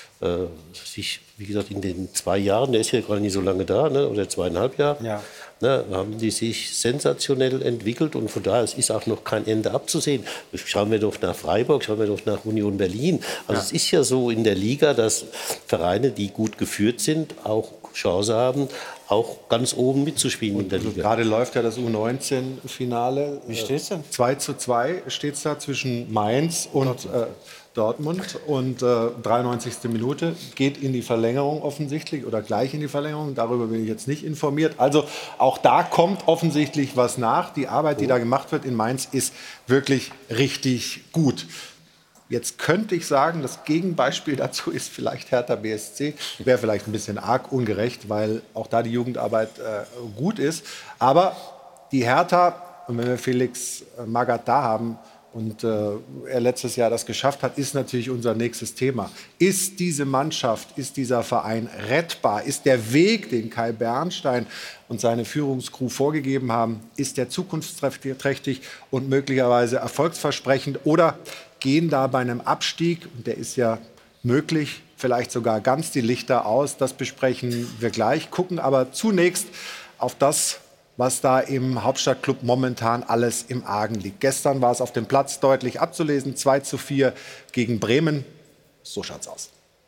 sich, wie gesagt, in den 2 Jahren, der ist ja gerade nicht so lange da, ne, oder 2,5 Jahre, ja. Ne, haben die sich sensationell entwickelt, und von daher es ist auch noch kein Ende abzusehen. Schauen wir doch nach Freiburg, schauen wir doch nach Union Berlin. Also es ist ja so in der Liga, dass Vereine, die gut geführt sind, auch Chance haben, auch ganz oben mitzuspielen in der Liga. Gerade läuft ja das U19-Finale. Wie steht's denn? 2:2 steht es da zwischen Mainz und Dortmund. Und 93. Minute geht in die Verlängerung offensichtlich oder gleich in die Verlängerung. Darüber bin ich jetzt nicht informiert. Also auch da kommt offensichtlich was nach. Die Arbeit, die da gemacht wird in Mainz, ist wirklich richtig gut. Jetzt könnte ich sagen, das Gegenbeispiel dazu ist vielleicht Hertha BSC. Wäre vielleicht ein bisschen arg ungerecht, weil auch da die Jugendarbeit gut ist. Aber die Hertha, und wenn wir Felix Magath da haben und er letztes Jahr das geschafft hat, ist natürlich unser nächstes Thema. Ist diese Mannschaft, ist dieser Verein rettbar? Ist der Weg, den Kai Bernstein und seine Führungskrew vorgegeben haben, ist der zukunftsträchtig und möglicherweise erfolgsversprechend? Oder gehen da bei einem Abstieg, und der ist ja möglich, vielleicht sogar ganz die Lichter aus? Das besprechen wir gleich, gucken aber zunächst auf das, was da im Hauptstadtklub momentan alles im Argen liegt. Gestern war es auf dem Platz deutlich abzulesen, 2:4 gegen Bremen. So schaut's aus.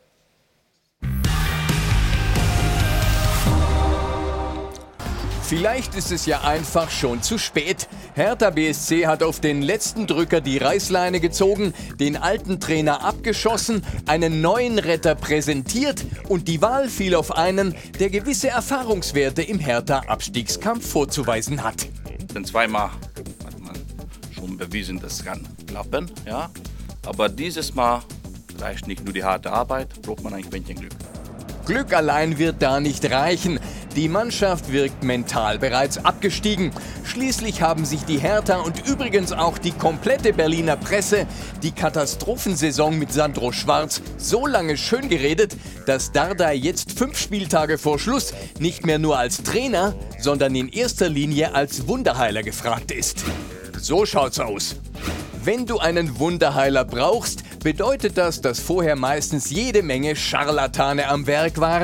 Vielleicht ist es ja einfach schon zu spät. Hertha BSC hat auf den letzten Drücker die Reißleine gezogen, den alten Trainer abgeschossen, einen neuen Retter präsentiert und die Wahl fiel auf einen, der gewisse Erfahrungswerte im Hertha-Abstiegskampf vorzuweisen hat. Denn zweimal hat man schon bewiesen, das kann klappen, ja. Aber dieses Mal reicht nicht nur die harte Arbeit, braucht man ein Quäntchen Glück. Glück allein wird da nicht reichen. Die Mannschaft wirkt mental bereits abgestiegen. Schließlich haben sich die Hertha und übrigens auch die komplette Berliner Presse die Katastrophensaison mit Sandro Schwarz so lange schön geredet, dass Dardai jetzt 5 Spieltage vor Schluss nicht mehr nur als Trainer, sondern in erster Linie als Wunderheiler gefragt ist. So schaut's aus. Wenn du einen Wunderheiler brauchst, bedeutet das, dass vorher meistens jede Menge Scharlatane am Werk waren.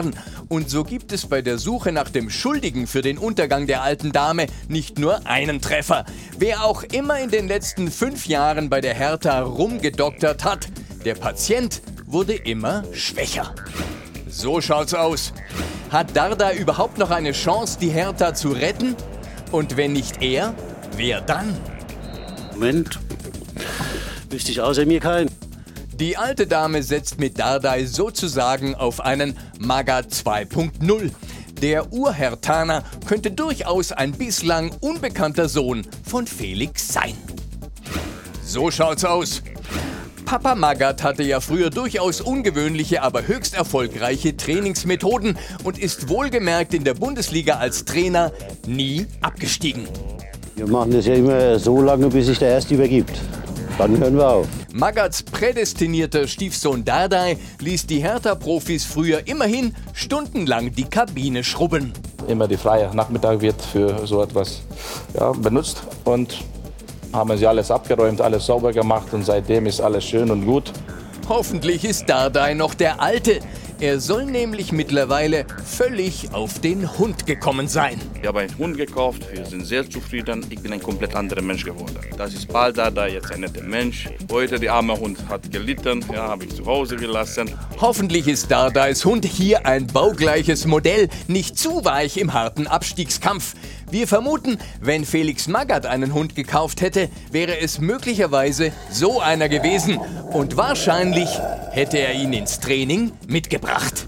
Und so gibt es bei der Suche nach dem Schuldigen für den Untergang der alten Dame nicht nur einen Treffer. Wer auch immer in den letzten 5 Jahren bei der Hertha rumgedoktert hat, der Patient wurde immer schwächer. So schaut's aus. Hat Dardai überhaupt noch eine Chance, die Hertha zu retten? Und wenn nicht er, wer dann? Moment, wüsste ich außer mir keinen. Die alte Dame setzt mit Dardai sozusagen auf einen Magath 2.0. Der Urhertaner könnte durchaus ein bislang unbekannter Sohn von Felix sein. So schaut's aus. Papa Magath hatte ja früher durchaus ungewöhnliche, aber höchst erfolgreiche Trainingsmethoden und ist wohlgemerkt in der Bundesliga als Trainer nie abgestiegen. Wir machen das ja immer so lange, bis sich der Erste übergibt. Dann hören wir auf. Magaths prädestinierter Stiefsohn Dardai ließ die Hertha-Profis früher immerhin stundenlang die Kabine schrubben. Immer die freie Nachmittag wird für so etwas benutzt und haben sie alles abgeräumt, alles sauber gemacht und seitdem ist alles schön und gut. Hoffentlich ist Dardai noch der Alte. Er soll nämlich mittlerweile völlig auf den Hund gekommen sein. Ich habe einen Hund gekauft, wir sind sehr zufrieden. Ich bin ein komplett anderer Mensch geworden. Das ist Paul Dardai, jetzt ein netter Mensch. Heute, der arme Hund hat gelitten, habe ich zu Hause gelassen. Hoffentlich ist Dardais Hund hier ein baugleiches Modell, nicht zu weich im harten Abstiegskampf. Wir vermuten, wenn Felix Magath einen Hund gekauft hätte, wäre es möglicherweise so einer gewesen. Und wahrscheinlich hätte er ihn ins Training mitgebracht.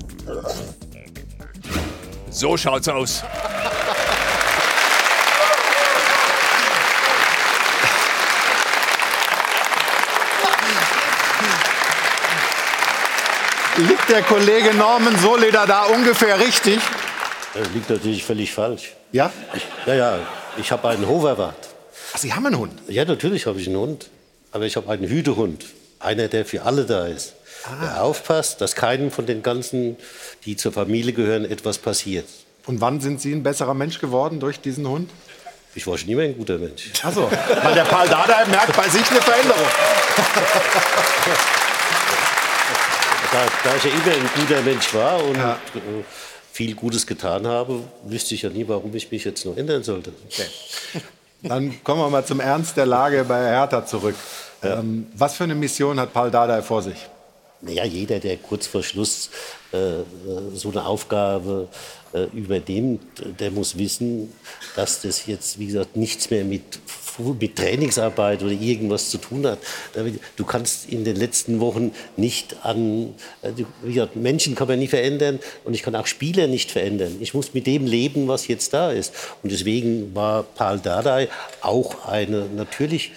So schaut's aus. Liegt der Kollege Norman Soleder da ungefähr richtig? Das liegt natürlich völlig falsch. Ja? Ich habe einen Hoverwart. Ach, Sie haben einen Hund? Ja, natürlich habe ich einen Hund. Aber ich habe einen Hütehund. Einer, der für alle da ist. Der aufpasst, dass keinem von den ganzen, die zur Familie gehören, etwas passiert. Und wann sind Sie ein besserer Mensch geworden durch diesen Hund? Ich war schon immer ein guter Mensch. Ach so, weil der Paul Dardai merkt bei sich eine Veränderung. Da ich ja immer ein guter Mensch war und viel Gutes getan habe, wüsste ich ja nie, warum ich mich jetzt noch ändern sollte. Okay. Dann kommen wir mal zum Ernst der Lage bei Hertha zurück. Ja. Was für eine Mission hat Paul Dardai vor sich? Naja, jeder, der kurz vor Schluss so eine Aufgabe übernimmt, der muss wissen, dass das jetzt, wie gesagt, nichts mehr mit Trainingsarbeit oder irgendwas zu tun hat. Du kannst in den letzten Wochen nicht wie gesagt, Menschen kann man nie verändern und ich kann auch Spieler nicht verändern. Ich muss mit dem leben, was jetzt da ist. Und deswegen war Paul Dardai auch eine natürlich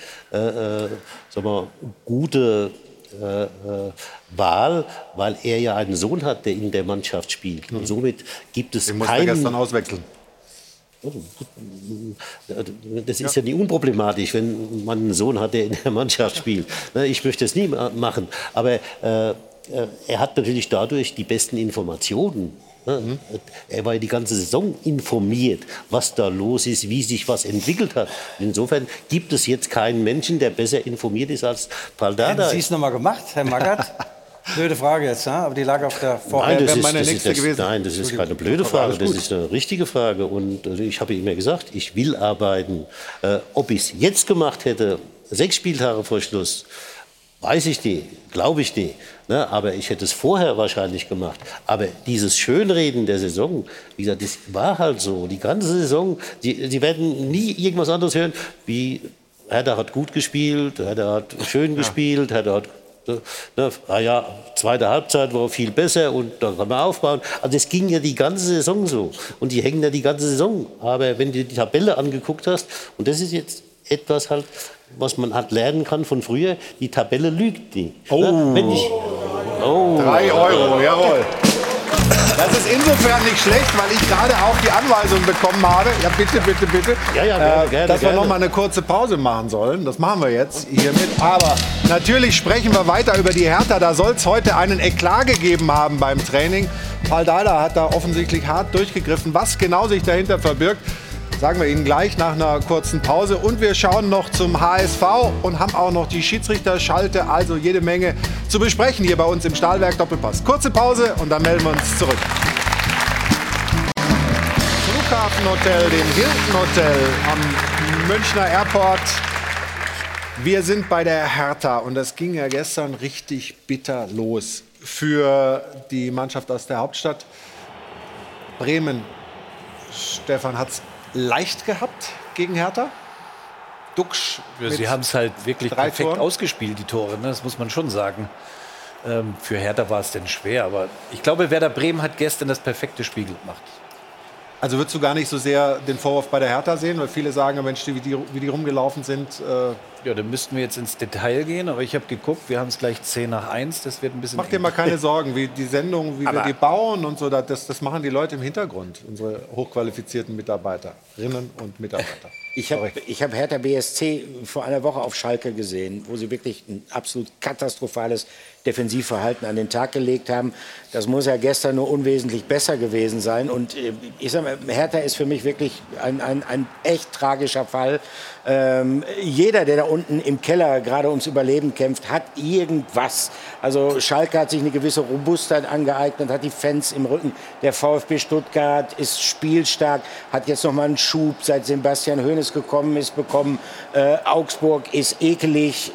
gute Wahl, weil er ja einen Sohn hat, der in der Mannschaft spielt. Und somit gibt es den musste er gestern auswechseln. Das ist ja nicht unproblematisch, wenn man einen Sohn hat, der in der Mannschaft spielt. Ich möchte es nie machen. Aber er hat natürlich dadurch die besten Informationen. Er war ja die ganze Saison informiert, was da los ist, wie sich was entwickelt hat. Insofern gibt es jetzt keinen Menschen, der besser informiert ist als Paul Dardai. Hätten Sie es nochmal gemacht, Herr Magath? Blöde Frage jetzt, aber die lag auf der Vorher. Nein, das ist keine blöde Frage, das ist eine richtige Frage. Und ich habe immer gesagt, ich will arbeiten. Ob ich es jetzt gemacht hätte, 6 Spieltage vor Schluss, weiß ich nicht, glaube ich nicht. Ne? Aber ich hätte es vorher wahrscheinlich gemacht. Aber dieses Schönreden der Saison, wie gesagt, das war halt so. Die ganze Saison, Sie werden nie irgendwas anderes hören, wie Hertha hat gut gespielt, Hertha hat schön gespielt, Hertha hat zweite Halbzeit war viel besser und da kann man aufbauen. Also es ging ja die ganze Saison so. Und die hängen ja die ganze Saison. Aber wenn du die Tabelle angeguckt hast, und das ist jetzt etwas halt, was man halt lernen kann von früher, die Tabelle lügt nicht. Oh. 3 Euro, jawohl. Das ist insofern nicht schlecht, weil ich gerade auch die Anweisung bekommen habe. Ja, bitte. Gerne, dass wir noch mal eine kurze Pause machen sollen. Das machen wir jetzt hiermit. Aber natürlich sprechen wir weiter über die Hertha. Da soll es heute einen Eklat gegeben haben beim Training. Paul Dardai hat da offensichtlich hart durchgegriffen. Was genau sich dahinter verbirgt, sagen wir Ihnen gleich nach einer kurzen Pause. Und wir schauen noch zum HSV und haben auch noch die Schiedsrichterschalte. Also jede Menge zu besprechen hier bei uns im Stahlwerk Doppelpass. Kurze Pause und dann melden wir uns zurück. Hilton Hotel, dem Hilton Hotel am Münchner Airport. Wir sind bei der Hertha und das ging ja gestern richtig bitter los für die Mannschaft aus der Hauptstadt. Bremen, Stefan, hat es leicht gehabt gegen Hertha? Duxch. Ja, sie haben es halt wirklich perfekt Toren ausgespielt, die Tore, ne? Das muss man schon sagen. Für Hertha war es denn schwer, aber ich glaube, Werder Bremen hat gestern das perfekte Spiel gemacht. Also würdest du gar nicht so sehr den Vorwurf bei der Hertha sehen, weil viele sagen, Mensch, wie die rumgelaufen sind. Ja, dann müssten wir jetzt ins Detail gehen, aber ich habe geguckt, wir haben es gleich 10:1, das wird ein bisschen... Mach dir mal keine Sorgen, wie die Sendung, wie wir die bauen und so, das machen die Leute im Hintergrund, unsere hochqualifizierten Mitarbeiterinnen und Mitarbeiter. Ich hab Hertha BSC vor einer Woche auf Schalke gesehen, wo sie wirklich ein absolut katastrophales Defensivverhalten an den Tag gelegt haben. Das muss ja gestern nur unwesentlich besser gewesen sein. Und ich sag mal, Hertha ist für mich wirklich ein echt tragischer Fall. Jeder, der da unten im Keller gerade ums Überleben kämpft, hat irgendwas. Also Schalke hat sich eine gewisse Robustheit angeeignet, hat die Fans im Rücken. Der VfB Stuttgart ist spielstark, hat jetzt noch mal einen Schub, seit Sebastian Hoeneß gekommen ist, bekommen. Augsburg ist ekelig.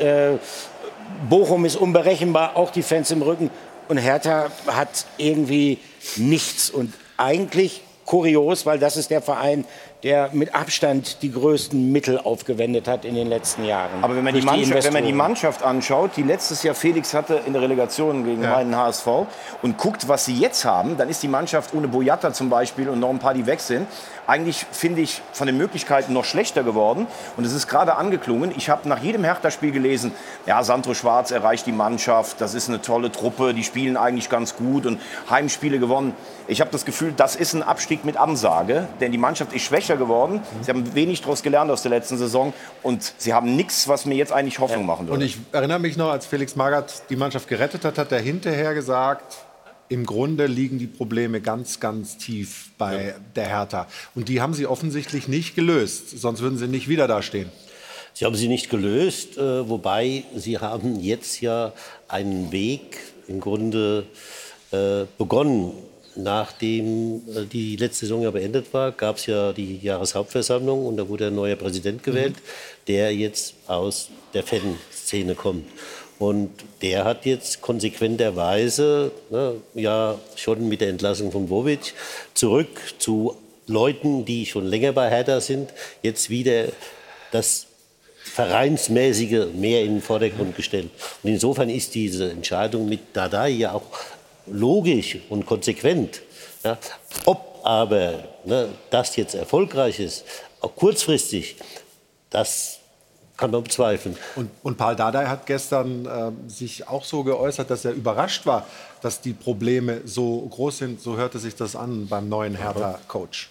Bochum ist unberechenbar, auch die Fans im Rücken. Und Hertha hat irgendwie nichts. Und eigentlich kurios, weil das ist der Verein, der mit Abstand die größten Mittel aufgewendet hat in den letzten Jahren. Aber wenn man die Mannschaft anschaut, die letztes Jahr Felix hatte in der Relegation gegen meinen HSV und guckt, was sie jetzt haben, dann ist die Mannschaft ohne Boyata zum Beispiel und noch ein paar, die weg sind, eigentlich, finde ich, von den Möglichkeiten noch schlechter geworden. Und es ist gerade angeklungen. Ich habe nach jedem Hertha-Spiel gelesen, ja, Sandro Schwarz erreicht die Mannschaft, das ist eine tolle Truppe, die spielen eigentlich ganz gut und Heimspiele gewonnen. Ich habe das Gefühl, das ist ein Abstieg mit Ansage, denn die Mannschaft ist schwächer geworden. Sie haben wenig daraus gelernt aus der letzten Saison und sie haben nichts, was mir jetzt eigentlich Hoffnung machen würde. Und ich erinnere mich noch, als Felix Magath die Mannschaft gerettet hat, hat er hinterher gesagt, im Grunde liegen die Probleme ganz, ganz tief bei der Hertha. Und die haben sie offensichtlich nicht gelöst, sonst würden sie nicht wieder da stehen. Sie haben sie nicht gelöst, wobei sie haben jetzt ja einen Weg im Grunde begonnen. Nachdem die letzte Saison ja beendet war, gab es ja die Jahreshauptversammlung und da wurde ein neuer Präsident gewählt, der jetzt aus der Fanszene kommt. Und der hat jetzt konsequenterweise, ja schon mit der Entlassung von Bobic, zurück zu Leuten, die schon länger bei Hertha sind, jetzt wieder das Vereinsmäßige mehr in den Vordergrund gestellt. Und insofern ist diese Entscheidung mit Dardai ja auch logisch und konsequent. Ja. Ob aber das jetzt erfolgreich ist, auch kurzfristig, das kann man bezweifeln. Und Paul Dardai hat gestern sich auch so geäußert, dass er überrascht war, dass die Probleme so groß sind. So hörte sich das an beim neuen Hertha-Coach.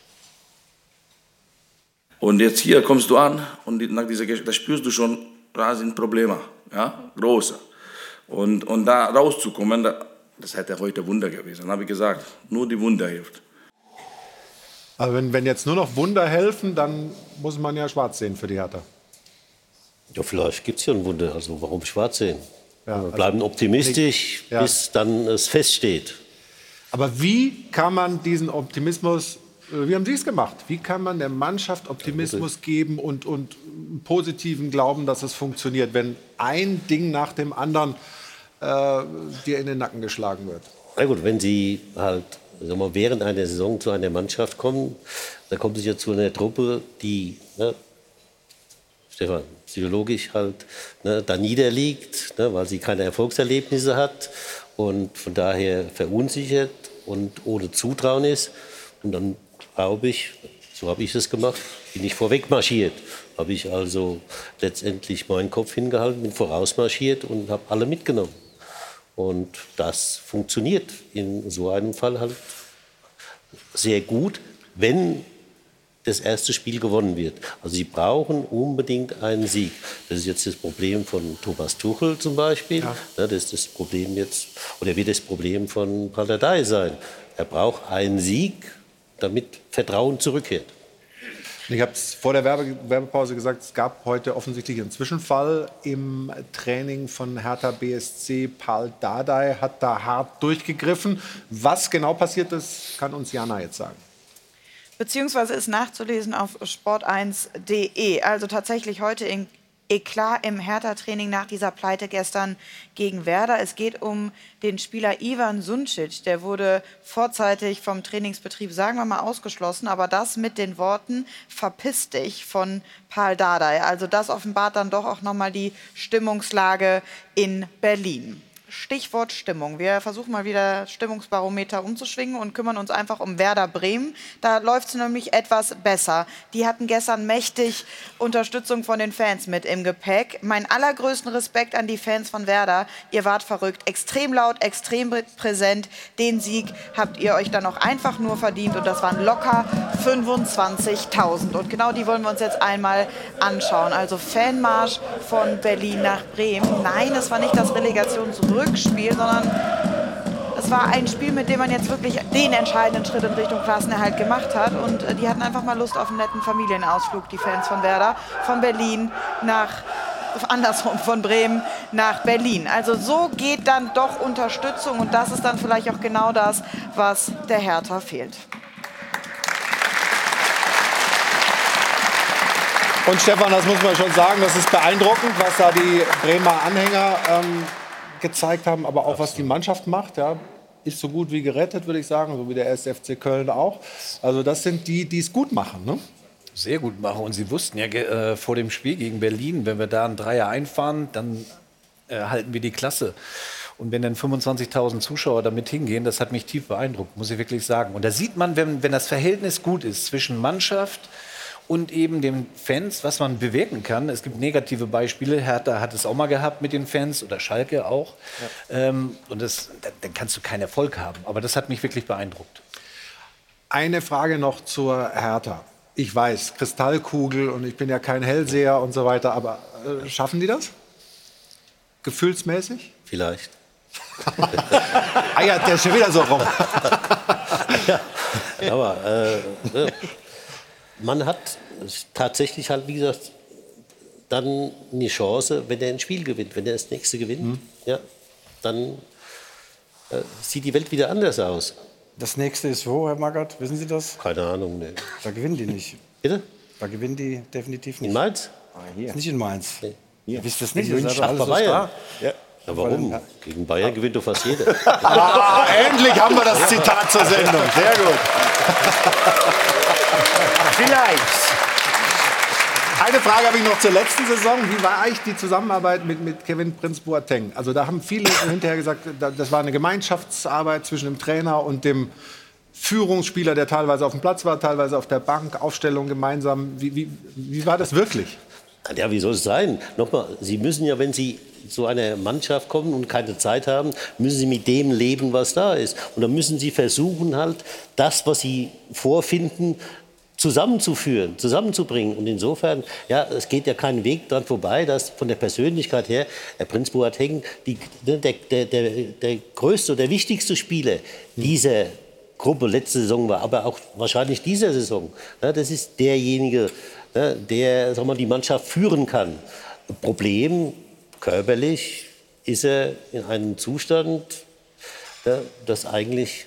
Und jetzt hier kommst du an und nach dieser da spürst du schon, da sind Probleme, ja, große. Und da rauszukommen, das hätte heute Wunder gewesen. Dann habe ich gesagt, nur die Wunder hilft. Aber wenn jetzt nur noch Wunder helfen, dann muss man ja schwarz sehen für die Hertha. Ja, vielleicht gibt es ja ein Wunder. Also warum schwarz sehen? Ja, wir bleiben optimistisch, bis dann es feststeht. Aber wie kann man diesen Optimismus, wie haben Sie es gemacht? Wie kann man der Mannschaft Optimismus geben und einen positiven Glauben, dass es funktioniert, wenn ein Ding nach dem anderen dir in den Nacken geschlagen wird? Na gut, wenn Sie halt während einer Saison zu einer Mannschaft kommen, dann kommen Sie ja zu einer Truppe, die, Stefan, psychologisch halt da niederliegt, weil sie keine Erfolgserlebnisse hat und von daher verunsichert und ohne Zutrauen ist. Und dann glaube ich, so habe ich es gemacht, bin ich vorweg marschiert. Habe ich also letztendlich meinen Kopf hingehalten, bin vorausmarschiert und habe alle mitgenommen. Und das funktioniert in so einem Fall halt sehr gut, wenn das erste Spiel gewonnen wird. Also sie brauchen unbedingt einen Sieg. Das ist jetzt das Problem von Thomas Tuchel zum Beispiel. Ja. Das ist das Problem jetzt, oder wird das Problem von Paul Dardai sein. Er braucht einen Sieg, damit Vertrauen zurückkehrt. Ich habe es vor der Werbepause gesagt, es gab heute offensichtlich einen Zwischenfall im Training von Hertha BSC. Paul Dardai hat da hart durchgegriffen. Was genau passiert ist, kann uns Jana jetzt sagen. Beziehungsweise ist nachzulesen auf sport1.de. Also tatsächlich heute in Eklat im Hertha-Training nach dieser Pleite gestern gegen Werder. Es geht um den Spieler Ivan Suncic. Der wurde vorzeitig vom Trainingsbetrieb, sagen wir mal, ausgeschlossen. Aber das mit den Worten "Verpiss dich" von Pal Dardai. Also das offenbart dann doch auch nochmal die Stimmungslage in Berlin. Stichwort Stimmung. Wir versuchen mal wieder Stimmungsbarometer umzuschwingen und kümmern uns einfach um Werder Bremen. Da läuft es nämlich etwas besser. Die hatten gestern mächtig Unterstützung von den Fans mit im Gepäck. Meinen allergrößten Respekt an die Fans von Werder. Ihr wart verrückt, extrem laut, extrem präsent. Den Sieg habt ihr euch dann auch einfach nur verdient und das waren locker 25.000. Und genau die wollen wir uns jetzt einmal anschauen. Also Fanmarsch von Berlin nach Bremen. Nein, es war nicht das Relegationsrückspiel, sondern es war ein Spiel, mit dem man jetzt wirklich den entscheidenden Schritt in Richtung Klassenerhalt gemacht hat. Und die hatten einfach mal Lust auf einen netten Familienausflug, die Fans von Werder, von Berlin nach, andersrum, von Bremen nach Berlin. Also so geht dann doch Unterstützung und das ist dann vielleicht auch genau das, was der Hertha fehlt. Und Stefan, das muss man schon sagen, das ist beeindruckend, was da die Bremer Anhänger gezeigt haben, aber auch was die Mannschaft macht, ja, ist so gut wie gerettet, würde ich sagen, so wie der 1. FC Köln auch. Also das sind die, die es gut machen, ne? Sehr gut machen. Und sie wussten ja vor dem Spiel gegen Berlin, wenn wir da einen Dreier einfahren, dann halten wir die Klasse. Und wenn dann 25.000 Zuschauer damit hingehen, das hat mich tief beeindruckt, muss ich wirklich sagen. Und da sieht man, wenn das Verhältnis gut ist zwischen Mannschaft und eben den Fans, was man bewirken kann. Es gibt negative Beispiele. Hertha hat es auch mal gehabt mit den Fans oder Schalke auch. Ja. Und dann kannst du keinen Erfolg haben. Aber das hat mich wirklich beeindruckt. Eine Frage noch zur Hertha. Ich weiß, Kristallkugel und ich bin ja kein Hellseher und so weiter, aber schaffen die das? Gefühlsmäßig? Vielleicht. Eiert der schon wieder so rum. Ja, aber man hat tatsächlich halt, wie gesagt, dann eine Chance, wenn er ein Spiel gewinnt, wenn er das nächste gewinnt, ja, dann sieht die Welt wieder anders aus. Das nächste ist wo, Herr Magath? Wissen Sie das? Keine Ahnung, ne. Da gewinnen die nicht. Bitte? Da gewinnen die definitiv nicht. In Mainz? Hier. Nicht in Mainz. Nee. Ihr wisst das nicht? Ach, bei Bayern. Ja. Ja, warum? Ja. Gegen Bayern gewinnt doch fast jeder. Endlich haben wir das Zitat zur Sendung. Sehr gut. Vielleicht. Eine Frage habe ich noch zur letzten Saison. Wie war eigentlich die Zusammenarbeit mit Kevin Prince Boateng? Also da haben viele hinterher gesagt, das war eine Gemeinschaftsarbeit zwischen dem Trainer und dem Führungsspieler, der teilweise auf dem Platz war, teilweise auf der Bank, Aufstellung gemeinsam. Wie war das wirklich? Ja, wie soll es sein? Nochmal, Sie müssen ja, wenn Sie zu einer Mannschaft kommen und keine Zeit haben, müssen Sie mit dem leben, was da ist. Und dann müssen Sie versuchen, halt das, was Sie vorfinden, zusammenzuführen, zusammenzubringen. Und insofern, ja, es geht ja kein Weg dran vorbei, dass von der Persönlichkeit her der Prince Boateng der größte, der wichtigste Spieler dieser Gruppe letzte Saison war, aber auch wahrscheinlich dieser Saison. Ja, das ist derjenige, der, sagen wir mal, die Mannschaft führen kann. Problem, körperlich ist er in einem Zustand, das eigentlich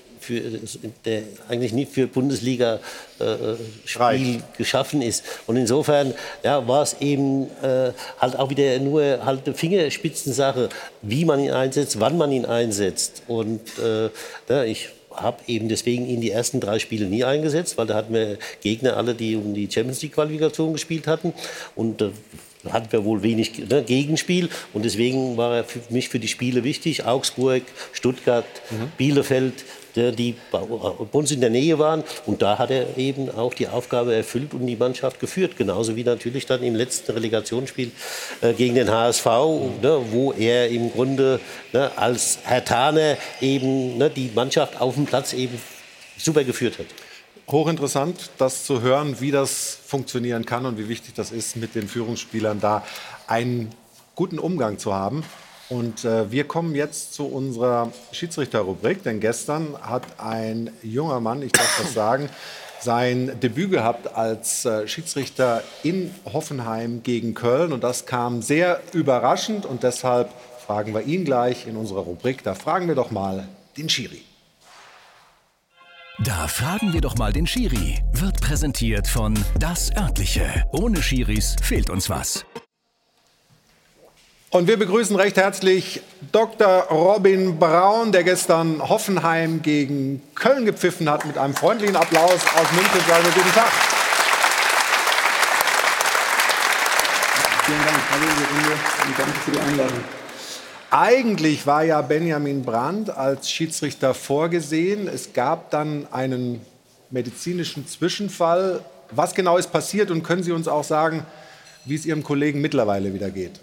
nicht für Bundesliga-Spiel geschaffen ist. Und insofern war es eben halt auch wieder nur halt eine Fingerspitzensache, wie man ihn einsetzt, wann man ihn einsetzt. Und ich habe eben deswegen ihn die ersten 3 Spiele nie eingesetzt, weil da hatten wir Gegner alle, die um die Champions-League-Qualifikation gespielt hatten. Und hatten wir wohl wenig Gegenspiel. Und deswegen war er für mich für die Spiele wichtig. Augsburg, Stuttgart, Bielefeld, die bei uns in der Nähe waren. Und da hat er eben auch die Aufgabe erfüllt und die Mannschaft geführt. Genauso wie natürlich dann im letzten Relegationsspiel gegen den HSV, wo er im Grunde als Herthaner eben die Mannschaft auf dem Platz eben super geführt hat. Hochinteressant, das zu hören, wie das funktionieren kann und wie wichtig das ist, mit den Führungsspielern da einen guten Umgang zu haben. Und wir kommen jetzt zu unserer Schiedsrichterrubrik, denn gestern hat ein junger Mann, ich darf das sagen, sein Debüt gehabt als Schiedsrichter in Hoffenheim gegen Köln. Und das kam sehr überraschend und deshalb fragen wir ihn gleich in unserer Rubrik. Da fragen wir doch mal den Schiri. Da fragen wir doch mal den Schiri. Wird präsentiert von Das Örtliche. Ohne Schiris fehlt uns was. Und wir begrüßen recht herzlich Dr. Robin Braun, der gestern Hoffenheim gegen Köln gepfiffen hat, mit einem freundlichen Applaus aus München. Sagen wir guten Tag. Vielen Dank, hallo in die Runde und danke für die Einladung. Eigentlich war ja Benjamin Brandt als Schiedsrichter vorgesehen. Es gab dann einen medizinischen Zwischenfall. Was genau ist passiert und können Sie uns auch sagen, wie es Ihrem Kollegen mittlerweile wieder geht?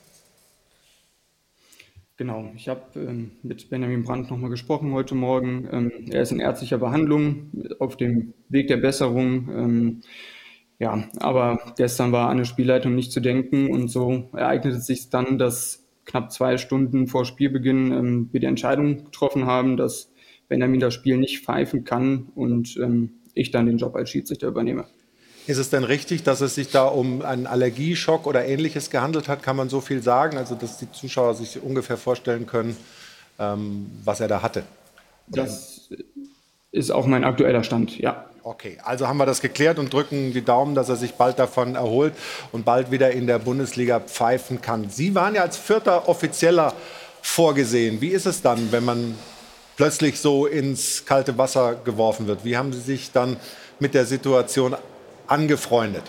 Genau, ich habe mit Benjamin Brandt noch mal gesprochen heute Morgen. Er ist in ärztlicher Behandlung, auf dem Weg der Besserung. Ja, aber gestern war an eine Spielleitung nicht zu denken und so ereignete es sich dann, dass knapp 2 Stunden vor Spielbeginn wir die Entscheidung getroffen haben, dass Benjamin das Spiel nicht pfeifen kann und ich dann den Job als Schiedsrichter übernehme. Ist es denn richtig, dass es sich da um einen Allergieschock oder Ähnliches gehandelt hat? Kann man so viel sagen? Also, dass die Zuschauer sich ungefähr vorstellen können, was er da hatte? Das ist auch mein aktueller Stand, ja. Okay, also haben wir das geklärt und drücken die Daumen, dass er sich bald davon erholt und bald wieder in der Bundesliga pfeifen kann. Sie waren ja als 4. Offizieller vorgesehen. Wie ist es dann, wenn man plötzlich so ins kalte Wasser geworfen wird? Wie haben Sie sich dann mit der Situation angefreundet?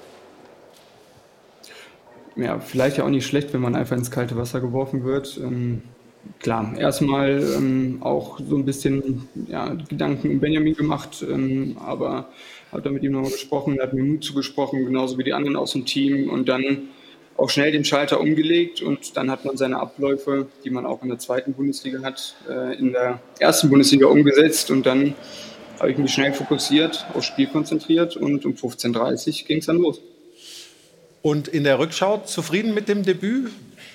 Ja, vielleicht ja auch nicht schlecht, wenn man einfach ins kalte Wasser geworfen wird. Klar, erstmal auch so ein bisschen Gedanken um Benjamin gemacht, aber habe dann mit ihm nochmal gesprochen, er hat mir Mut zugesprochen, genauso wie die anderen aus dem Team und dann auch schnell den Schalter umgelegt und dann hat man seine Abläufe, die man auch in der 2. Bundesliga hat, in der 1. Bundesliga umgesetzt und dann habe ich mich schnell fokussiert, aufs Spiel konzentriert und um 15:30 Uhr ging es dann los. Und in der Rückschau zufrieden mit dem Debüt?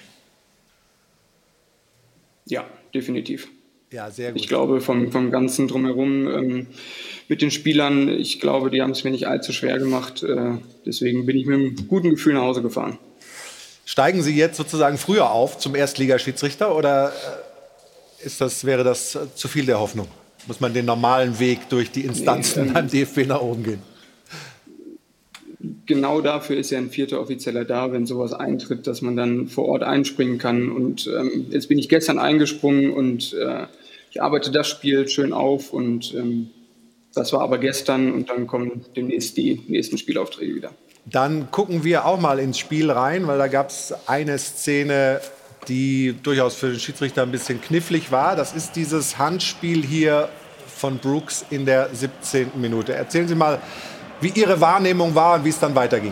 Ja, definitiv. Ja, sehr gut. Ich glaube, vom Ganzen drumherum mit den Spielern, ich glaube, die haben es mir nicht allzu schwer gemacht. Deswegen bin ich mit einem guten Gefühl nach Hause gefahren. Steigen Sie jetzt sozusagen früher auf zum Erstligaschiedsrichter oder wäre das zu viel der Hoffnung? Muss man den normalen Weg durch die Instanzen beim DFB nach oben gehen? Genau dafür ist ja ein 4. Offizieller da, wenn sowas eintritt, dass man dann vor Ort einspringen kann. Und jetzt bin ich gestern eingesprungen und ich arbeite das Spiel schön auf. Und das war aber gestern und dann kommen demnächst die nächsten Spielaufträge wieder. Dann gucken wir auch mal ins Spiel rein, weil da gab es eine Szene, die durchaus für den Schiedsrichter ein bisschen knifflig war. Das ist dieses Handspiel hier von Brooks in der 17. Minute. Erzählen Sie mal, wie Ihre Wahrnehmung war und wie es dann weiterging.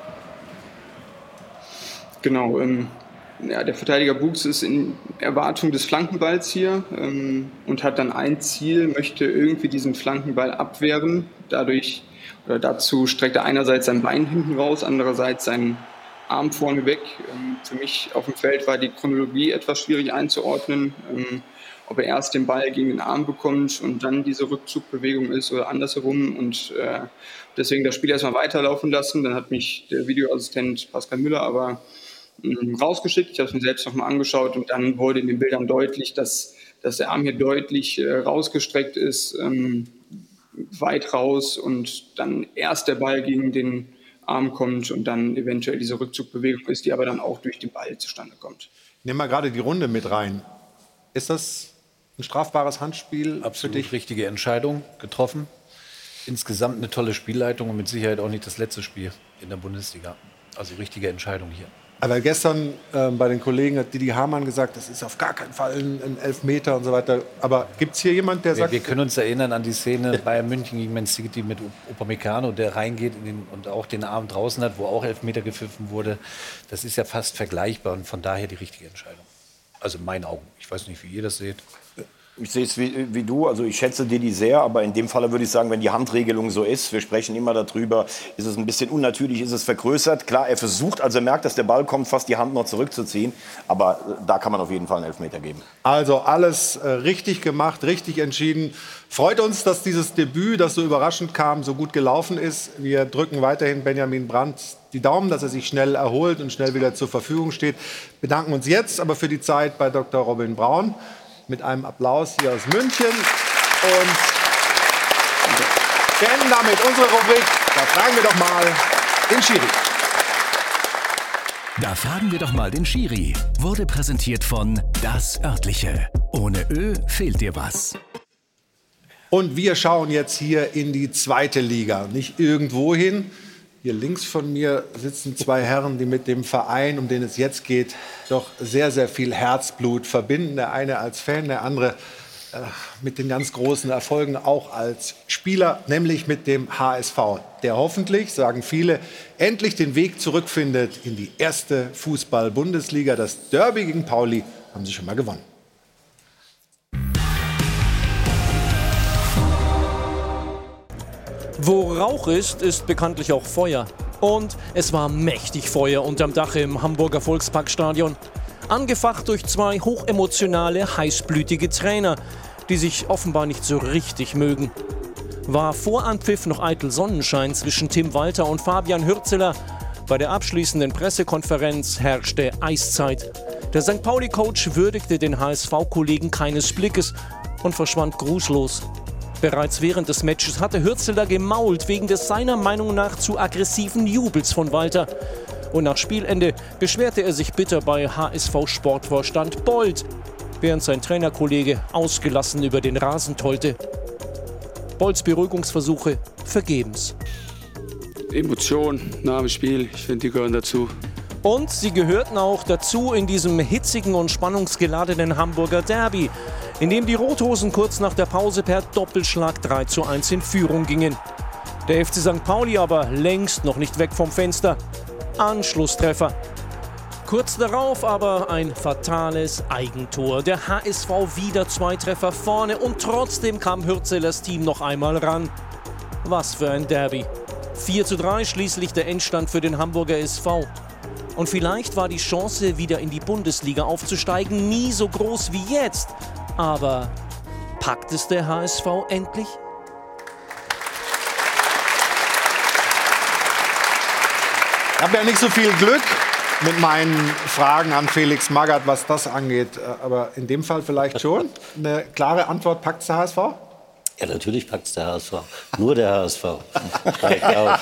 Genau, der Verteidiger Brooks ist in Erwartung des Flankenballs hier und hat dann ein Ziel, möchte irgendwie diesen Flankenball abwehren. Dazu streckt er einerseits sein Bein hinten raus, andererseits seinen Arm vorne weg. Für mich auf dem Feld war die Chronologie etwas schwierig einzuordnen, ob er erst den Ball gegen den Arm bekommt und dann diese Rückzugbewegung ist oder andersherum. Und deswegen das Spiel erstmal weiterlaufen lassen. Dann hat mich der Videoassistent Pascal Müller aber rausgeschickt. Ich habe es mir selbst nochmal angeschaut und dann wurde in den Bildern deutlich, dass der Arm hier deutlich rausgestreckt ist, weit raus und dann erst der Ball gegen den Arm kommt und dann eventuell diese Rückzugbewegung ist, die aber dann auch durch den Ball zustande kommt. Nehmen wir gerade die Runde mit rein. Ist das ein strafbares Handspiel? Absolut für dich? Richtige Entscheidung getroffen. Insgesamt eine tolle Spielleitung und mit Sicherheit auch nicht das letzte Spiel in der Bundesliga. Also richtige Entscheidung hier. Aber gestern bei den Kollegen hat Didi Hamann gesagt, das ist auf gar keinen Fall ein Elfmeter und so weiter. Aber gibt es hier jemand, der sagt... Wir können uns erinnern an die Szene Bayern München gegen Man City mit Upamecano, der reingeht und auch den Arm draußen hat, wo auch Elfmeter gepfiffen wurde. Das ist ja fast vergleichbar und von daher die richtige Entscheidung. Also in meinen Augen. Ich weiß nicht, wie ihr das seht. Ich sehe es wie du, also ich schätze Didi sehr, aber in dem Fall würde ich sagen, wenn die Handregelung so ist, wir sprechen immer darüber, ist es ein bisschen unnatürlich, ist es vergrößert. Klar, er versucht, als er merkt, dass der Ball kommt, fast die Hand noch zurückzuziehen, aber da kann man auf jeden Fall einen Elfmeter geben. Also alles richtig gemacht, richtig entschieden. Freut uns, dass dieses Debüt, das so überraschend kam, so gut gelaufen ist. Wir drücken weiterhin Benjamin Brandt die Daumen, dass er sich schnell erholt und schnell wieder zur Verfügung steht. Bedanken uns jetzt aber für die Zeit bei Dr. Robin Braun. Mit einem Applaus hier aus München. Und beenden damit unsere Rubrik. Da fragen wir doch mal den Schiri. Da fragen wir doch mal den Schiri. Wurde präsentiert von Das Örtliche. Ohne Ö fehlt dir was. Und wir schauen jetzt hier in die 2. Liga. Nicht irgendwo hin. Hier links von mir sitzen 2 Herren, die mit dem Verein, um den es jetzt geht, doch sehr, sehr viel Herzblut verbinden. Der eine als Fan, der andere mit den ganz großen Erfolgen auch als Spieler, nämlich mit dem HSV, der hoffentlich, sagen viele, endlich den Weg zurückfindet in die 1. Fußball-Bundesliga. Das Derby gegen Pauli haben sie schon mal gewonnen. Wo Rauch ist, ist bekanntlich auch Feuer. Und es war mächtig Feuer unterm Dach im Hamburger Volksparkstadion. Angefacht durch 2 hochemotionale, heißblütige Trainer, die sich offenbar nicht so richtig mögen. War vor Anpfiff noch eitel Sonnenschein zwischen Tim Walter und Fabian Hürzeler. Bei der abschließenden Pressekonferenz herrschte Eiszeit. Der St. Pauli-Coach würdigte den HSV-Kollegen keines Blickes und verschwand grußlos. Bereits während des Matches hatte Hürzeler gemault wegen des seiner Meinung nach zu aggressiven Jubels von Walter. Und nach Spielende beschwerte er sich bitter bei HSV-Sportvorstand Bold, während sein Trainerkollege ausgelassen über den Rasen tollte. Bolds Beruhigungsversuche vergebens. Emotionen nach dem Spiel, ich finde, die gehören dazu. Und sie gehörten auch dazu in diesem hitzigen und spannungsgeladenen Hamburger Derby, in dem die Rothosen kurz nach der Pause per Doppelschlag 3:1 in Führung gingen. Der FC St. Pauli aber längst noch nicht weg vom Fenster. Anschlusstreffer. Kurz darauf aber ein fatales Eigentor. Der HSV wieder 2 Treffer vorne und trotzdem kam Hürzelers Team noch einmal ran. Was für ein Derby. 4:3 schließlich der Endstand für den Hamburger SV. Und vielleicht war die Chance, wieder in die Bundesliga aufzusteigen, nie so groß wie jetzt. Aber packt es der HSV endlich? Ich habe ja nicht so viel Glück mit meinen Fragen an Felix Magath, was das angeht. Aber in dem Fall vielleicht schon. Eine klare Antwort, packt der HSV? Ja, natürlich packt es der HSV. Nur der HSV. Steigt auf.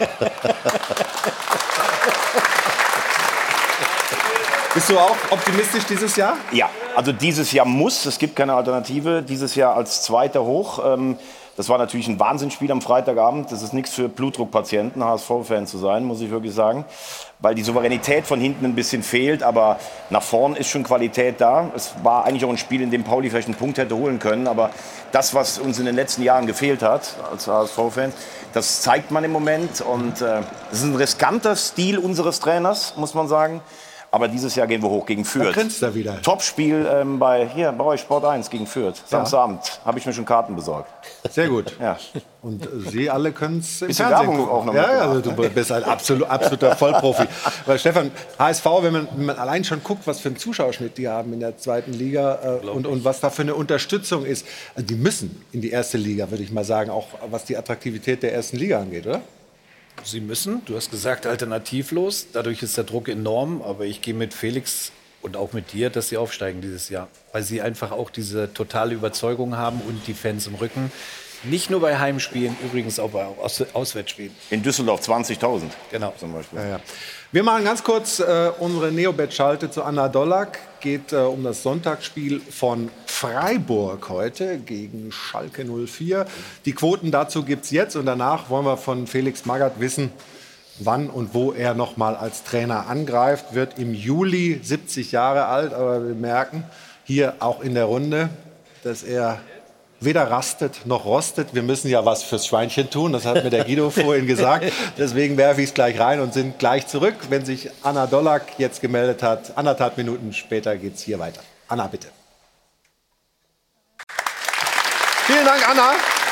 Bist du auch optimistisch dieses Jahr? Ja, also dieses Jahr muss, es gibt keine Alternative, dieses Jahr als Zweiter hoch. Das war natürlich ein Wahnsinnsspiel am Freitagabend. Das ist nichts für Blutdruckpatienten, HSV-Fan zu sein, muss ich wirklich sagen. Weil die Souveränität von hinten ein bisschen fehlt, aber nach vorn ist schon Qualität da. Es war eigentlich auch ein Spiel, in dem Pauli vielleicht einen Punkt hätte holen können. Aber das, was uns in den letzten Jahren gefehlt hat, als HSV-Fan, das zeigt man im Moment. Und das ist ein riskanter Stil unseres Trainers, muss man sagen. Aber dieses Jahr gehen wir hoch gegen Fürth. Da grinst er wieder. Topspiel bei euch Sport 1 gegen Fürth. Samstagabend habe ich mir schon Karten besorgt. Sehr gut. Ja. Und Sie alle können es im Bisschen Fernsehen Werbung gucken. auch noch Ja, mitgemacht. also du bist ein absoluter Vollprofi. Weil Stefan, HSV, wenn man allein schon guckt, was für einen Zuschauerschnitt die haben in der 2. Liga und was da für eine Unterstützung ist. Also die müssen in die 1. Liga, würde ich mal sagen, auch was die Attraktivität der 1. Liga angeht, oder? Sie müssen, du hast gesagt, alternativlos. Dadurch ist der Druck enorm. Aber ich gehe mit Felix und auch mit dir, dass sie aufsteigen dieses Jahr. Weil sie einfach auch diese totale Überzeugung haben und die Fans im Rücken. Nicht nur bei Heimspielen, übrigens auch bei Auswärtsspielen. In Düsseldorf 20.000. Genau. Zum Beispiel. Ja. Wir machen ganz kurz unsere Neobet-Schalte zu Anna Dollak. Geht um das Sonntagsspiel von Freiburg heute gegen Schalke 04. Die Quoten dazu gibt es jetzt und danach wollen wir von Felix Magath wissen, wann und wo er noch mal als Trainer angreift. Wird im Juli 70 Jahre alt, aber wir merken hier auch in der Runde, dass er weder rastet noch rostet. Wir müssen ja was fürs Schweinchen tun, das hat mir der Guido vorhin gesagt. Deswegen werfe ich es gleich rein und sind gleich zurück, wenn sich Anna Dollak jetzt gemeldet hat. 1,5 Minuten später geht es hier weiter. Anna, bitte. Vielen Dank, Anna.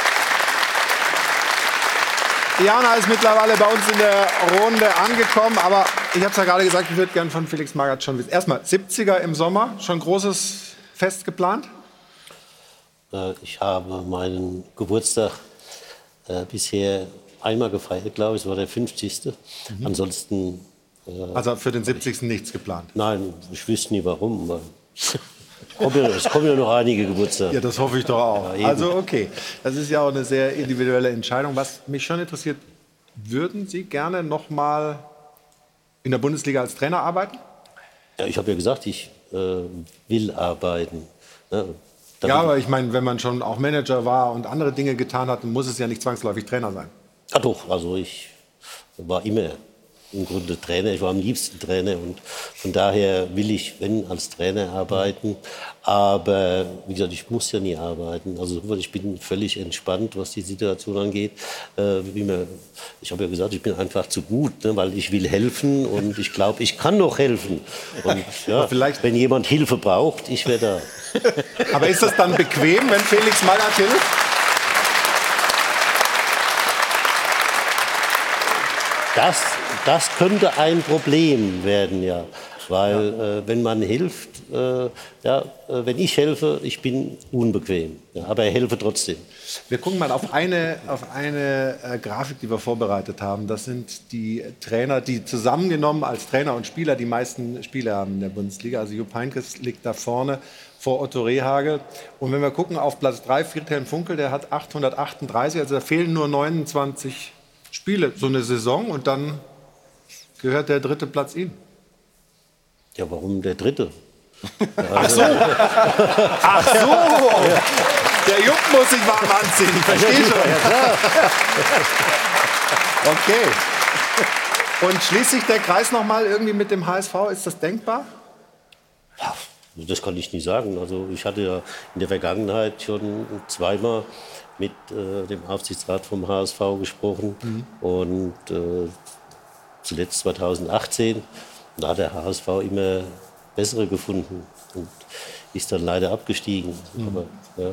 Diana ist mittlerweile bei uns in der Runde angekommen, aber ich habe es ja gerade gesagt, ich würde gerne von Felix Magath schon wissen. Erstmal 70er im Sommer, schon großes Fest geplant? Ich habe meinen Geburtstag bisher einmal gefeiert, glaube ich, es war der 50. Ansonsten... also für den 70. nichts geplant? Nein, ich wüsste nie warum. Es kommen ja noch einige Geburtstage. Ja, das hoffe ich doch auch. Ja, also okay, das ist ja auch eine sehr individuelle Entscheidung. Was mich schon interessiert, würden Sie gerne noch mal in der Bundesliga als Trainer arbeiten? Ja, ich habe ja gesagt, ich will arbeiten. Ne? Ja, aber ich meine, wenn man schon auch Manager war und andere Dinge getan hat, dann muss es ja nicht zwangsläufig Trainer sein. Ja doch, also ich war immer im Grunde Trainer. Ich war am liebsten Trainer und von daher will ich, wenn, als Trainer arbeiten. Aber wie gesagt, ich muss ja nie arbeiten. Also ich bin völlig entspannt, was die Situation angeht. Ich habe ja gesagt, ich bin einfach zu gut, ne, weil ich will helfen und ich glaube, ich kann noch helfen. Und ja, wenn jemand Hilfe braucht, ich wäre da. Aber ist das dann bequem, wenn Felix Magath hilft? Das könnte ein Problem werden, ja. Weil wenn man hilft, wenn ich helfe, ich bin unbequem. Ja, aber ich helfe trotzdem. Wir gucken mal auf eine Grafik, die wir vorbereitet haben. Das sind die Trainer, die zusammengenommen als Trainer und Spieler die meisten Spiele haben in der Bundesliga. Also Jupp Heynckes liegt da vorne vor Otto Rehhagel. Und wenn wir gucken auf Platz 3, Friedhelm Funkel, der hat 838, also da fehlen nur 29 Spiele, so eine Saison, und dann gehört der 3. Platz ihm. Ja, warum der 3.? Ach so! Ach so! Der Jupp muss sich warm anziehen, ich verstehe schon. Okay. Und schließt sich der Kreis noch mal irgendwie mit dem HSV? Ist das denkbar? Ja, das kann ich nicht sagen. Also ich hatte ja in der Vergangenheit schon zweimal mit dem Aufsichtsrat vom HSV gesprochen. Und zuletzt 2018. Da hat der HSV immer bessere gefunden und ist dann leider abgestiegen. Aber, ja.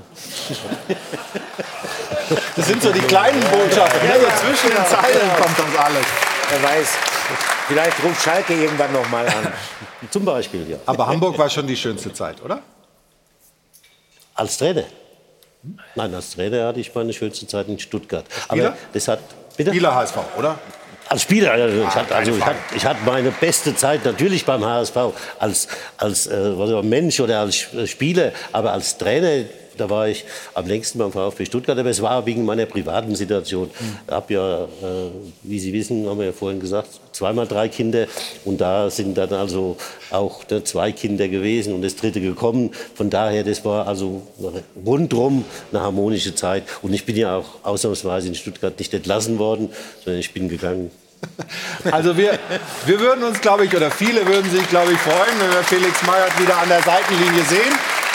Das sind so die kleinen Botschaften. Ja, zwischen den Zeilen kommt das alles. Wer weiß, vielleicht ruft Schalke irgendwann noch mal an. Zum Beispiel, ja. Aber Hamburg war schon die schönste Zeit, oder? Als Trainer? Nein, als Trainer hatte ich meine schönste Zeit in Stuttgart. Spieler? Aber das hat, bitte? Spieler HSV, oder? Als Spieler, ich hatte meine beste Zeit natürlich beim HSV als Mensch oder als Spieler, aber als Trainer, da war ich am längsten beim VfB Stuttgart, aber es war wegen meiner privaten Situation. Ich habe ja, wie Sie wissen, haben wir ja vorhin gesagt, 2x3 Kinder und da sind dann also auch 2 Kinder gewesen und das 3. gekommen. Von daher, das war also rundherum eine harmonische Zeit und ich bin ja auch ausnahmsweise in Stuttgart nicht entlassen worden, sondern ich bin gegangen. Also wir würden uns, glaube ich, oder viele würden sich, glaube ich, freuen, wenn wir Felix Magath wieder an der Seitenlinie sehen.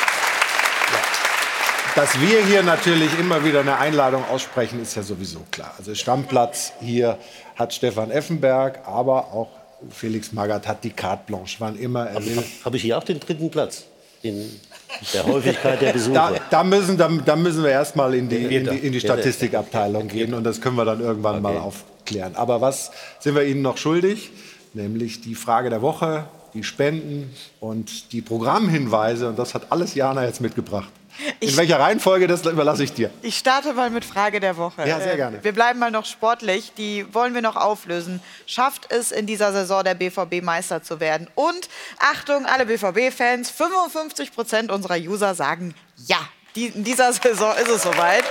Dass wir hier natürlich immer wieder eine Einladung aussprechen, ist ja sowieso klar. Also Stammplatz hier hat Stefan Effenberg, aber auch Felix Magath hat die Carte Blanche, wann immer er will. Habe ich hier auch den 3. Platz in der Häufigkeit der Besucher? Da müssen wir erst mal in die Statistikabteilung gehen und das können wir dann irgendwann mal aufklären. Aber was sind wir Ihnen noch schuldig? Nämlich die Frage der Woche, die Spenden und die Programmhinweise. Und das hat alles Jana jetzt mitgebracht. In welcher Reihenfolge, das überlasse ich dir. Ich starte mal mit Frage der Woche. Ja, sehr gerne. Wir bleiben mal noch sportlich. Die wollen wir noch auflösen. Schafft es in dieser Saison der BVB Meister zu werden? Und Achtung, alle BVB-Fans, 55% unserer User sagen ja. In dieser Saison ist es soweit.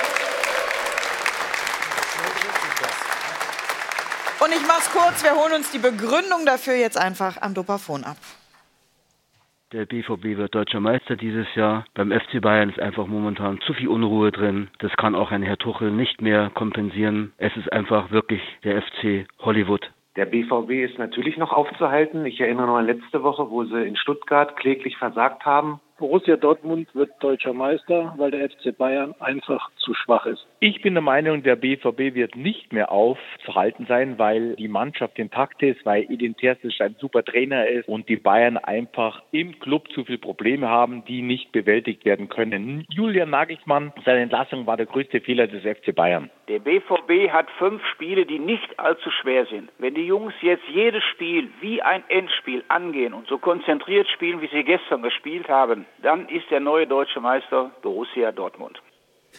Und ich mach's kurz, wir holen uns die Begründung dafür jetzt einfach am Dopafon ab. Der BVB wird deutscher Meister dieses Jahr. Beim FC Bayern ist einfach momentan zu viel Unruhe drin. Das kann auch ein Herr Tuchel nicht mehr kompensieren. Es ist einfach wirklich der FC Hollywood. Der BVB ist natürlich noch aufzuhalten. Ich erinnere noch an letzte Woche, wo sie in Stuttgart kläglich versagt haben. Borussia Dortmund wird deutscher Meister, weil der FC Bayern einfach zu schwach ist. Ich bin der Meinung, der BVB wird nicht mehr aufzuhalten sein, weil die Mannschaft intakt ist, weil Edin Terzic ein super Trainer ist und die Bayern einfach im Club zu viele Probleme haben, die nicht bewältigt werden können. Julian Nagelsmann, seine Entlassung war der größte Fehler des FC Bayern. Der BVB hat 5 Spiele, die nicht allzu schwer sind. Wenn die Jungs jetzt jedes Spiel wie ein Endspiel angehen und so konzentriert spielen, wie sie gestern gespielt haben, dann ist der neue deutsche Meister Borussia Dortmund.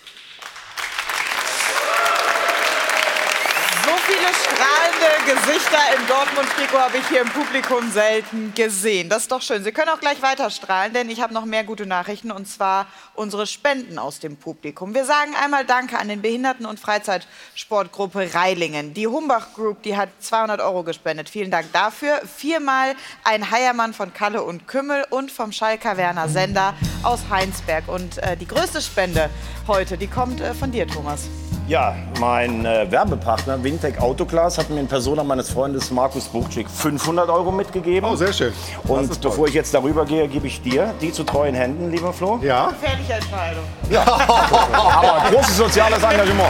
So viele strahlende Gesichter im Dortmund-Trikot habe ich hier im Publikum selten gesehen. Das ist doch schön. Sie können auch gleich weiter strahlen, denn ich habe noch mehr gute Nachrichten, und zwar unsere Spenden aus dem Publikum. Wir sagen einmal Danke an den Behinderten- und Freizeitsportgruppe Reilingen. Die Humbach Group, die hat 200 € gespendet. Vielen Dank dafür. 4-mal ein Heiermann von Kalle und Kümmel und vom Schalker Werner Sender aus Heinsberg. Und die größte Spende heute, die kommt von dir, Thomas. Ja, mein Werbepartner Wintec Autoglas hat mir in Persona meines Freundes Markus Buchczyk 500 € mitgegeben. Oh, sehr schön. Und bevor ich jetzt darüber gehe, gebe ich dir die zu treuen Händen, lieber Flo. Ja. Gefährliche Entscheidung. Ja. Aber großes soziales Engagement.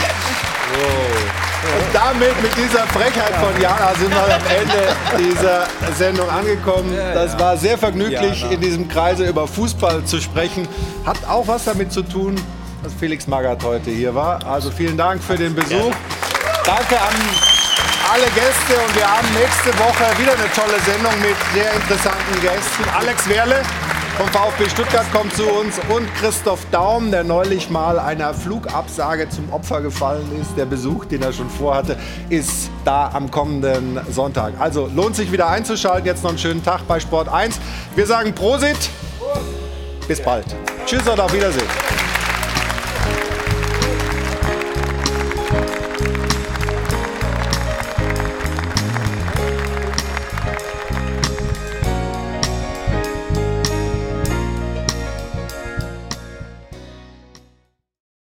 Und damit, mit dieser Frechheit von Jana, sind wir am Ende dieser Sendung angekommen. Das war sehr vergnüglich, in diesem Kreise über Fußball zu sprechen. Hat auch was damit zu tun, dass Felix Magath heute hier war. Also vielen Dank für den Besuch. Danke an alle Gäste, und wir haben nächste Woche wieder eine tolle Sendung mit sehr interessanten Gästen. Alex Werle vom VfB Stuttgart kommt zu uns und Christoph Daum, der neulich mal einer Flugabsage zum Opfer gefallen ist. Der Besuch, den er schon vorhatte, ist da am kommenden Sonntag. Also lohnt sich wieder einzuschalten. Jetzt noch einen schönen Tag bei Sport 1. Wir sagen Prosit. Bis bald. Tschüss und auf Wiedersehen.